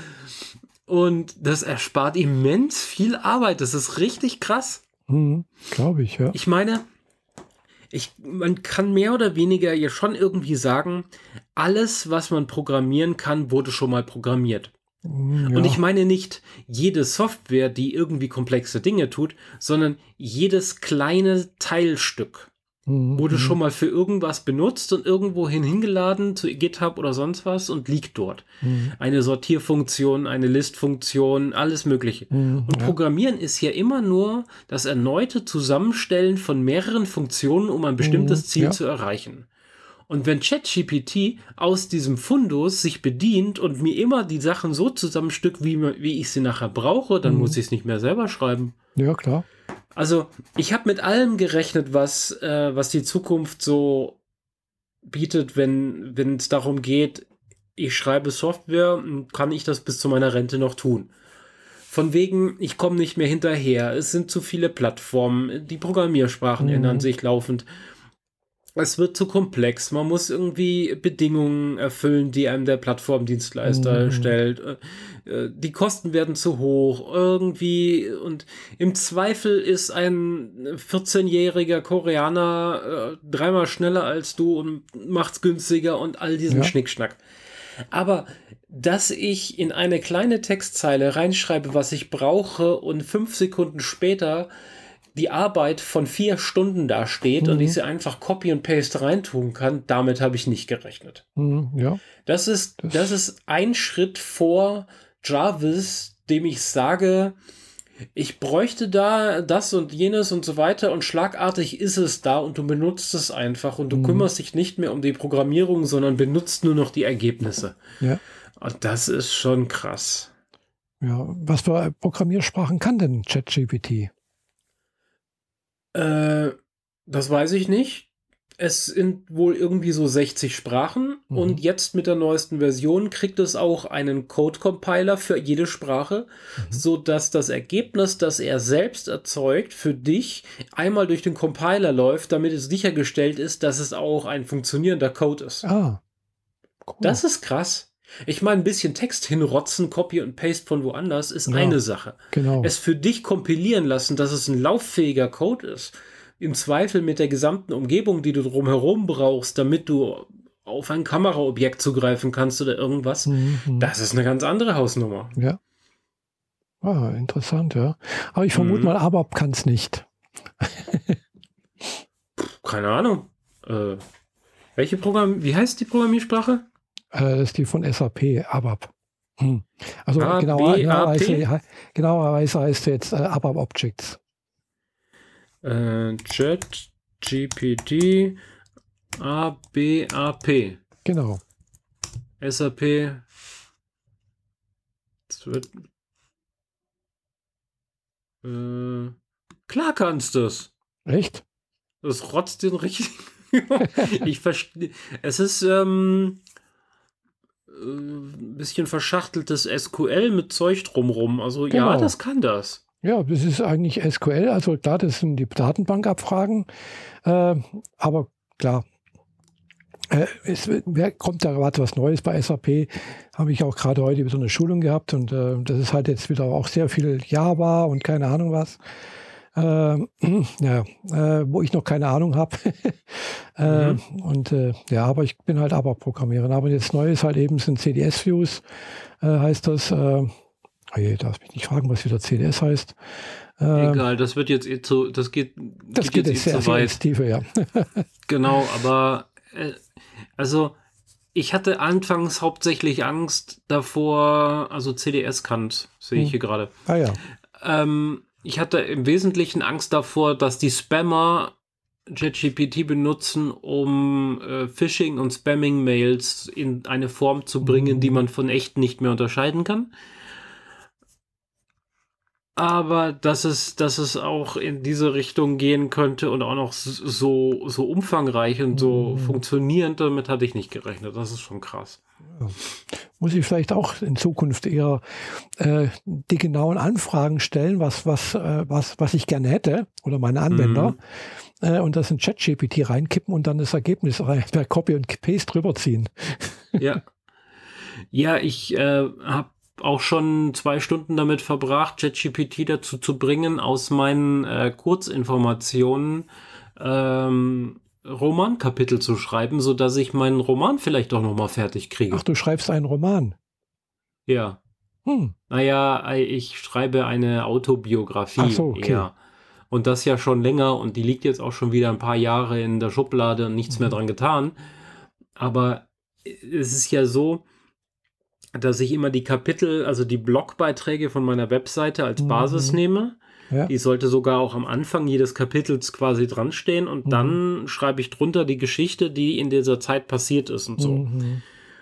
Speaker 1: Und das erspart immens viel Arbeit. Das ist richtig krass.
Speaker 2: Mhm. Glaube ich, ja.
Speaker 1: Ich meine, ich, man kann mehr oder weniger ja schon irgendwie sagen, alles, was man programmieren kann, wurde schon mal programmiert. Ja. Und ich meine nicht jede Software, die irgendwie komplexe Dinge tut, sondern jedes kleine Teilstück mhm. wurde schon mal für irgendwas benutzt und irgendwo hingeladen zu GitHub oder sonst was und liegt dort. Mhm. Eine Sortierfunktion, eine Listfunktion, alles Mögliche. Mhm, und ja. Programmieren ist ja immer nur das erneute Zusammenstellen von mehreren Funktionen, um ein bestimmtes mhm, Ziel ja. zu erreichen. Und wenn ChatGPT aus diesem Fundus sich bedient und mir immer die Sachen so zusammenstückt, wie, wie ich sie nachher brauche, dann mhm. muss ich es nicht mehr selber schreiben.
Speaker 2: Ja, klar.
Speaker 1: Also ich habe mit allem gerechnet, was, äh, was die Zukunft so bietet, wenn es darum geht, ich schreibe Software, kann ich das bis zu meiner Rente noch tun. Von wegen, ich komme nicht mehr hinterher, es sind zu viele Plattformen, die Programmiersprachen mhm. ändern sich laufend. Es wird zu komplex. Man muss irgendwie Bedingungen erfüllen, die einem der Plattformdienstleister mhm. stellt. Die Kosten werden zu hoch irgendwie. Und im Zweifel ist ein vierzehnjähriger Koreaner äh, dreimal schneller als du und macht's günstiger und all diesen ja. Schnickschnack. Aber dass ich in eine kleine Textzeile reinschreibe, was ich brauche und fünf Sekunden später die Arbeit von vier Stunden da steht mhm. und ich sie einfach Copy und Paste reintun kann, damit habe ich nicht gerechnet.
Speaker 2: Mhm, ja.
Speaker 1: Das ist, das, das ist ein Schritt vor Jarvis, dem ich sage, ich bräuchte da das und jenes und so weiter und schlagartig ist es da und du benutzt es einfach und du mhm. kümmerst dich nicht mehr um die Programmierung, sondern benutzt nur noch die Ergebnisse.
Speaker 2: Ja.
Speaker 1: Und das ist schon krass.
Speaker 2: Ja, was für Programmiersprachen kann denn ChatGPT?
Speaker 1: Äh, das weiß ich nicht. Es sind wohl irgendwie so sechzig Sprachen mhm. und jetzt mit der neuesten Version kriegt es auch einen Code-Compiler für jede Sprache, mhm. sodass das Ergebnis, das er selbst erzeugt, für dich einmal durch den Compiler läuft, damit es sichergestellt ist, dass es auch ein funktionierender Code ist.
Speaker 2: Ah,
Speaker 1: cool. Das ist krass. Ich meine, ein bisschen Text hinrotzen, Copy und Paste von woanders ist ja, eine Sache.
Speaker 2: Genau.
Speaker 1: Es für dich kompilieren lassen, dass es ein lauffähiger Code ist, im Zweifel mit der gesamten Umgebung, die du drumherum brauchst, damit du auf ein Kameraobjekt zugreifen kannst oder irgendwas, mhm. das ist eine ganz andere Hausnummer.
Speaker 2: Ja. Ah, interessant, ja. Aber ich vermute mhm. mal, ABAP kann es nicht.
Speaker 1: Keine Ahnung. Äh, welche Programm, wie heißt die Programmiersprache?
Speaker 2: Das ist die von S A P, ABAP. Hm. Also
Speaker 1: A,
Speaker 2: genauer,
Speaker 1: B, A,
Speaker 2: genauerweise, genauerweise heißt es jetzt äh, ABAP Objects.
Speaker 1: Äh, ChatGPT A B A P.
Speaker 2: Genau.
Speaker 1: S A P. Das wird. Äh, klar kannst du es.
Speaker 2: Echt?
Speaker 1: Das rotzt den richtig. Ich verstehe. Es ist ähm, ein bisschen verschachteltes S Q L mit Zeug drumrum. Also
Speaker 2: Genau.
Speaker 1: ja, das kann das.
Speaker 2: Ja, das ist eigentlich S Q L. Also klar, das sind die Datenbankabfragen. Äh, aber klar, äh, es wer, kommt da gerade was Neues bei S A P. Habe ich auch gerade heute wieder eine Schulung gehabt. Und äh, das ist halt jetzt wieder auch sehr viel Java und keine Ahnung was. Äh, ja, äh, wo ich noch keine Ahnung habe. äh, mhm. Und äh, ja, aber ich bin halt aber Programmierer. Aber jetzt neu ist halt eben sind C D S-Views, äh, heißt das. Äh, oh je, darf mich nicht fragen, was wieder C D S heißt.
Speaker 1: Äh, Egal, das wird jetzt eh zu, das geht,
Speaker 2: das geht, geht jetzt, jetzt eh sehr, zu weit. Sehr Tiefe, ja.
Speaker 1: Genau, aber äh, also ich hatte anfangs hauptsächlich Angst davor, also C D S kannt, sehe ich hm. hier gerade.
Speaker 2: Ah ja.
Speaker 1: Ähm, Ich hatte im Wesentlichen Angst davor, dass die Spammer ChatGPT benutzen, um äh, Phishing- und Spamming-Mails in eine Form zu bringen, mhm. die man von echt nicht mehr unterscheiden kann. Aber dass es, dass es auch in diese Richtung gehen könnte und auch noch so, so umfangreich und so mhm. funktionierend, damit hatte ich nicht gerechnet. Das ist schon krass.
Speaker 2: Ja. Muss ich vielleicht auch in Zukunft eher äh, die genauen Anfragen stellen, was, was, äh, was, was ich gerne hätte oder meine Anwender mhm. äh, und das in ChatGPT reinkippen und dann das Ergebnis per Copy und Paste drüberziehen.
Speaker 1: Ja, ja, ich äh, habe auch schon zwei Stunden damit verbracht, ChatGPT dazu zu bringen, aus meinen äh, Kurzinformationen ähm, Romankapitel zu schreiben, sodass ich meinen Roman vielleicht doch nochmal fertig kriege.
Speaker 2: Ach, du schreibst einen Roman?
Speaker 1: Ja. Hm. Naja, ich schreibe eine Autobiografie.
Speaker 2: Ach so, okay.
Speaker 1: eher. Und das ja schon länger und die liegt jetzt auch schon wieder ein paar Jahre in der Schublade und nichts mhm. mehr dran getan. Aber es ist ja so, dass ich immer die Kapitel, also die Blogbeiträge von meiner Webseite als mhm. Basis nehme. Ja. Die sollte sogar auch am Anfang jedes Kapitels quasi dran stehen und mhm. dann schreibe ich drunter die Geschichte, die in dieser Zeit passiert ist und so. Mhm.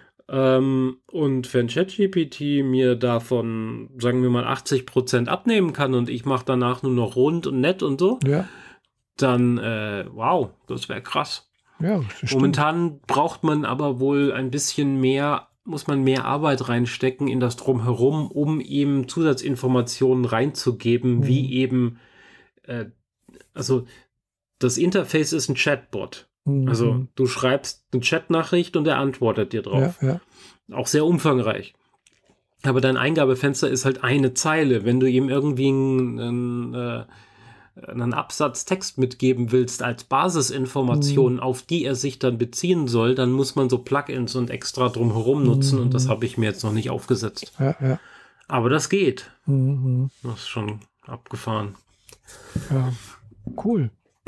Speaker 1: Ähm, und wenn ChatGPT mir davon, sagen wir mal, achtzig Prozent abnehmen kann und ich mache danach nur noch rund und nett und so,
Speaker 2: ja.
Speaker 1: dann, äh, wow, das wäre krass.
Speaker 2: Ja, das
Speaker 1: Momentan braucht man aber wohl ein bisschen mehr muss man mehr Arbeit reinstecken in das Drumherum, um eben Zusatzinformationen reinzugeben, mhm. wie eben, äh, also das Interface ist ein Chatbot. Mhm. Also du schreibst eine Chatnachricht und er antwortet dir drauf.
Speaker 2: Ja, ja.
Speaker 1: Auch sehr umfangreich. Aber dein Eingabefenster ist halt eine Zeile. Wenn du ihm irgendwie einen, einen, äh, einen Absatz Text mitgeben willst als Basisinformation, mhm. auf die er sich dann beziehen soll, dann muss man so Plugins und extra drumherum nutzen mhm. und das habe ich mir jetzt noch nicht aufgesetzt.
Speaker 2: Ja, ja.
Speaker 1: Aber das geht.
Speaker 2: Mhm.
Speaker 1: Das ist schon abgefahren.
Speaker 2: Ja, cool.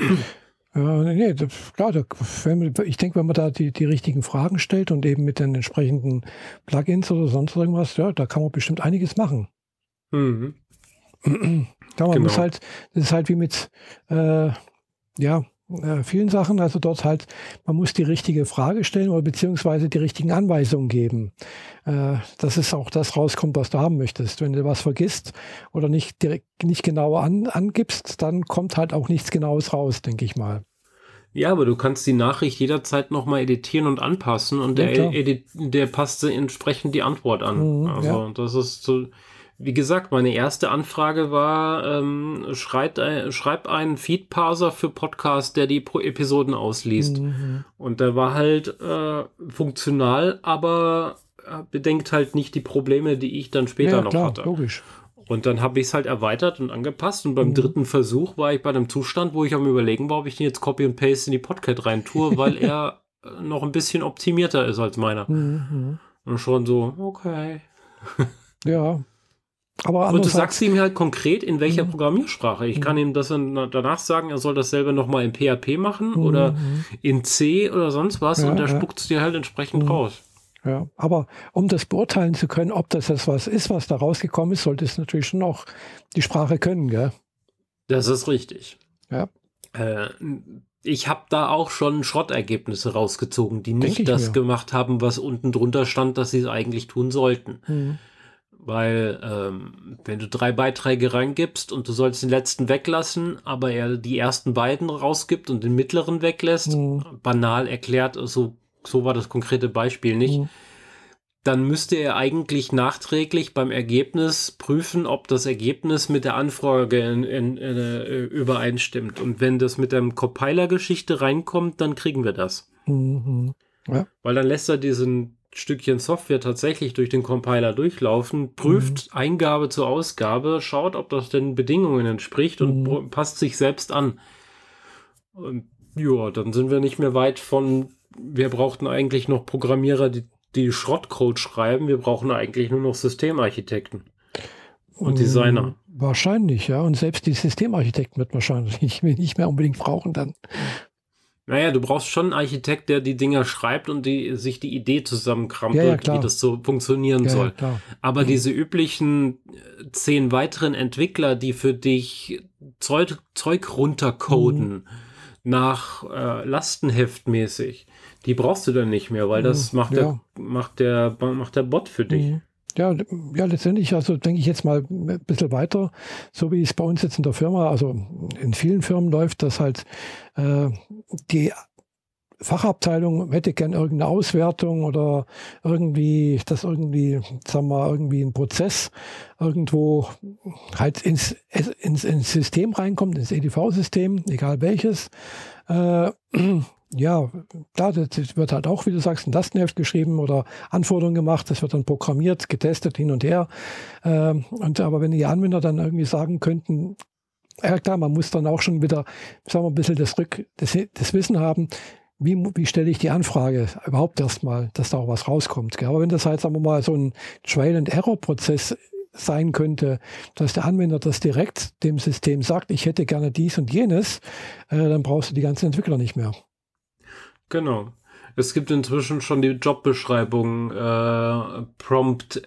Speaker 2: Ja, nee, das, klar, da, wenn, ich denke, wenn man da die, die richtigen Fragen stellt und eben mit den entsprechenden Plugins oder sonst irgendwas, ja, da kann man bestimmt einiges machen.
Speaker 1: Mhm.
Speaker 2: Ja, man
Speaker 1: genau.
Speaker 2: muss halt, das ist halt wie mit äh, ja, äh, vielen Sachen, also dort halt, man muss die richtige Frage stellen oder beziehungsweise die richtigen Anweisungen geben, äh, dass es auch das rauskommt, was du haben möchtest. Wenn du was vergisst oder nicht direkt, nicht genau an, angibst, dann kommt halt auch nichts Genaues raus, denke ich mal.
Speaker 1: Ja, aber du kannst die Nachricht jederzeit nochmal editieren und anpassen und
Speaker 2: Ja,
Speaker 1: der, edit, der passt entsprechend die Antwort an.
Speaker 2: Mhm,
Speaker 1: also
Speaker 2: ja.
Speaker 1: das ist so. Wie gesagt, meine erste Anfrage war, ähm, schreib, äh, schreib einen Feed-Parser für Podcast, der die Pro- Episoden ausliest.
Speaker 2: Mhm.
Speaker 1: Und der war halt äh, funktional, aber äh, bedenkt halt nicht die Probleme, die ich dann später
Speaker 2: ja,
Speaker 1: noch
Speaker 2: klar,
Speaker 1: hatte.
Speaker 2: Logisch.
Speaker 1: Und dann habe ich es halt erweitert und angepasst. Und beim mhm. dritten Versuch war ich bei einem Zustand, wo ich am Überlegen war, ob ich den jetzt Copy und Paste in die Podcast rein tue, weil er äh, noch ein bisschen optimierter ist als meiner.
Speaker 2: Mhm.
Speaker 1: Und schon so, okay.
Speaker 2: Ja. Aber
Speaker 1: und du sagst ihm halt konkret, in welcher mhm. Programmiersprache. Ich
Speaker 2: mhm.
Speaker 1: kann ihm das dann danach sagen, er soll dasselbe nochmal in P H P machen
Speaker 2: mhm.
Speaker 1: oder in C oder sonst was
Speaker 2: ja,
Speaker 1: und der
Speaker 2: ja.
Speaker 1: spuckt es dir halt entsprechend
Speaker 2: mhm.
Speaker 1: raus.
Speaker 2: Ja, aber um das beurteilen zu können, ob das jetzt was ist, was da rausgekommen ist, sollte es natürlich schon auch die Sprache können, gell?
Speaker 1: Das ist richtig.
Speaker 2: Ja.
Speaker 1: Äh, ich habe da auch schon Schrottergebnisse rausgezogen, die nicht das
Speaker 2: mir.
Speaker 1: gemacht haben, was unten drunter stand, dass sie es eigentlich tun sollten.
Speaker 2: Mhm.
Speaker 1: Weil, ähm, wenn du drei Beiträge reingibst und du sollst den letzten weglassen, aber er die ersten beiden rausgibt und den mittleren weglässt,
Speaker 2: Mhm.
Speaker 1: banal erklärt, so, so war das konkrete Beispiel nicht,
Speaker 2: Mhm.
Speaker 1: dann müsste er eigentlich nachträglich beim Ergebnis prüfen, ob das Ergebnis mit der Anfrage in, in, in, äh, übereinstimmt. Und wenn das mit der Compiler-Geschichte reinkommt, dann kriegen wir das.
Speaker 2: Mhm. Ja.
Speaker 1: Weil dann lässt er diesen Stückchen Software tatsächlich durch den Compiler durchlaufen, prüft mhm. Eingabe zu Ausgabe, schaut, ob das den Bedingungen entspricht und mhm. passt sich selbst an. Und ja, dann sind wir nicht mehr weit von, wir brauchten eigentlich noch Programmierer, die, die Schrottcode schreiben, wir brauchen eigentlich nur noch Systemarchitekten und Designer.
Speaker 2: Wahrscheinlich, ja. Und selbst die Systemarchitekten wird wahrscheinlich nicht, nicht mehr unbedingt brauchen dann.
Speaker 1: Naja, du brauchst schon einen Architekt, der die Dinger schreibt und die, sich die Idee zusammenkramt,
Speaker 2: ja, ja,
Speaker 1: wie das so funktionieren
Speaker 2: ja,
Speaker 1: soll.
Speaker 2: Ja,
Speaker 1: Aber
Speaker 2: mhm.
Speaker 1: diese üblichen zehn weiteren Entwickler, die für dich Zeug, Zeug runtercoden, mhm. nach äh, Lastenheftmäßig, die brauchst du dann nicht mehr, weil das macht, ja. der, macht, der, macht der Bot für dich.
Speaker 2: Mhm. Ja, ja, letztendlich, also denke ich jetzt mal ein bisschen weiter, so wie es bei uns jetzt in der Firma, also in vielen Firmen läuft, dass halt äh, die Fachabteilung hätte gern irgendeine Auswertung oder irgendwie, dass irgendwie, sagen wir mal, irgendwie ein Prozess irgendwo halt ins, ins, ins System reinkommt, ins E D V-System, egal welches. Äh, Ja, klar, das wird halt auch, wie du sagst, ein Lastenheft geschrieben oder Anforderungen gemacht, das wird dann programmiert, getestet, hin und her. Ähm, und aber wenn die Anwender dann irgendwie sagen könnten, ja klar, man muss dann auch schon wieder, sagen wir, ein bisschen das, Rück, das, das Wissen haben, wie, wie stelle ich die Anfrage überhaupt erstmal, dass da auch was rauskommt. Gell? Aber wenn das halt, sagen wir mal, so ein Trial-and-Error-Prozess sein könnte, dass der Anwender das direkt dem System sagt, ich hätte gerne dies und jenes, äh, dann brauchst du die ganzen Entwickler nicht mehr.
Speaker 1: Genau. Es gibt inzwischen schon die Jobbeschreibung äh, Prompt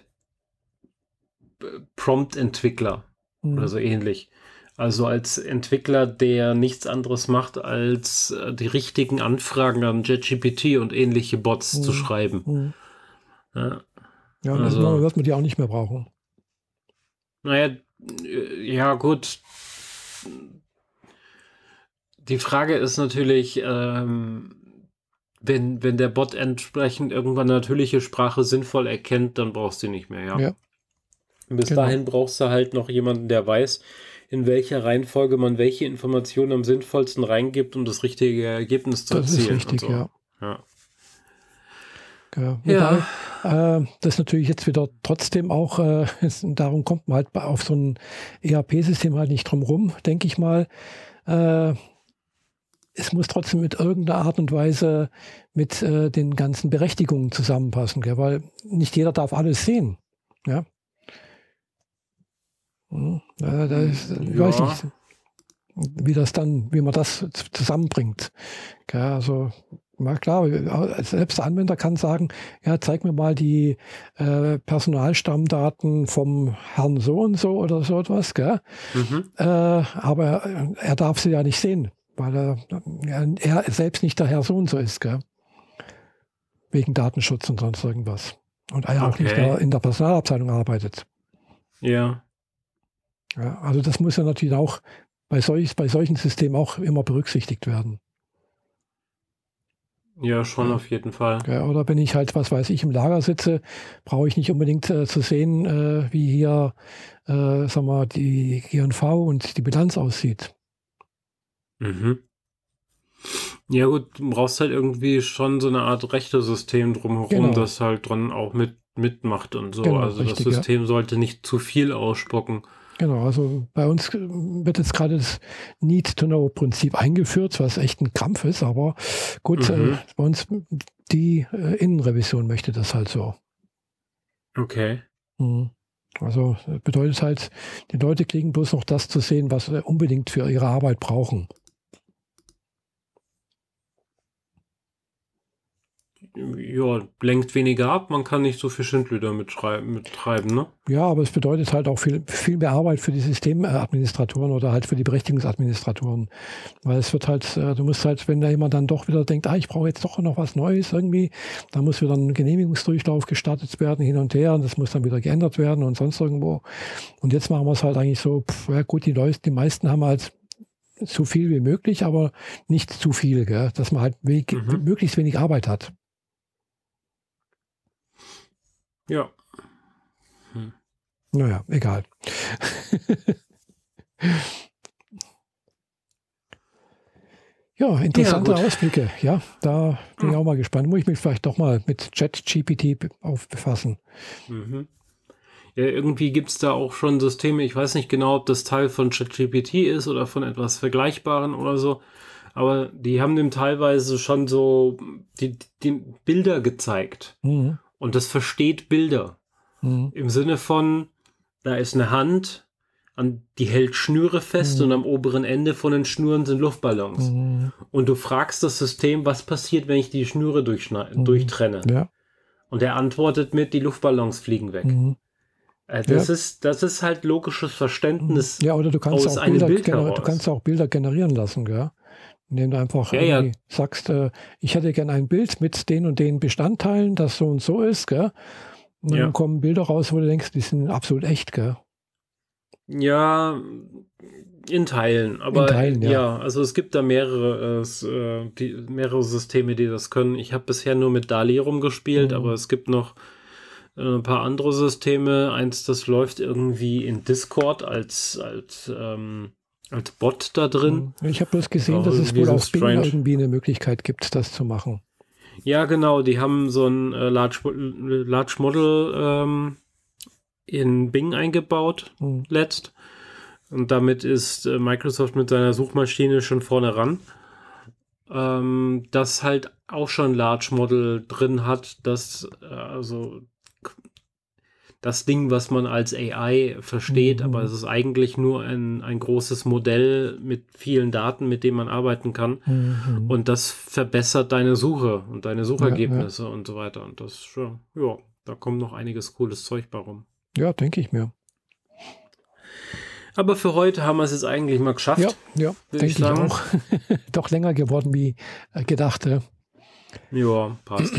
Speaker 1: Prompt-Entwickler mhm. oder so ähnlich. Also als Entwickler, der nichts anderes macht, als äh, die richtigen Anfragen an ChatGPT und ähnliche Bots mhm. zu schreiben.
Speaker 2: Mhm.
Speaker 1: Ja,
Speaker 2: ja also, das wird man die auch nicht mehr brauchen.
Speaker 1: Naja, ja gut. Die Frage ist natürlich, ähm, Wenn, wenn der Bot entsprechend irgendwann natürliche Sprache sinnvoll erkennt, dann brauchst du ihn nicht mehr, ja.
Speaker 2: ja.
Speaker 1: Bis
Speaker 2: genau.
Speaker 1: dahin brauchst du halt noch jemanden, der weiß, in welcher Reihenfolge man welche Informationen am sinnvollsten reingibt, um das richtige Ergebnis zu
Speaker 2: das
Speaker 1: erzielen.
Speaker 2: Das ist richtig,
Speaker 1: so.
Speaker 2: ja.
Speaker 1: Ja.
Speaker 2: Ja, wobei, ja. Äh, das natürlich jetzt wieder trotzdem auch, äh, es, darum kommt man halt auf so ein E R P-System halt nicht drum rum, denke ich mal. Äh, es muss trotzdem mit irgendeiner Art und Weise mit äh, den ganzen Berechtigungen zusammenpassen, gell? Weil nicht jeder darf alles sehen. Ja. Hm, äh, da ist, ich ja. weiß nicht, wie das dann, wie man das zusammenbringt. Gell? Also, na klar, selbst der Anwender kann sagen, ja, zeig mir mal die äh, Personalstammdaten vom Herrn so und so oder so etwas, gell? Mhm. Äh, aber er darf sie ja nicht sehen, weil er, er selbst nicht der Herr so und so ist, gell? Wegen Datenschutz und sonst irgendwas. Und er okay. auch nicht der, in der Personalabteilung arbeitet.
Speaker 1: Ja.
Speaker 2: Ja. Also das muss ja natürlich auch bei, solch, bei solchen Systemen auch immer berücksichtigt werden.
Speaker 1: Ja, schon
Speaker 2: ja.
Speaker 1: auf jeden Fall.
Speaker 2: Ja, oder wenn ich halt, was weiß ich, im Lager sitze, brauche ich nicht unbedingt äh, zu sehen, äh, wie hier, äh, sagen wir, die G und V und die Bilanz aussieht.
Speaker 1: Mhm. Ja gut, du brauchst halt irgendwie schon so eine Art Rechtesystem drumherum, genau. das halt dran auch mit, mitmacht und so. Genau, also richtig, das System ja. sollte nicht zu viel ausspucken.
Speaker 2: Genau, also bei uns wird jetzt gerade das Need-to-Know-Prinzip eingeführt, was echt ein Krampf ist, aber gut, mhm. äh, bei uns die äh, Innenrevision möchte das halt so.
Speaker 1: Okay.
Speaker 2: Mhm. Also bedeutet halt, die Leute kriegen bloß noch das zu sehen, was sie unbedingt für ihre Arbeit brauchen.
Speaker 1: ja, lenkt weniger ab, man kann nicht so viel Schindluder mittreiben, mittreiben, ne?
Speaker 2: Ja, aber es bedeutet halt auch viel, viel mehr Arbeit für die Systemadministratoren oder halt für die Berechtigungsadministratoren. Weil es wird halt, äh, du musst halt, wenn da jemand dann doch wieder denkt, ah, ich brauche jetzt doch noch was Neues irgendwie, dann muss wieder ein Genehmigungsdurchlauf gestartet werden, hin und her, und das muss dann wieder geändert werden und sonst irgendwo. Und jetzt machen wir es halt eigentlich so, pff, ja gut, die Leute, die meisten haben halt so viel wie möglich, aber nicht zu viel, gell? Dass man halt wenig,
Speaker 1: Mhm.
Speaker 2: möglichst wenig Arbeit hat.
Speaker 1: Ja. Hm.
Speaker 2: Naja, egal. Ja, interessante
Speaker 1: Ja, gut.
Speaker 2: Ausblicke. Ja, da bin ich auch mal gespannt. Muss ich mich vielleicht doch mal mit ChatGPT auf befassen.
Speaker 1: Mhm. Ja, irgendwie gibt es da auch schon Systeme, ich weiß nicht genau, ob das Teil von ChatGPT ist oder von etwas Vergleichbaren oder so, aber die haben dem teilweise schon so die, die Bilder gezeigt.
Speaker 2: Mhm.
Speaker 1: Und das versteht Bilder.
Speaker 2: Mhm.
Speaker 1: Im Sinne von, da ist eine Hand, an, die hält Schnüre fest,
Speaker 2: Mhm.
Speaker 1: und am oberen Ende von den Schnüren sind Luftballons.
Speaker 2: Mhm.
Speaker 1: Und du fragst das System, was passiert, wenn ich die Schnüre
Speaker 2: Mhm.
Speaker 1: durchtrenne?
Speaker 2: Ja.
Speaker 1: Und er antwortet mit, die Luftballons fliegen weg.
Speaker 2: Mhm.
Speaker 1: Äh, das,
Speaker 2: Ja.
Speaker 1: ist, das ist halt logisches Verständnis
Speaker 2: Ja, oder du kannst
Speaker 1: aus
Speaker 2: auch
Speaker 1: einem
Speaker 2: Bilder,
Speaker 1: Bild
Speaker 2: gener-
Speaker 1: heraus.
Speaker 2: du kannst auch Bilder generieren lassen, gell? Indem du einfach
Speaker 1: Ja,
Speaker 2: irgendwie
Speaker 1: ja.
Speaker 2: sagst, äh, ich hätte gerne ein Bild mit den und den Bestandteilen, das so und so ist, gell? Und dann
Speaker 1: Ja.
Speaker 2: kommen Bilder raus, wo du denkst, die sind absolut echt, gell?
Speaker 1: Ja, in Teilen. Aber
Speaker 2: In Teilen, ja.
Speaker 1: ja, also es gibt da mehrere, äh, die, mehrere Systeme, die das können. Ich habe bisher nur mit DALL-E rumgespielt,
Speaker 2: Mhm.
Speaker 1: aber es gibt noch äh, ein paar andere Systeme. Eins, das läuft irgendwie in Discord als, als, ähm, als Bot da drin.
Speaker 2: Mhm. Ich habe bloß gesehen,
Speaker 1: Auch
Speaker 2: dass es
Speaker 1: irgendwie
Speaker 2: wohl
Speaker 1: so
Speaker 2: auf Bing
Speaker 1: strange.
Speaker 2: irgendwie eine Möglichkeit gibt, das zu machen.
Speaker 1: Ja, genau, die haben so ein äh, Large, Large Model ähm, in Bing eingebaut,
Speaker 2: Mhm.
Speaker 1: letzt. Und damit ist äh, Microsoft mit seiner Suchmaschine schon vorne ran. Ähm, das halt auch schon Large Model drin hat, das äh, also das Ding, was man als A I versteht,
Speaker 2: Mhm.
Speaker 1: aber es ist eigentlich nur ein, ein großes Modell mit vielen Daten, mit dem man arbeiten kann.
Speaker 2: Mhm.
Speaker 1: Und das verbessert deine Suche und deine Suchergebnisse
Speaker 2: Ja,
Speaker 1: und so weiter. Und das schon, ja, da kommt noch einiges cooles Zeug bei rum.
Speaker 2: ja. Ja, denke ich mir.
Speaker 1: Aber für heute haben wir es jetzt eigentlich mal geschafft.
Speaker 2: Ja, ja,
Speaker 1: würde
Speaker 2: denke ich auch. Doch länger geworden wie äh, gedacht. äh.
Speaker 1: Ja, passt.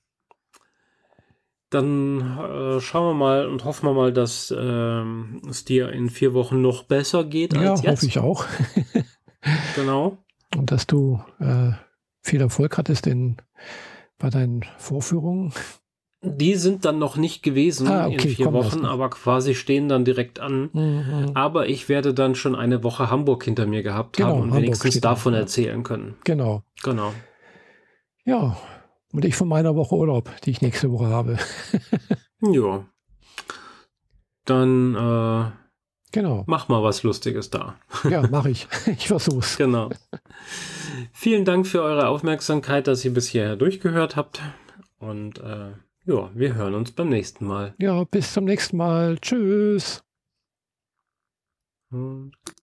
Speaker 1: Dann äh, schauen wir mal und hoffen wir mal, dass ähm, es dir in vier Wochen noch besser geht
Speaker 2: Ja,
Speaker 1: als jetzt.
Speaker 2: hoffe ich auch.
Speaker 1: Genau.
Speaker 2: Und dass du äh, viel Erfolg hattest in, bei deinen Vorführungen.
Speaker 1: Die sind dann noch nicht gewesen
Speaker 2: Ah, okay,
Speaker 1: in vier
Speaker 2: kommen erst
Speaker 1: Wochen,
Speaker 2: noch.
Speaker 1: aber quasi stehen dann direkt an.
Speaker 2: Mhm.
Speaker 1: Aber ich werde dann schon eine Woche Hamburg hinter mir gehabt
Speaker 2: Genau,
Speaker 1: haben und
Speaker 2: Hamburg
Speaker 1: wenigstens
Speaker 2: steht
Speaker 1: davon
Speaker 2: an, ja.
Speaker 1: erzählen können.
Speaker 2: Genau.
Speaker 1: Genau.
Speaker 2: Ja, und ich von meiner Woche Urlaub, die ich nächste Woche habe.
Speaker 1: Ja. Dann äh,
Speaker 2: Genau.
Speaker 1: mach mal was Lustiges da.
Speaker 2: Ja, mache ich. Ich versuch's.
Speaker 1: Genau. Vielen Dank für eure Aufmerksamkeit, dass ihr bis hierher durchgehört habt. Und äh, ja, wir hören uns beim nächsten Mal.
Speaker 2: Ja, bis zum nächsten Mal. Tschüss.
Speaker 1: Und